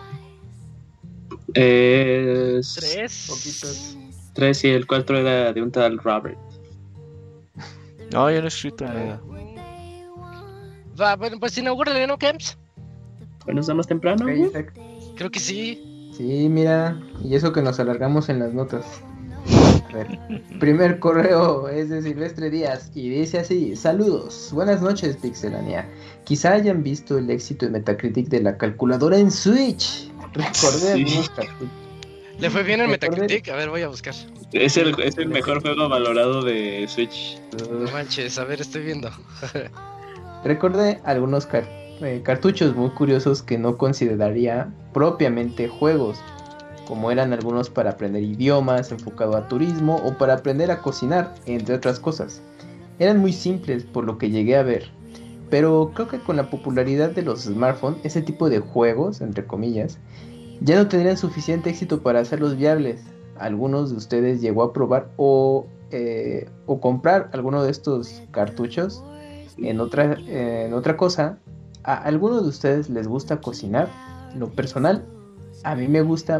3. Poquitos. 3 y el 4 era de un tal Robert. No, yo no he escrito nada. Va, bueno, pues inaugúrale, ¿no, Camps? Bueno, ¿nos damos temprano? Ok, ¿no? Isaac. Creo que sí. Sí, mira, y eso que nos alargamos en las notas. A ver, primer correo es de Silvestre Díaz y dice así: saludos, buenas noches Pixelania. Quizá hayan visto el éxito de Metacritic de la calculadora en Switch. Recordé algunos cartuchos. ¿Le fue bien en Recordé- Metacritic? A ver, voy a buscar. Es el mejor juego valorado de Switch. No manches, a ver, estoy viendo. Recordé algunos cartuchos muy curiosos que no consideraría propiamente juegos, como eran algunos para aprender idiomas, enfocado a turismo o para aprender a cocinar, entre otras cosas. Eran muy simples por lo que llegué a ver, pero creo que con la popularidad de los smartphones, ese tipo de juegos, entre comillas, ya no tendrían suficiente éxito para hacerlos viables. ¿Algunos de ustedes llegó a probar o comprar alguno de estos cartuchos? En otra cosa, ¿a alguno de ustedes les gusta cocinar? En lo personal, a mí me gusta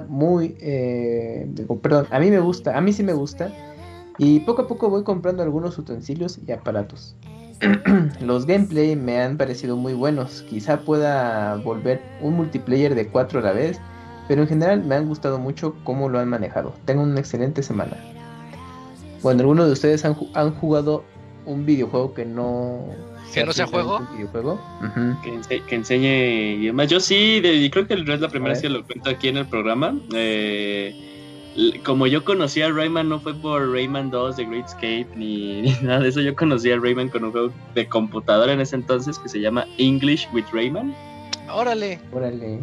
a mí sí me gusta, y poco a poco voy comprando algunos utensilios y aparatos. Los gameplay me han parecido muy buenos, quizá pueda volver un multiplayer de 4 a la vez, pero en general me han gustado mucho cómo lo han manejado. Tengan una excelente semana. Bueno, ¿alguno de ustedes han jugado un videojuego que no sea juego? un videojuego? Ujú. Que enseñe idiomas. Yo sí, y creo que no es la primera A vez ver. que lo cuento aquí en el programa. Como yo conocí a Rayman, no fue por Rayman 2 de Great Escape ni nada de eso. Yo conocí a Rayman con un juego de computadora en ese entonces que se llama English with Rayman. Órale. Órale.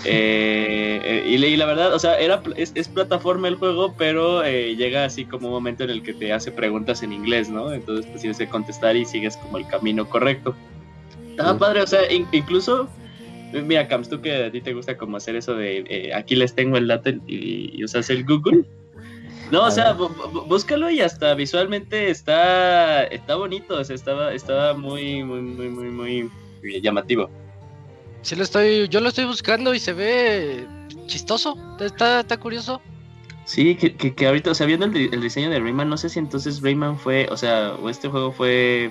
Y la verdad, o sea, es plataforma el juego, pero llega así como un momento en el que te hace preguntas en inglés, ¿no? Entonces pues tienes que contestar y sigues como el camino correcto. Estaba padre, o sea, incluso, mira, Camps, tú que a ti te gusta como hacer eso de aquí les tengo el dato y usas el Google. No, o sea, búscalo y hasta visualmente está bonito, o sea, estaba muy llamativo. Sí yo lo estoy buscando y se ve chistoso. Está curioso. Sí, que ahorita, o sea, viendo el diseño de Rayman, no sé si entonces Rayman fue, o sea, o este juego fue...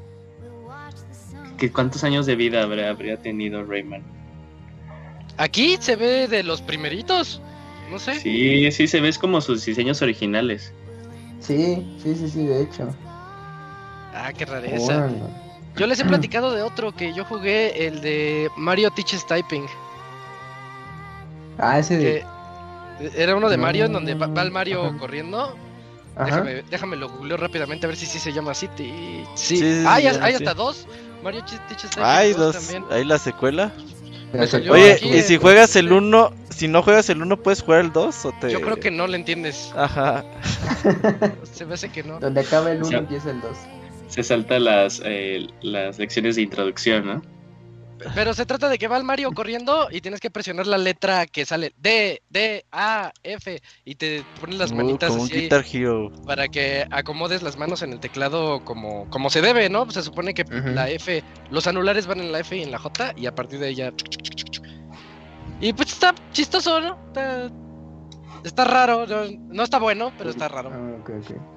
¿Cuántos años de vida habría tenido Rayman? Aquí se ve de los primeritos. No sé. Sí, se ve como sus diseños originales. Sí, de hecho. Ah, qué rareza. Órale. Yo les he platicado de otro que yo jugué, el de Mario Teaches Typing. Ah, ese de... Que era uno de Mario en donde va No. el Mario Ajá. corriendo. Ajá. Déjame lo googleo rápidamente a ver si sí se llama así. Sí. Sí, Hay sí. hasta 2. Mario Teaches Typing Hay 2 dos, también. hay la secuela. Me salió Oye, aquí y si juegas el 1, si no juegas el 1, ¿puedes jugar el 2 o te...? Yo creo que no le entiendes. Ajá. Se me hace que no. Donde acaba el 1 Sí. empieza el 2. Se salta las lecciones de introducción, ¿no? Pero se trata de que va el Mario corriendo y tienes que presionar la letra que sale D, A, F y te pones las manitas como un así Guitar Hero. para que acomodes las manos en el teclado como se debe, ¿no? Se supone que Ujú. la F, los anulares van en la F y en la J y a partir de ahí ya... Y pues está chistoso, ¿no? Está raro, no está bueno, pero está raro. Ah, ok.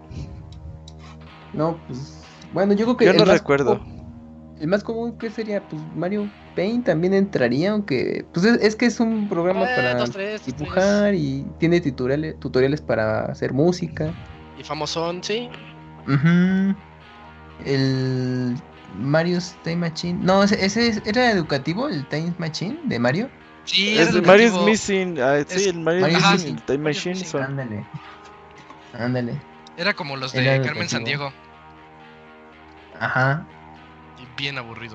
No, pues... Bueno, yo creo que Yo el no más recuerdo. El más común que sería, pues Mario Paint también entraría, aunque... Pues es que es un programa para 2, 3, dibujar y tiene tutoriales para hacer música. Y famosón, sí. Ujú. El Mario's Time Machine... No, ese era educativo, el Time Machine de Mario. Sí, Es es el Mario's educativo. Missing. Sí, el Mario's Mario's Missing. Missing. Time Mario's Machine Missing. son. Ándale. Era como los de Era Carmen educativo. Sandiego. Ajá. Y bien aburrido.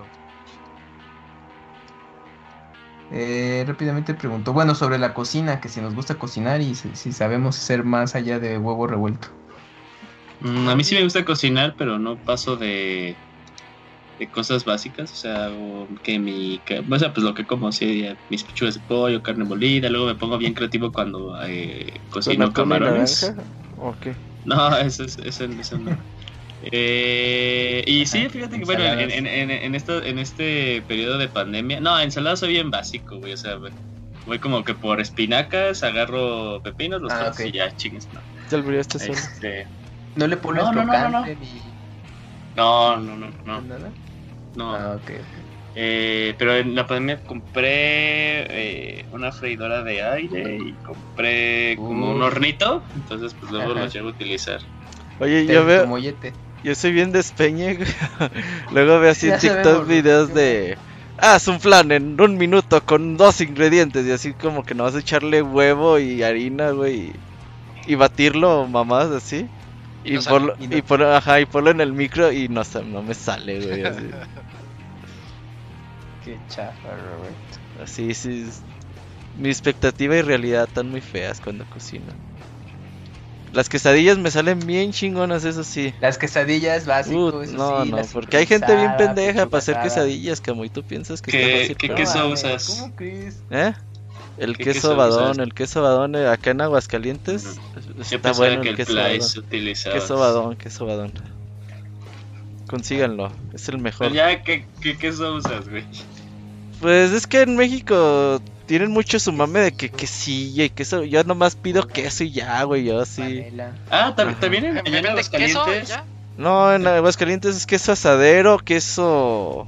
Rápidamente preguntó, bueno, sobre la cocina, que si nos gusta cocinar y si sabemos hacer más allá de huevo revuelto. A mí sí me gusta cocinar, pero no paso de cosas básicas, o sea, o sea, pues lo que como, sí, mis pechugas de pollo, carne molida, luego me pongo bien creativo cuando cocino ¿Con atún y camarones. naranja? ¿O qué? No, eso no. Y sí, fíjate que bueno, Ensaladas. en este periodo de pandemia, no, ensaladas soy bien básico, güey, o sea, voy como que por espinacas, agarro pepinos, los corto ok. y ya, chingues, no. Ya olvidaste solo. ¿No le pones No, no, no, crocante ni No, nada? no. Ah, ok. Pero en la pandemia compré una freidora de aire y compré como un hornito, entonces pues luego Ajá. los llego a utilizar. Oye, Tu yo veo, mollete. yo soy bien despeñe, güey. Luego veo así Ya en TikTok sabemos, videos ¿no? de... Haz un flan en 1 minuto con 2 ingredientes y así como que no vas a echarle huevo y harina, güey. Y batirlo, mamás, así. Y Y, no sale. ponlo, y ponlo en el micro y no me sale, güey. Así, Qué chafa, Robert. así sí. Mi expectativa y realidad están muy feas cuando cocino. Las quesadillas me salen bien chingonas, eso sí. Las quesadillas básico, eso No, sí, no, la porque hay gente bien sincronizada, pendeja para hacer pechuga quesadillas, como y tú piensas que ¿Qué- está fácil. qué pero- queso mames, usas? ¿Cómo crees? ¿Eh? El ¿Qué queso queso badón, usas? el queso badón acá en Aguascalientes. Yo Está pensaba bueno que el el queso Place badón. utilizaba. Queso badón. Consíganlo, es el mejor. Pero ya, ¿qué queso usas, güey? Pues es que en México tienen mucho su mame de que quesillo y queso. Yo nomás pido queso y ya, güey, yo sí. Panela. Ah, Ajá. también ¿Me allá en vende queso Aguascalientes. ya? No, en Aguascalientes es queso asadero, queso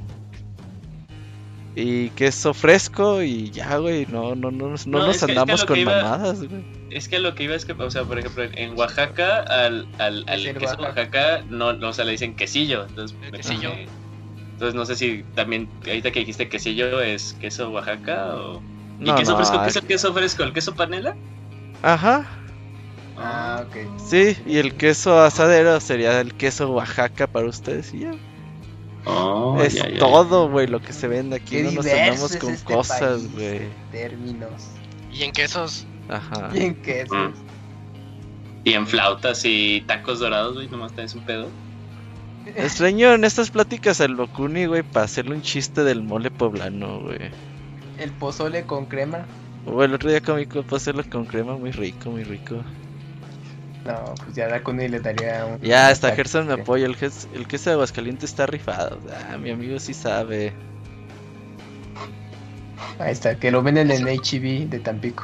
y queso fresco y ya, güey. No es nos que andamos lo con que iba- mamadas, güey. Es que lo que iba es que, o sea, por ejemplo, en Oaxaca, al Es el queso Oaxaca. Oaxaca, no, o sea, le dicen quesillo. Entonces, Quesillo. Entonces, no sé si también, ahorita que dijiste quesillo, ¿es queso Oaxaca o...? ¿Y No, queso no, fresco? ¿Qué hay- es el queso fresco? ¿El queso panela? Ajá. Ah, ok. Sí, y el queso asadero sería el queso Oaxaca para ustedes y ya. Oh, Es ya, ya. todo, güey, lo que se vende aquí. Qué No nos diverso andamos es con este cosas, país güey. en términos. Y en quesos. Ajá. Bien quesos. Mm. Y en flautas y tacos dorados, güey, nomás tenés un pedo. Extraño en estas pláticas al Locuni, güey, para hacerle un chiste del mole poblano, güey. El pozole con crema. O el otro día comí hacerlo con crema, muy rico, muy rico. No, pues ya la Cuni le daría un. Ya, hasta ataque. Gerson me apoya, el queso de Aguascalientes está rifado. Ah, mi amigo sí sabe. Ahí está, que lo venden en H-E-B de Tampico.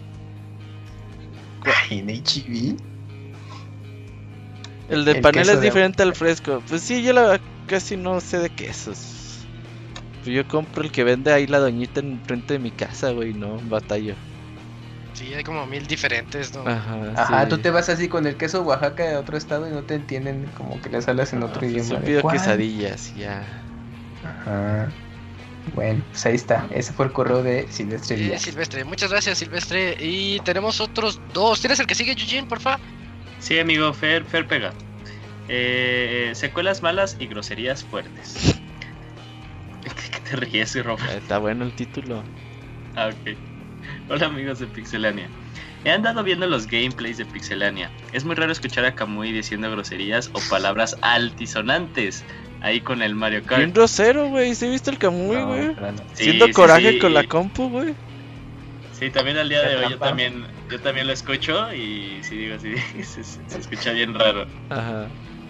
Ay, en H-E-B. El de El panela queso es de diferente al fresco. Pues sí, yo la verdad casi no sé de quesos. Pues yo compro el que vende ahí la doñita en frente de mi casa, güey, no batallo. Sí, hay como 1000 diferentes, ¿no? Ajá, sí. tú te vas así con el queso Oaxaca de otro estado y no te entienden, como que les hablas en otro Pues idioma. yo ¿De pido cuál? quesadillas y ya. Ajá. Bueno, pues ahí está. Ese fue el correo de Silvestre Díaz. Silvestre, muchas gracias, Silvestre. Y tenemos otros dos. ¿Tienes el que sigue, Eugene, porfa? Sí, amigo, Fer pega. Secuelas malas y groserías fuertes. ¿Qué te ríes, Rob? Está bueno el título. Ah, ok. Hola, amigos de Pixelania. He andado viendo los gameplays de Pixelania. Es muy raro escuchar a Kamui diciendo groserías o palabras altisonantes ahí con el Mario Kart. Bien grosero, güey. ¿Sí viste el Kamui, No, güey? pero no. Sí, Siendo sí, coraje sí. con la compu, güey. Sí, también al día de hoy yo trampa. también lo escucho y sí digo así, se escucha bien raro. Ajá.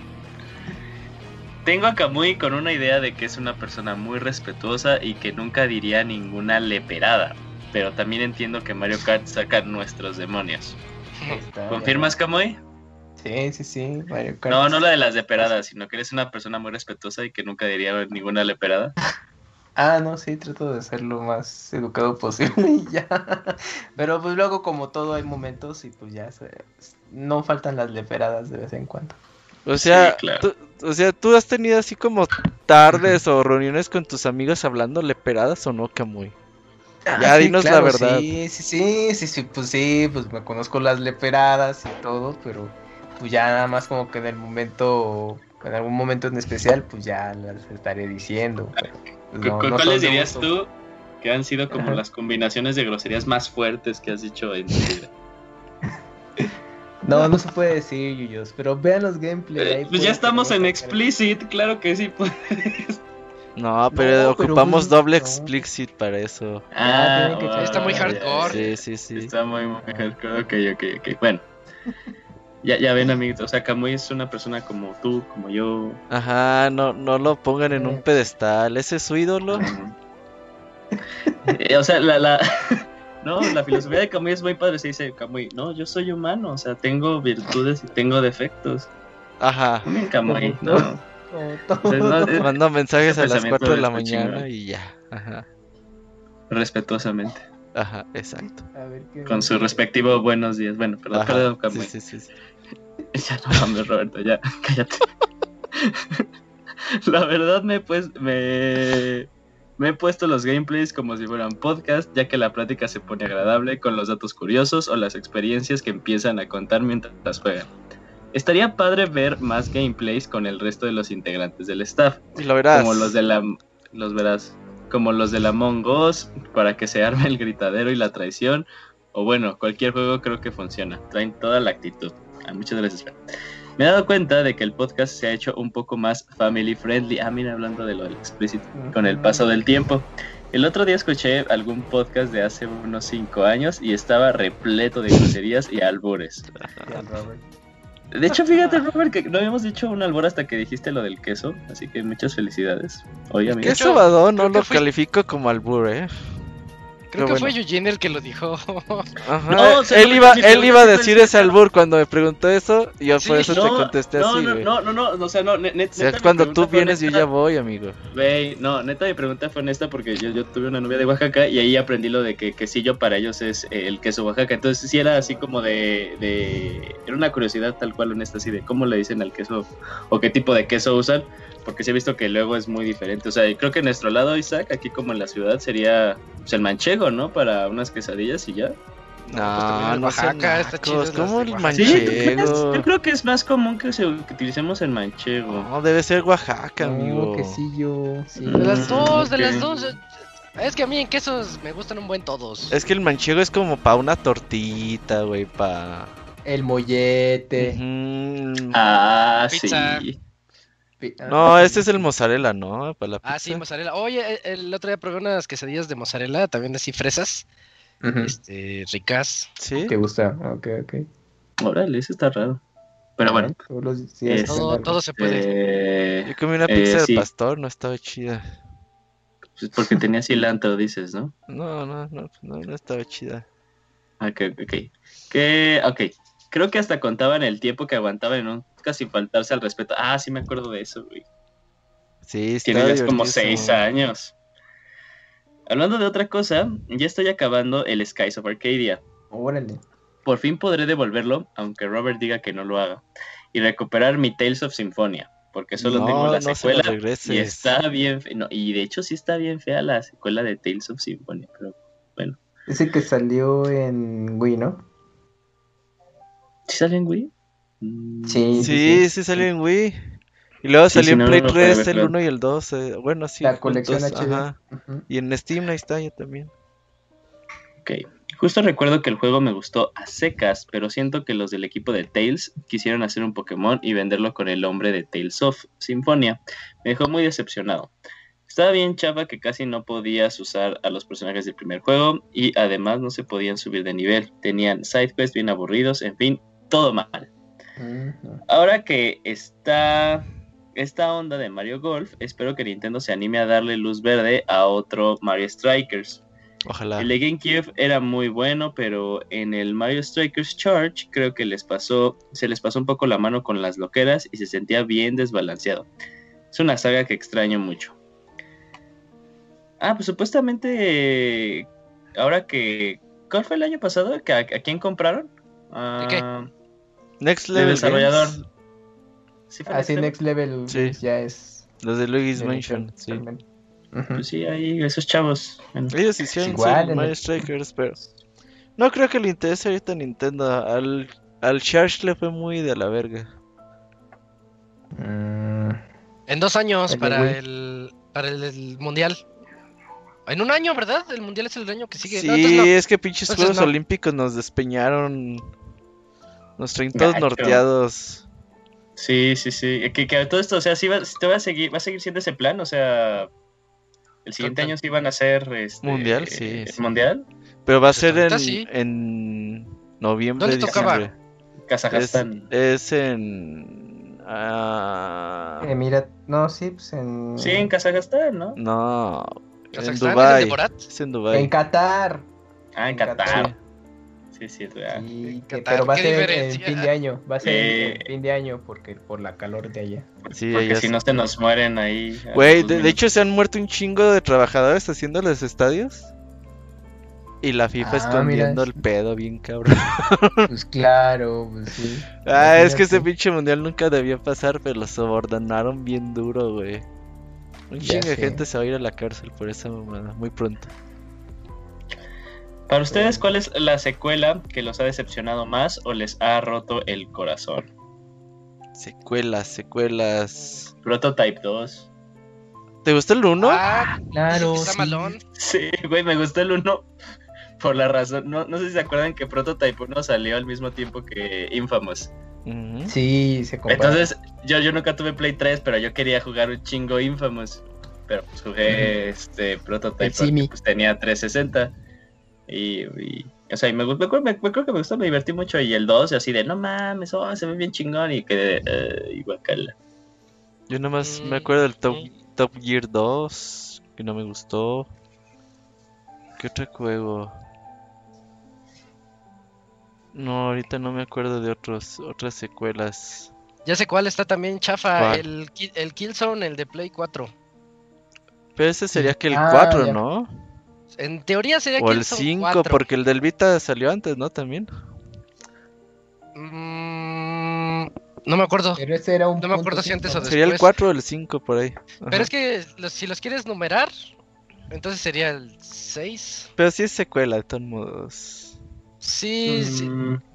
Tengo a Kamui con una idea de que es una persona muy respetuosa y que nunca diría ninguna leperada, pero también entiendo que Mario Kart saca nuestros demonios. Ahí está, ¿Confirmas, Kamui? ya. Sí, Mario Kart. No la de las leperadas, sino que eres una persona muy respetuosa y que nunca diría ninguna leperada. Ah, no, sí, trato de ser lo más educado posible y ya. Pero pues luego como todo hay momentos y pues ya no faltan las leperadas de vez en cuando. O sea, Sí, claro. ¿tú has tenido así como tardes o reuniones con tus amigos hablando leperadas o no, Kamui? Ya, sí, dinos la claro, verdad. Sí, pues me conozco las leperadas y todo, pero pues ya nada más como que en algún momento en especial, pues ya las estaré diciendo. Pero, pues, no ¿Cuáles son de dirías uso. tú que han sido como Ajá. las combinaciones de groserías más fuertes que has dicho en tu vida? No se puede decir, Yuyos, pero vean los gameplays. ahí Pues pueden ya estamos en sacar- explicit, claro que sí. Pues. No, pero No, pero ocupamos pues, doble no. explicit para eso. tienen que Está muy ya, hardcore. Sí. Está muy hardcore. Ok. Bueno. Ya ven, amigos, o sea, Kamui es una persona como tú, como yo. Ajá, no lo pongan en un pedestal. ¿Ese es su ídolo? O sea, no, la filosofía de Kamui es muy padre. Se dice Kamui, no, yo soy humano, o sea, tengo virtudes y tengo defectos. Ajá. Bien, Kamui, no. Mando mensajes a las pensamiento 4 de la está mañana chingón. y ya. Ajá. Respetuosamente. Ajá, exacto. A ver, ¿qué Con su respectivo buenos días. Bueno, perdón, Ajá, perdón, Kamui. sí. Ya no mames, Roberto, ya, cállate. La verdad me he puesto los gameplays como si fueran podcast, ya que la plática se pone agradable con los datos curiosos o las experiencias que empiezan a contar mientras juegan. Estaría padre ver más gameplays con el resto de los integrantes del staff. Y lo verás. Como como los de la Among Us, para que se arme el gritadero y la traición. O bueno, cualquier juego creo que funciona. Traen toda la actitud. Muchas gracias. Me he dado cuenta de que el podcast se ha hecho un poco más family friendly. Mira, hablando de lo del explícito, con el paso del tiempo. El otro día escuché algún podcast de hace unos 5 años y estaba repleto de groserías y albures. De hecho, fíjate, Robert, que no habíamos dicho un albur hasta que dijiste lo del queso, así que muchas felicidades. Oye, amigo. ¿Qué Sabadón? No creo que lo fue- califico como albur, Creo Pero que fue bueno. Eugene el que lo dijo. Ajá. No, o sea, él mi iba pregunta a fue decir el- ese albur cuando me preguntó eso y yo por Sí, eso te contesté no, así, no, güey. no, o sea, no, O sea, neta, cuando mi tú pregunta fue vienes yo honesta. ya voy, amigo. Güey, no, neta, mi pregunta fue honesta porque yo tuve una novia de Oaxaca y ahí aprendí lo de que quesillo para ellos es el queso Oaxaca. Entonces sí era así como era una curiosidad tal cual honesta, así de cómo le dicen al queso o qué tipo de queso usan, porque sí he visto que luego es muy diferente. O sea, creo que en nuestro lado, Isaac, aquí como en la ciudad, sería pues, el manchego, ¿no? Para unas quesadillas y ya. pues también el No sean Oaxaca, está chido nacos, las ¿cómo de el Oaxaca. Sí, manchego? yo creo que es más común que utilicemos el manchego. No, debe ser Oaxaca, amigo. quesillo. Sí. De las dos, de ok. las dos. Es que a mí en quesos me gustan un buen todos. Es que el manchego es como pa' una tortita, güey, pa... El mollete. Ujú. Pizza. Sí. No, este es el mozzarella, ¿no? Para la pizza. Ah, sí, mozzarella. Oye, el otro día probé unas quesadillas de mozzarella, también así fresas, Ujú. ricas. ¿Sí? ¿Te gusta? Ok. Órale, eso está raro. Pero bueno. Todos los días Es- Todo, todo se puede. Yo comí una pizza sí. de pastor, no estaba chida. Pues porque tenía cilantro, dices, ¿no? No estaba chida. Ok. Creo que hasta contaban el tiempo que aguantaban en un casi faltarse al respeto. Sí me acuerdo de eso, güey. Sí, está Tiene ya como divertidísimo. 6 años. Hablando de otra cosa, ya estoy acabando el Skies of Arcadia. Órale. Por fin podré devolverlo, aunque Robert diga que no lo haga. Y recuperar mi Tales of Symphonia. Porque solo No, tengo la no se lo secuela. regreses. Y está bien no, y de hecho sí está bien fea la secuela de Tales of Symphonia. Pero bueno. Ese que salió en Wii, ¿no? ¿Sí sale en Wii? Sí, salió en Wii. Y luego Sí, salió sí, en no, Play no, 3 pero- el 1 y el 2. Bueno, sí. La colección juntos, HD. ajá. Ujú. Y en Steam ahí está ya también. Ok. Justo recuerdo que el juego me gustó a secas, pero siento que los del equipo de Tales quisieron hacer un Pokémon y venderlo con el nombre de Tales of Symphonia. Me dejó muy decepcionado. Estaba bien chafa que casi no podías usar a los personajes del primer juego y además no se podían subir de nivel. Tenían sidequests bien aburridos, en fin, todo mal. Ujú. Ahora que está esta onda de Mario Golf, espero que Nintendo se anime a darle luz verde a otro Mario Strikers. Ojalá. El de GameCube era muy bueno, pero en el Mario Strikers Charge creo que se les pasó un poco la mano con las loqueras y se sentía bien desbalanceado. Es una saga que extraño mucho. Pues supuestamente ahora que... ¿Cuál fue el año pasado? ¿A quién compraron? qué? Next El Level desarrollador. Games. ¿Sí fue Así Next Level? Next Level Sí. ya es. Los de Luigi's de Mansion, Nintendo, sí. realmente. Ujú. Pues sí, ahí esos chavos. Bueno. Ellos hicieron Igual sí, en Mario el- Strikers, pero no creo que le interese ahorita a Nintendo. Al Charge le fue muy de la verga. Mm, En 2 años El de para Wii. el mundial. En un año, ¿verdad? El mundial es el año que sigue. Sí, No, entonces no. es que pinches Entonces Juegos no. Olímpicos nos despeñaron. Nos traen todos Gacho. norteados. Sí. Que todo esto, o sea, sí va a seguir siendo ese plan, o sea, el siguiente Total. año sí van a ser Mundial, sí, sí. mundial. Pero va a Pues ser ahorita sí. en noviembre, ¿Dónde tocaba? diciembre. Kazajstán. Es en... Mira, no, sí, pues en... Sí, en Kazajstán, ¿no? No, en ¿Kazajstán Dubái. es el de Borat? Es en Dubái. En Qatar. Ah, en Qatar. Sí, real. Sí, Qatar, pero va a ¿qué ser en diferencia? fin de año. Va a ser en fin de año porque por la calor de allá. Sí, Porque allá si sí. no se nos mueren ahí. a Güey, los de minutos. hecho se han muerto un chingo de trabajadores haciendo los estadios. Y la FIFA escondiendo mira. el pedo bien cabrón. Pues claro, pues sí. Es que ese Imagínate. pinche mundial nunca debía pasar, pero lo sobornaron bien duro, güey. Un Ya chingo de sé. gente se va a ir a la cárcel por esa mamada, muy pronto. Para ustedes, ¿cuál es la secuela que los ha decepcionado más o les ha roto el corazón? Secuelas. Prototype 2. ¿Te gustó el 1? Ah, Claro, está sí. malón. Sí, güey, me gustó el 1 por la razón. No sé si se acuerdan que Prototype 1 salió al mismo tiempo que Infamous. Ujú. Sí, se compara. Entonces, yo nunca tuve Play 3, pero yo quería jugar un chingo Infamous. Pero pues jugué Prototype El porque Simi. pues, tenía 360. O sea, y me creo que me gustó, me divertí mucho. Y el 2, así de no mames, se ve bien chingón. Y quedé igual. Yo nomás me acuerdo del Top Gear 2, que no me gustó. ¿Qué otro juego? No, ahorita no me acuerdo de otras secuelas. Ya sé cuál está también chafa. ¿Cuál? El Killzone, el de Play 4. Pero ese sería que el Ah, 4, ya. ¿no? En teoría sería O el Killzone 5, 4. porque el del Vita salió antes, ¿no? También. No me acuerdo. Pero ese era un No me acuerdo si punto antes o cinco, ¿no? Sería el después. 4 o el 5 por ahí. Ajá. Pero es que si los quieres numerar, entonces sería el 6. Pero sí es secuela, de todos modos. Sí, sí.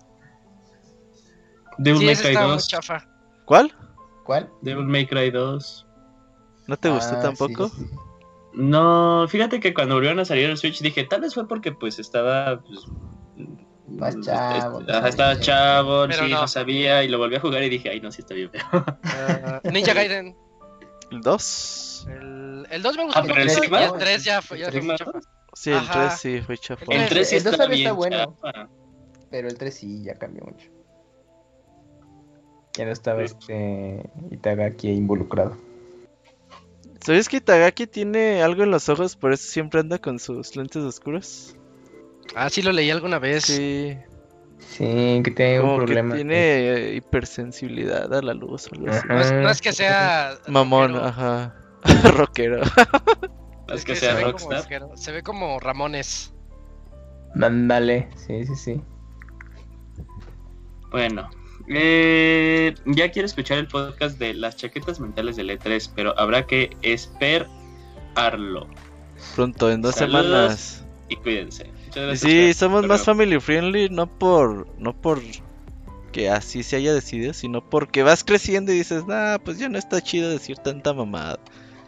Devil Sí, May ese Cry está muy 2. chafa. ¿Cuál? ¿Cuál? Devil May Cry 2. ¿No te gustó Ah, tampoco? sí, sí. No, fíjate que cuando volvieron a salir el Switch dije, tal vez fue porque pues estaba... Pues, Más chavo. estaba chavo, Pero sí, no. no sabía, y lo volví a jugar y dije, ay no, sí está bien feo. Ninja Gaiden. ¿El 2? El 2 me gustó. Ah, pero el mucho, Sigma. y el 3 ya fue Sigma chafa. Sí, el Ajá. 3 sí fue chafa. El El 3 sí el dos está todavía bien está bueno. chafa. Pero el 3 sí ya cambió mucho. Ya no estaba Itagaki involucrado. ¿Sabes que Itagaki tiene algo en los ojos, por eso siempre anda con sus lentes oscuros? Ah, sí lo leí alguna vez. Sí, Sí, que tiene un como que problema. tiene hipersensibilidad a la luz o algo así. Ajá. No es que sea Mamón, rockero, ajá. Rockero. Es que se sea ve como Rockstar. rockero, se ve como Ramones. Mándale, sí. Bueno, ya quiero escuchar el podcast de las chaquetas mentales del E3, pero habrá que esperarlo. Pronto, en 2 Saludos. semanas. Y cuídense. Muchas Y gracias sí, por- somos por- más family friendly, no por que así se haya decidido, sino porque vas creciendo y dices, nah, pues ya no está chido decir tanta mamada.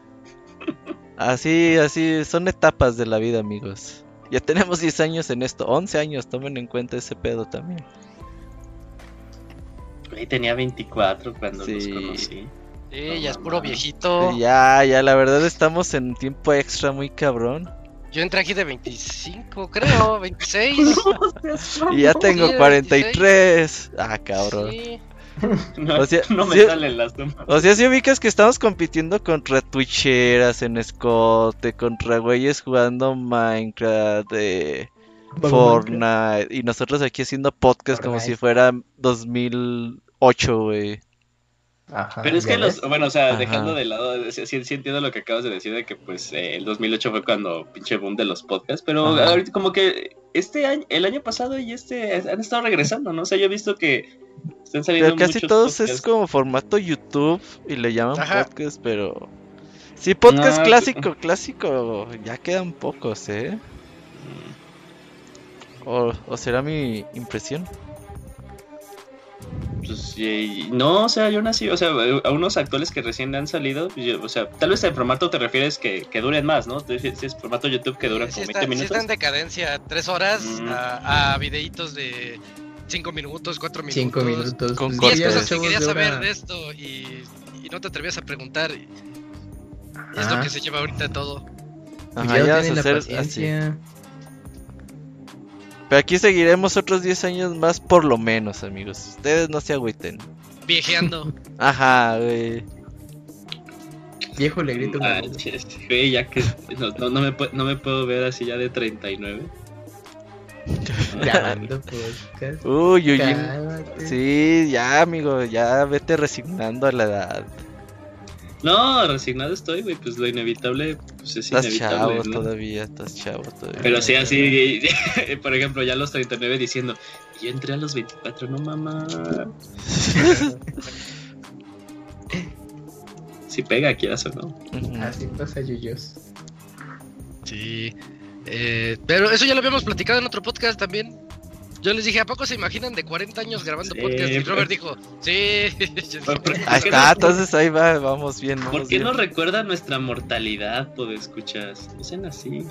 Así, son etapas de la vida, amigos. Ya tenemos 10 años en esto, 11 años, tomen en cuenta ese pedo también. Güey, tenía 24 cuando Sí. los conocí. Sí, ya es No, puro no. viejito. Ya, la verdad estamos en tiempo extra muy cabrón. Yo entré aquí de 25, creo, 26. Y ya tengo Sí, 43. Ah, cabrón. Sí. No, O sea, no me sí- salen las tomas. O sea, si ubicas que estamos compitiendo contra twitcheras en escote, contra güeyes jugando Minecraft, Fortnite, y nosotros aquí haciendo podcast como si Fortnite. fuera 2008, güey. Ajá, Pero es ¿ya que ves? bueno, o sea, Ajá. dejando de lado, sí entiendo lo que acabas de decir de que pues el 2008 fue cuando pinche boom de los podcasts, pero Ajá. ahorita como que el año pasado y han estado regresando, ¿no? O sea, yo he visto que están saliendo Pero casi muchos todos podcasts. es como formato YouTube y le llaman Ajá. podcast, pero... Sí, podcast No, clásico, ya quedan pocos, ¿eh? ¿O será mi impresión? Pues, no, o sea, yo nací, o sea, a unos actuales que recién han salido, pues, o sea, tal vez el formato te refieres que duren más, ¿no? Si es formato YouTube que dura Sí como está, 20 sí minutos. está en decadencia, 3 horas Mm. a videitos de 5 minutos, 4 minutos. 5 minutos. Con pues, 10 cortes. cosas que chavos, querías de saber hora. de esto y no te atrevías a preguntar. Y es Ajá. lo que se lleva ahorita todo. Pues Ajá, ya no ya vas tienen a la hacer así. paciencia. Pero aquí seguiremos otros 10 años más por lo menos, amigos. Ustedes no se agüiten. Viejeando. Ajá, güey. Viejo le grito. Güey, ya que no me puedo ver así ya de 39. Grabando podcast. Uy, Cálmate. sí, ya, amigo, ya vete resignando a la edad. No, resignado estoy, güey, pues lo inevitable pues es Estás inevitable, chavo ¿no? todavía, estás chavo todavía. Pero sí, así, por ejemplo, ya a los 39 diciendo, yo entré a los 24, no mamá. Si pega, quieras o no. Ujú. Así pasa, Yuyos. Sí. Pero eso ya lo habíamos platicado en otro podcast también. Yo les dije, ¿a poco se imaginan de 40 años grabando Sí, podcast? Y Robert dijo, sí. Yo dije, Ahí está, entonces ahí va, vamos bien. ¿Por Vamos qué bien. no recuerda nuestra mortalidad, escuchas? No sean así.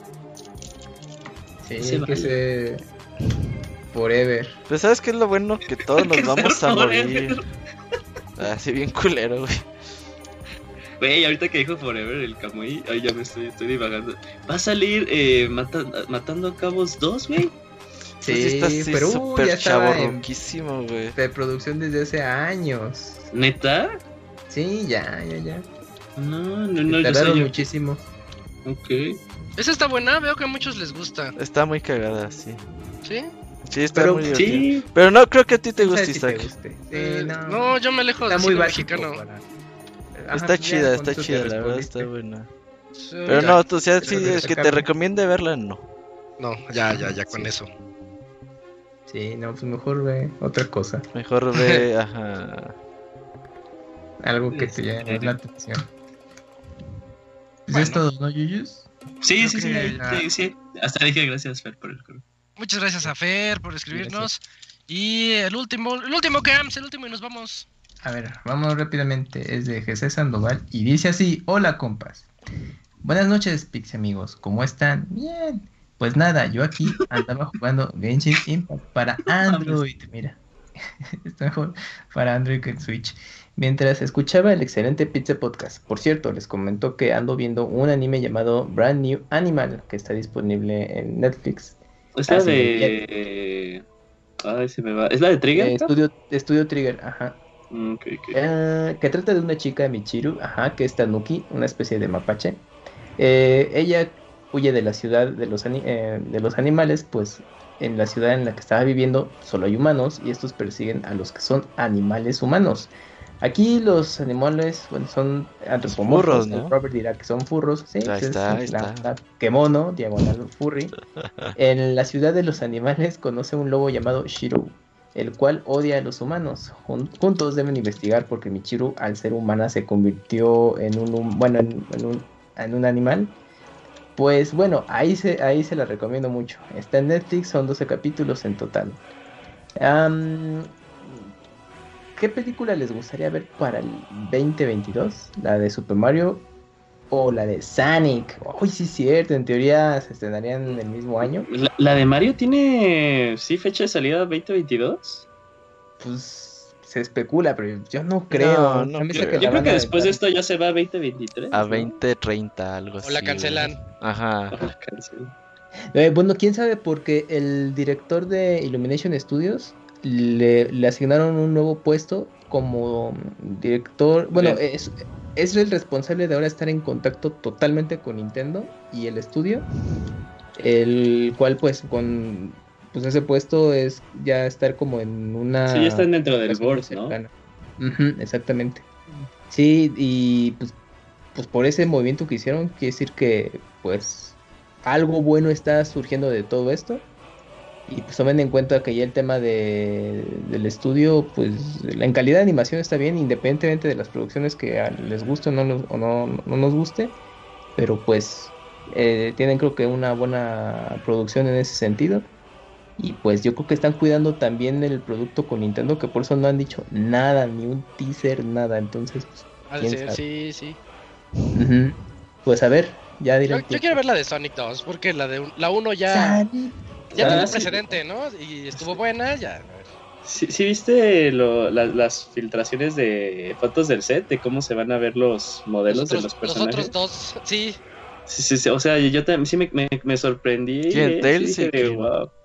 Sí, Se hay que vale. ser forever. Pues ¿sabes qué es lo bueno? Que todos nos Que vamos ser a forever. morir. Así bien culero, güey. Güey, ahorita que dijo Forever, el Kamui, ay, ya me estoy divagando. Va a salir Matando a Cabos 2, güey. Sí, Está así pero súper ya estaba en chavorruquísimo, güey. preproducción desde hace años. ¿Neta? Sí, ya. No, yo Tardaron sé yo. muchísimo. Ok. esa está buena, veo que a muchos les gusta. Está muy cagada, sí. ¿Sí? Sí, está Pero muy divertida. Sí. Pero no creo que a ti te No sé guste, si te Isaac. guste. Sí, No, yo me alejo está del muy cine básico mexicano. Ajá, Está pues ya chida, con está eso te chida, la verdad respondiste. está buena. Sí, Pero ya. no, tú, o sea, sí, Pero es que te sacamos. recomiende verla, no. No, ya con eso. Sí, no, pues mejor ve otra cosa. Mejor ve, ajá. Algo que te llame más la atención. Pues es todo, ¿no, Yuyus? Sí, Creo que ahí, ya- sí. Hasta dije gracias, Fer, por el correo. Muchas gracias a Fer por escribirnos. Y el último Camps, el último y nos vamos. A ver, vamos rápidamente. Es de Jesús Sandoval y dice así: hola, compas. Buenas noches, Pix amigos. ¿Cómo están? Bien. Pues nada, yo aquí andaba jugando Genshin Impact para Android. Mira, está mejor para Android que en Switch. Mientras escuchaba el excelente Pizza Podcast. Por cierto, les comento que ando viendo un anime llamado Brand New Animal, que está disponible en Netflix. Es la Ah, sí, de. Ay, se me va. ¿Es la de Trigger? Estudio Trigger, ajá. Ok. Que trata de una chica, Michiru, ajá, que es Tanuki, una especie de mapache. Ella huye de la ciudad de los animales, pues en la ciudad en la que estaba viviendo solo hay humanos y estos persiguen a los que son animales humanos. Aquí los animales, bueno, son antropomorfos, Furros, ¿no? Robert dirá que son furros, sí, Ahí pues, está, ahí la- está. la Kemono, diagonal furry. En la ciudad de los animales conoce un lobo llamado Shiro, el cual odia a los humanos. Juntos deben investigar porque Michiru, al ser humana, se convirtió en en un animal. Pues bueno, ahí se la recomiendo mucho. Está en Netflix, son 12 capítulos en total. ¿Qué película les gustaría ver para el 2022? ¿La de Super Mario o la de Sonic? Uy, sí es cierto, en teoría se estrenarían en el mismo año. ¿La de Mario tiene, sí, fecha de salida 2022? Pues se especula, pero yo no creo. No Se me hace creo. la Yo creo van que a después de aventar. esto ya se va a 2023. A ¿no? 2030, algo así. O la cancelan. güey. Ajá. La canción. Bueno, quién sabe, porque el director de Illumination Studios le asignaron un nuevo puesto como director. Bueno, Bien. es el responsable de ahora estar en contacto totalmente con Nintendo y el estudio, el cual pues con ese puesto es ya estar como en una Sí, ya están dentro del relación board, ¿no? cercana. Ujú, exactamente. Sí, y pues por ese movimiento que hicieron, quiere decir que pues algo bueno está surgiendo de todo esto. Y pues tomen en cuenta que ya el tema del estudio, pues en calidad de animación está bien, independientemente de las producciones que les guste o no nos guste. Pero pues tienen creo que una buena producción en ese sentido. Y pues yo creo que están cuidando también el producto con Nintendo, que por eso no han dicho nada, ni un teaser, nada. Entonces, pues, Ha de ¿quién ser, sabe? sí. Ujú. Pues a ver, ya diré. Yo quiero ver la de Sonic 2, porque la 1 ya tuvo sí. precedente, ¿no? Y estuvo buena, ya. a ver. ¿Sí viste las filtraciones de fotos del set? De cómo se van a ver los modelos de los personajes. Los otros dos, sí. Sí, o sea, yo también sí me sorprendí. ¿Quién? Sí, ¿Tails y dije, quién? wow.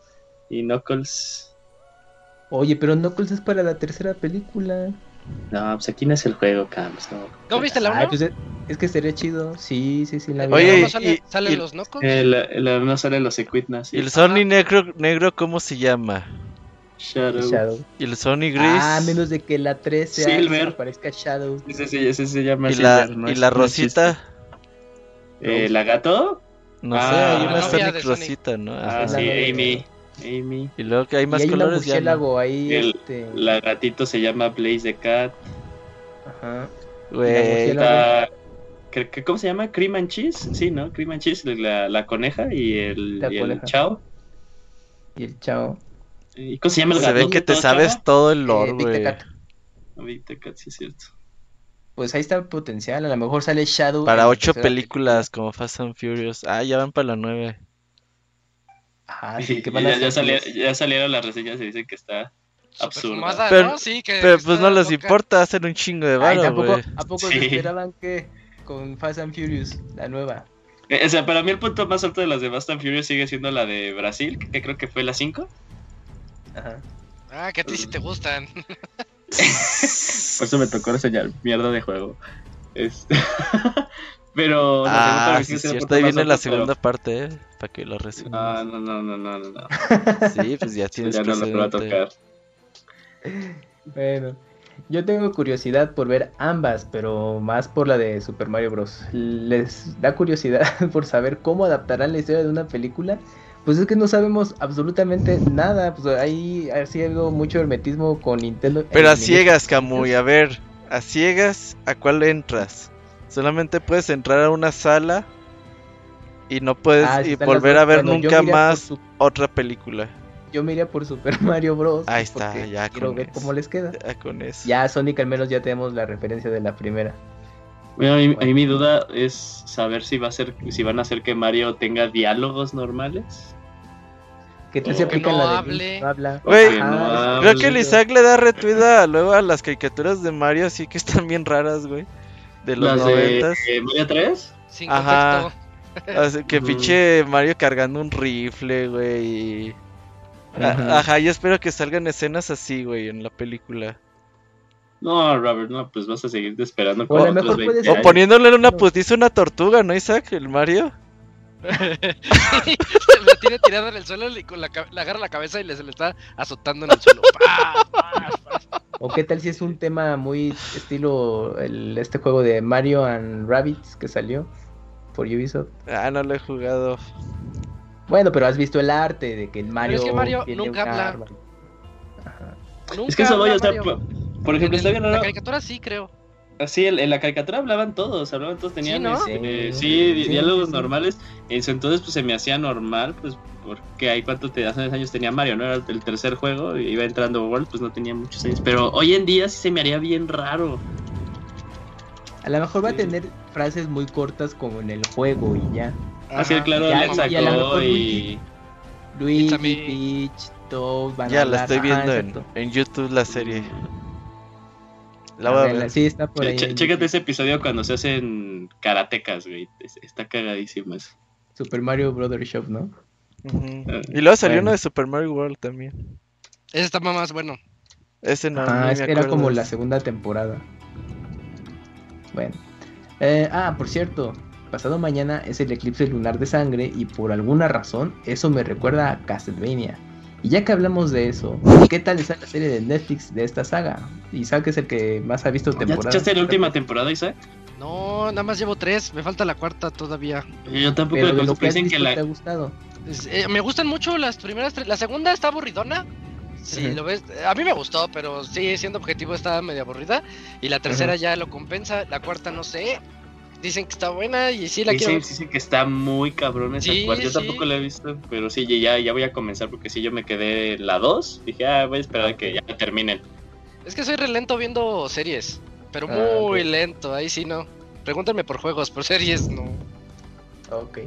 y Knuckles. Oye, pero Knuckles es para la tercera película. No, pues aquí no es el juego, Camps. ¿No viste la 1? Pues es que sería chido. Sí, la vi. Oye, ¿No salen los Knuckles? No salen los Equidnas. ¿Y el Sony negro cómo se llama? Shadow. ¿Y el Sony gris? Menos de que la 3 Silver. aparezca Shadow. Ese se llama ¿Y Silver, no y es- la no es Rosita? chiste. ¿La gato? No sé, Ah, hay una la novia Sonic de Sonic. Rosita, ¿no? Ah, Ajá. sí, la- Amy. Y luego que hay más y hay un colores ya. ¿no? murciélago ahí. La gatito se llama Blaze the Cat. Ajá. Güey, La ¿Cómo se llama? Cream and Cheese. Sí, ¿no? Cream and Cheese, la coneja y el coneja. Chao. Y el Chao. ¿Y cómo se llama el se gato? ve que te sabes todo el lore, Big güey. Cat. Big the Cat, sí es cierto. Pues ahí está el potencial. A lo mejor sale Shadow. Para en la 8 tercera películas como Fast and Furious. Ah, ya van para la 9. Ajá, sí, que van a ya ser salieron las reseñas y dicen que está absurdo. Superfumada, Pero- ¿no? Sí, que Pero está pues no les loca. importa hacer un chingo de Ay, varo, güey. ¿a poco Sí. se esperaban que con Fast and Furious, la nueva? O sea, para mí el punto más alto de las de Fast and Furious sigue siendo la de Brasil, que creo que fue la 5. Ajá. Ah, que a ti sí te gustan. Por eso me tocó reseñar mierda de juego. Pero la segunda para mí Sí, sigue siendo el cierto. punto Ahí más viene la alto, segunda parte, para que lo pero- resumen. No. Sí, pues ya tienes Ya no lo va a precedente. tocar. Bueno, yo tengo curiosidad por ver ambas, pero más por la de Super Mario Bros. ¿Les da curiosidad por saber cómo adaptarán la historia de una película? Pues es que no sabemos absolutamente nada. Pues ahí sí ha habido mucho hermetismo con Nintendo. Pero en a el ciegas, inicio. Camuy, a ver, a ciegas, ¿a cuál entras? Solamente puedes entrar a una sala y no puedes Ah, sí, y están volver las a dos. ver Bueno, yo nunca miré por más su- otra película. Yo me iría por Super Mario Bros. Ahí está, porque ya quiero con ver eso. cómo les queda. Ya con eso. Ya Sonic al menos ya tenemos la referencia de la primera. Bueno, a mí mi duda es saber si van a hacer que Mario tenga diálogos normales. ¿Qué tal O se que aplica no la de hable. Link no habla? Güey, que no Ah, Creo hable. que el Isaac le da retweet luego a las caricaturas de Mario, así que están bien raras, güey. De los Las de 90s. Mario 3. Sin Ajá. contexto. Así que pinche Mario cargando un rifle, güey. y- Ajá. Ajá, yo espero que salgan escenas así, güey, en la película. No, Robert, no, pues vas a seguir esperando O a lo como mejor otros puede 20 ser- O años. poniéndole una putiza a una tortuga, ¿no, Isaac? El Mario. Lo tiene tirado en el suelo y con le agarra la cabeza y se le está azotando en el suelo. ¡Pah! ¡Pah! O qué tal si es un tema muy estilo este juego de Mario and Rabbids que salió por Ubisoft. Ah, no lo he jugado. Bueno, pero has visto el arte de que el Mario. es que Mario tiene nunca un habla. arma. Ajá. Nunca Es que eso voy, habla o sea, Mario. por ejemplo, está bien La raro. caricatura sí, creo. Así, en la caricatura hablaban todos, tenían Sí, ¿no? Sí, diálogos sí. normales. En ese entonces, pues se me hacía normal, pues porque ahí hace años tenía Mario, ¿no? Era el tercer juego, y iba entrando World, pues no tenía muchos años. Pero hoy en día sí se me haría bien raro. A lo mejor va a Sí. tener frases muy cortas como en el juego y ya. Así, Ajá. claro, Ya, le y a lo sacó mejor y. Luigi, It's a me. Peach, Toad, van a Ya la hablar. estoy Ajá, viendo exacto. en YouTube la serie. La A voy a verla, ver. sí, está por ahí. en Chécate YouTube. ese episodio cuando se hacen karatecas, güey. Está cagadísimo eso. Super Mario Brother Shop, ¿no? Ujú. Y luego salió Bueno. uno de Super Mario World también. Ese está más bueno. Ese no, Ajá, ni es me que era acuerdo como de la ese. segunda temporada. Bueno. Por cierto, pasado mañana es el eclipse lunar de sangre y por alguna razón eso me recuerda a Castlevania. Y ya que hablamos de eso, ¿qué tal está la serie de Netflix de esta saga? Isaac es el que más ha visto ¿Ya te temporadas. echaste la última temporada, Isaac? No, nada más llevo 3. Me falta la cuarta todavía. Yo tampoco Pero le de lo conozco, que has dicen visto que te ha gustado. Me gustan mucho las primeras 3. La segunda está aburridona. Si Ujú. lo ves, a mí me gustó, pero sí, siendo objetivo, está medio aburrida. Y la tercera ya lo compensa. La cuarta no sé. Dicen que está buena y sí la quiero ver. Dicen que está muy cabrón esa Sí, cuarta. Yo sí. tampoco la he visto, pero sí, ya voy a comenzar porque sí, yo me quedé en la 2. Dije, voy a esperar a que ya terminen. Es que soy re lento viendo series, pero Ah, muy ok. lento, ahí sí no. Pregúntame por juegos, por series no. Ok.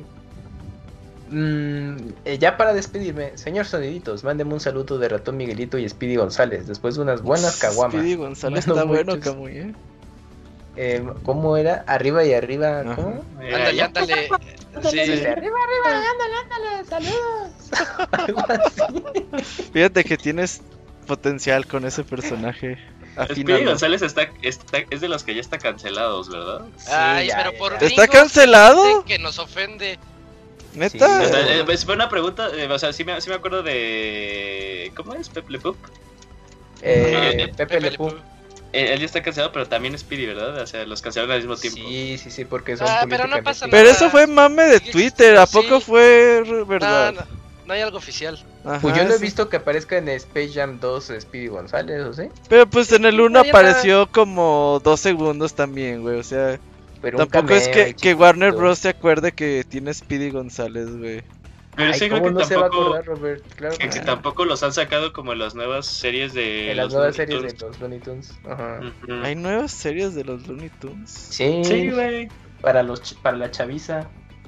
Ya para despedirme, señor Soniditos, mándeme un saludo de Ratón Miguelito y Speedy González, después de unas buenas caguamas. Speedy González Bueno, está bueno, muchos. Camuy, ¿eh? ¿Cómo era? Arriba y arriba, ¿cómo? Ándale, ándale. Sí. Arriba, ándale, saludos. Algo así. Fíjate que tienes potencial con ese personaje. Speedy Afínalo. González es de los que ya está cancelados, ¿verdad? Ay, ya, pero ya, por ya. ¿Está gringos cancelado? dicen que nos ofende. ¿Neta? Sí. O sea, fue una pregunta, o sea, sí me acuerdo de... ¿Cómo es? Pepe Le Pew. Pepe Le Pew. Él ya está cancelado, pero también Speedy, ¿verdad? O sea, los cancelaron al mismo tiempo. Sí, porque son Pero no pasa políticamente- Pero nada. eso fue mame de Sigue Twitter, ¿a existiendo, poco sí. fue verdad? No hay algo oficial. Ajá, Pues yo no he sí. visto que aparezca en Space Jam 2 Speedy González, ¿o sí? Pero pues en el 1 No, ya apareció como 2 segundos también, güey, o sea... Pero un Tampoco es cameo que chiquito. Warner Bros. Se acuerde que tiene Speedy González, güey. Pero Ay, sí creo ¿cómo que no se va a tampoco... acordar, Robert? Claro Que sí. tampoco los han sacado como en las nuevas series de... En las los nuevas Looney series de Tunes. los Looney Tunes. Ajá. Ujú. Hay nuevas series de los Looney Tunes. Sí, Sí, güey. para la chaviza.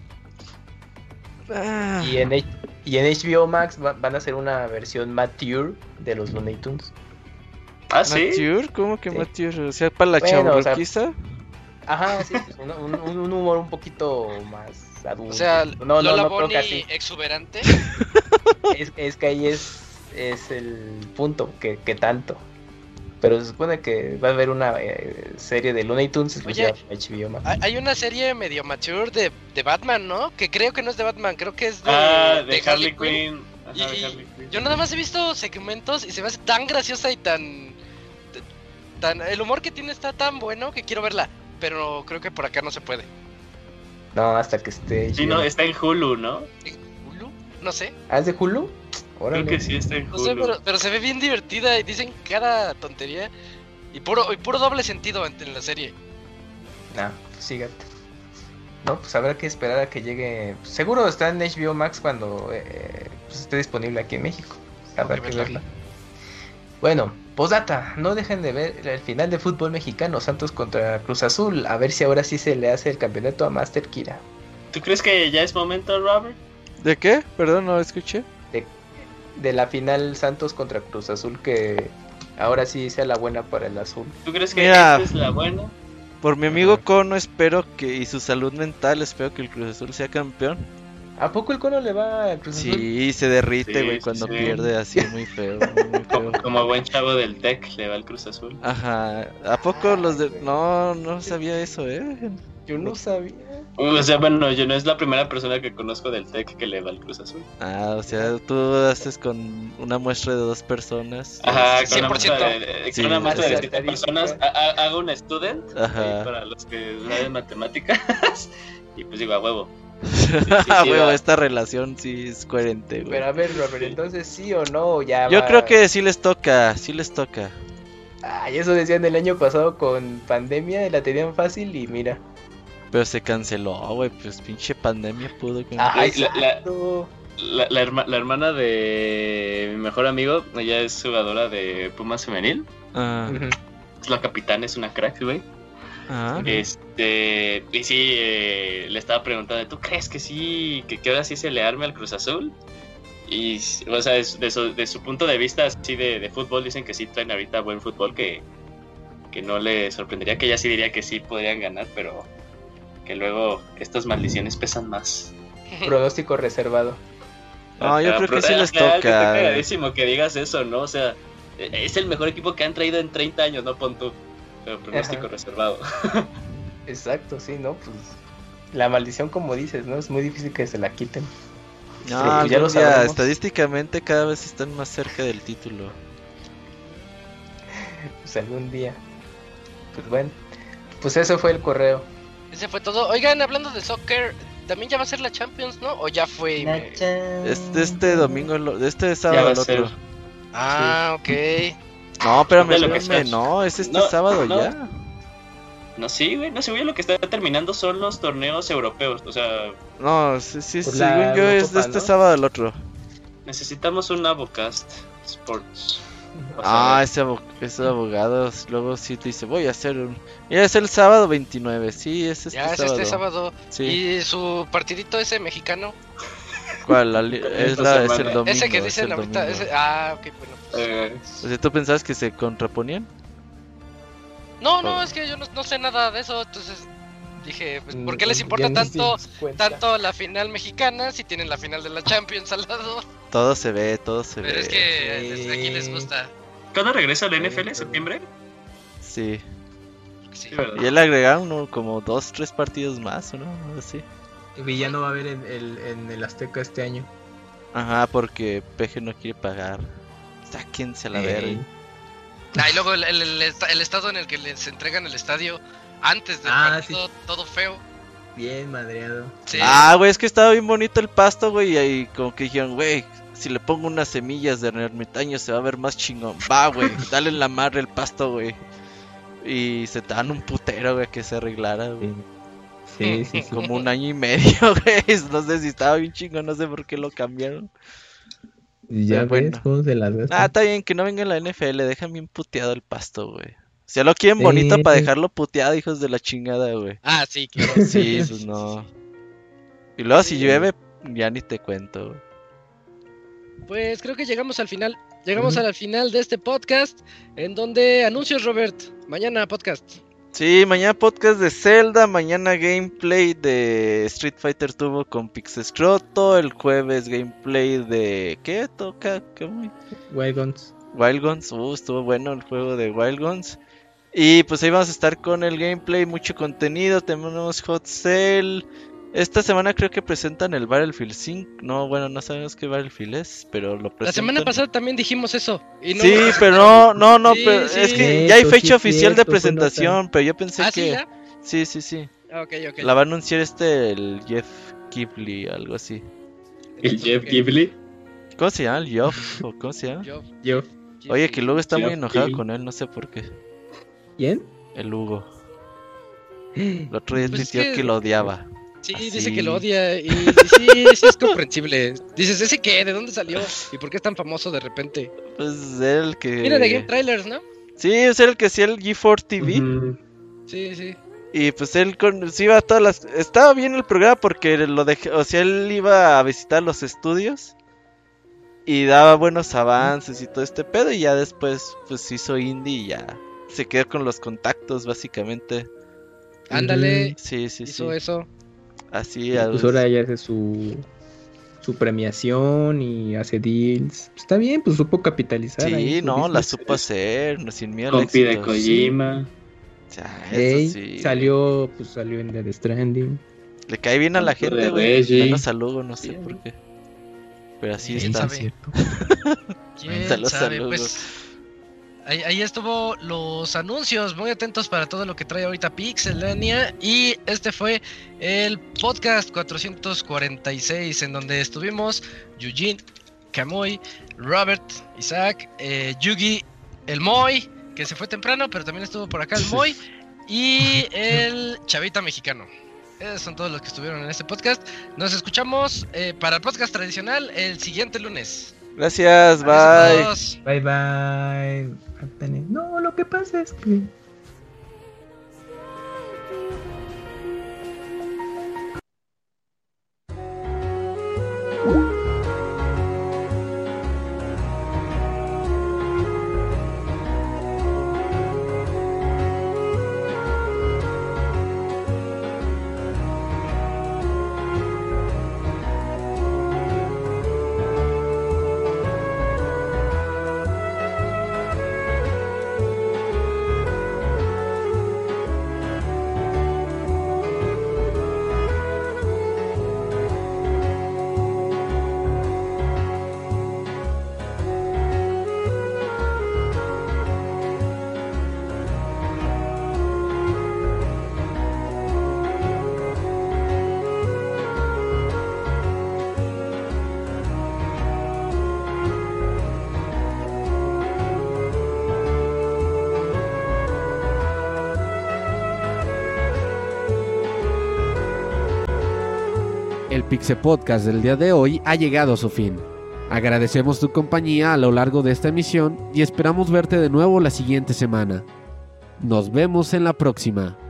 Ah, Y en HBO Max van a hacer una versión mature de los Looney Tunes. Ah, sí. ¿Mature? ¿Cómo que Sí. Mature? O sea, para la Bueno, o sea, chavorruquiza. Ajá, sí, pues un humor un poquito más adulto. O sea, no Lola creo que Bonnie así. exuberante. Es que ahí es el punto, que tanto. Pero se supone que va a haber una serie de Looney Tunes exclusiva para HBO Max. Hay una serie medio mature de Batman, ¿no? Que creo que no es de Batman, creo que es de, De Harley Quinn. Ajá, Y- de Harley Quinn. Yo nada más he visto segmentos y se me hace tan graciosa y tan... El humor que tiene está tan bueno que quiero verla. Pero creo que por acá no se puede. No, hasta que esté Sí, HBO. no, está en Hulu, ¿no? ¿En Hulu? No sé. ¿Ah, es de Hulu? Creo Órale. que sí está en No sé, Hulu. pero se ve bien divertida y dicen cada tontería. Y puro doble sentido en la serie. Nah, pues sígate. No, pues habrá que esperar a que llegue. Seguro está en HBO Max cuando pues esté disponible aquí en México. Habrá Ok, que verla. verla. Bueno, postdata, no dejen de ver el final de fútbol mexicano, Santos contra Cruz Azul. A ver si ahora sí se le hace el campeonato a Master Kira. ¿Tú crees que ya es momento, Robert? ¿De qué? Perdón, no escuché. De la final Santos contra Cruz Azul, que ahora sí sea la buena para el azul. ¿Tú crees que Mira. esta es la buena? Por mi amigo Ajá. Cono espero que, y su salud mental, espero que el Cruz Azul sea campeón. ¿A poco el cono le va a Cruz Azul? Sí, se derrite, Sí, güey, sí, cuando sí. pierde así, muy feo, muy feo. Como buen chavo del Tec, le va el Cruz Azul. Ajá, ¿a poco los de...? No sabía eso, Yo no sabía. O sea, bueno, yo no es la primera persona que conozco del Tec que le va al Cruz Azul. Ah, o sea, tú haces con una muestra de 2 personas. Ajá, con 100%. una muestra Sí, con una muestra de la 7 estadística. personas, hago un student Ajá. ahí para los que saben matemáticas. Y pues digo, a huevo. Ah, sí, huevo, va. esta relación sí es coherente, güey. Pero a ver, Robert, entonces sí o no, ya Yo va- creo que sí les toca, sí les toca. Ay, eso decían el año pasado con pandemia, la tenían fácil y mira. Pero se canceló, güey, pues pinche pandemia pudo con... Ay, La- la- exacto. La hermana de mi mejor amigo, ella es jugadora de Pumas femenil. Ah, Ujú. Es la capitana, es una crack, güey. ah. Y sí, le estaba preguntando, ¿tú crees que sí, que ahora sí se le arme al Cruz Azul? Y, o sea, de su punto de vista, así de fútbol, dicen que sí traen ahorita buen fútbol, que no le sorprendería, que ella sí diría que sí podrían ganar, pero que luego estas maldiciones pesan más. Pronóstico reservado. No, yo creo que sí les Está toca. cagadísimo que digas eso, ¿no? O sea, es el mejor equipo que han traído en 30 años, no pon tú. Pero pronóstico Ajá. reservado. Exacto, sí, ¿no? Pues la maldición, como dices, ¿no? Es muy difícil que se la quiten. No, Pero pues ya algún lo día, sabremos. estadísticamente cada vez están más cerca del título. Pues algún día. Pues bueno. Pues eso fue el correo. Ese fue todo. Oigan, hablando de soccer, también ya va a ser la Champions, ¿no? ¿O ya fue? y me- Este domingo, este Ya sábado va a el ser. otro. Ah, ok. No, espérame, De lo que espérame, sea. no, es este No, sábado no. ya. No, sí, güey, no sé, güey, lo que está terminando son los torneos europeos. O sea, No, sí, Pues según la yo es Eurocopa, de este ¿no? sábado el otro. necesitamos un Avocast Sports. O Ah, sea, ese abogado luego sí te dice, voy a hacer un... Ya es el sábado 29, sí, es este Ya es sábado. este sábado. Sí. Y su partidito ese mexicano. ¿Cuál? Esta Es el semana. domingo. Ese que es dicen el ahorita. domingo. Ok, bueno. Pues, eh, O sea, ¿tú pensabas que se contraponían? No, es que yo no sé nada de eso, entonces dije, pues, ¿por qué les importa tanto la final mexicana si tienen la final de la Champions al lado? Todo se ve. Pero es que aquí les gusta. ¿Cuándo regresa la NFL? ¿En septiembre? Sí. Sí. Y él agregaron como 2-3 partidos más, ¿o no? Así. Y ya no va a haber en el Azteca este año. Ajá, porque PG no quiere pagar. Sáquense a la verga. Y luego el estado en el que les entregan el estadio antes del partido, sí. Todo feo. Bien madreado. Sí. Güey, es que estaba bien bonito el pasto, güey. Y ahí como que dijeron, güey, si le pongo unas semillas de ermitaño se va a ver más chingón. Va, güey, dale en la madre el pasto, güey. Y se te dan un putero, güey, que se arreglara, güey. Sí. Como 1 año y medio, güey. No sé si estaba bien chingón, no sé por qué lo cambiaron. Y ya ves cómo se las gastan. Está bien, que no venga la NFL, dejan bien puteado el pasto, güey. Si ya lo quieren bonito para dejarlo puteado, hijos de la chingada, güey. Sí, claro. Sí, pues no. Y luego si llueve, ya ni te cuento, güey. Pues creo que llegamos al final. Llegamos al final de este podcast, en donde anuncios, Robert. Mañana podcast. Sí, mañana podcast de Zelda, mañana gameplay de Street Fighter Turbo con Pixescroto, el jueves gameplay de... ¿Qué toca? Wild Guns. Estuvo bueno el juego de Wild Guns. Y pues ahí vamos a estar con el gameplay, mucho contenido, tenemos Hot Sale. Esta semana creo que presentan el Battlefield 5. No, bueno, no sabemos qué Battlefield es, pero lo presentan. La semana pasada también dijimos eso. Y no pero no, sí, pero sí. es que ya hay fecha oficial de presentación, pero yo pensé que... ¿Sí, Sí. Okay. La va a anunciar el Jeff Keighley, algo así. ¿El Jeff Keighley? ¿Cómo se llama? ¿El Geoff? ¿O cómo se llama? Geoff. Oye, que luego está muy Geoff enojado Keighley. con él, no sé por qué. ¿Quién? El Hugo. El otro día Pues tuiteó que lo odiaba. Sí, Así. dice que lo odia y sí es comprensible. Dices, ¿ese qué? ¿De dónde salió? ¿Y por qué es tan famoso de repente? Pues era el que... Mira de Game Trailers, ¿no? Sí, es el que hacía el G4 TV. Sí. Y pues él sí iba a todas las... Estaba bien el programa porque lo dejé... O sea, él iba a visitar los estudios y daba buenos avances y todo este pedo. Y ya después pues hizo indie y ya se quedó con los contactos básicamente. Ándale. Sí. Hizo eso. Así. Pues ahora ya hace su premiación y hace deals. Pues está bien, pues supo capitalizar. Sí, no, la supo hacer, sin miedo al Compi de éxito. Kojima. O sea, eso sí. Salió en Death Stranding. Le cae bien a la Compi gente, de güey. Reggie. Menos a Lugo, no sé por qué. Pero así ¿Quién está. sabe? ¿Quién Saludos, sabe? saludos. Pues ahí estuvo los anuncios. Muy atentos para todo lo que trae ahorita Pixelania. Y este fue el podcast 446, en donde estuvimos Eugene, Kamui, Robert, Isaac, Yugi, el Moy, que se fue temprano, pero también estuvo por acá el Moy, y el Chavita Mexicano. Esos son todos los que estuvieron en este podcast. Nos escuchamos para el podcast tradicional el siguiente lunes. Gracias, bye. Adiós a todos. Bye. No, lo que pasa es que... El Pixel Podcast del día de hoy ha llegado a su fin. Agradecemos tu compañía a lo largo de esta emisión y esperamos verte de nuevo la siguiente semana. Nos vemos en la próxima.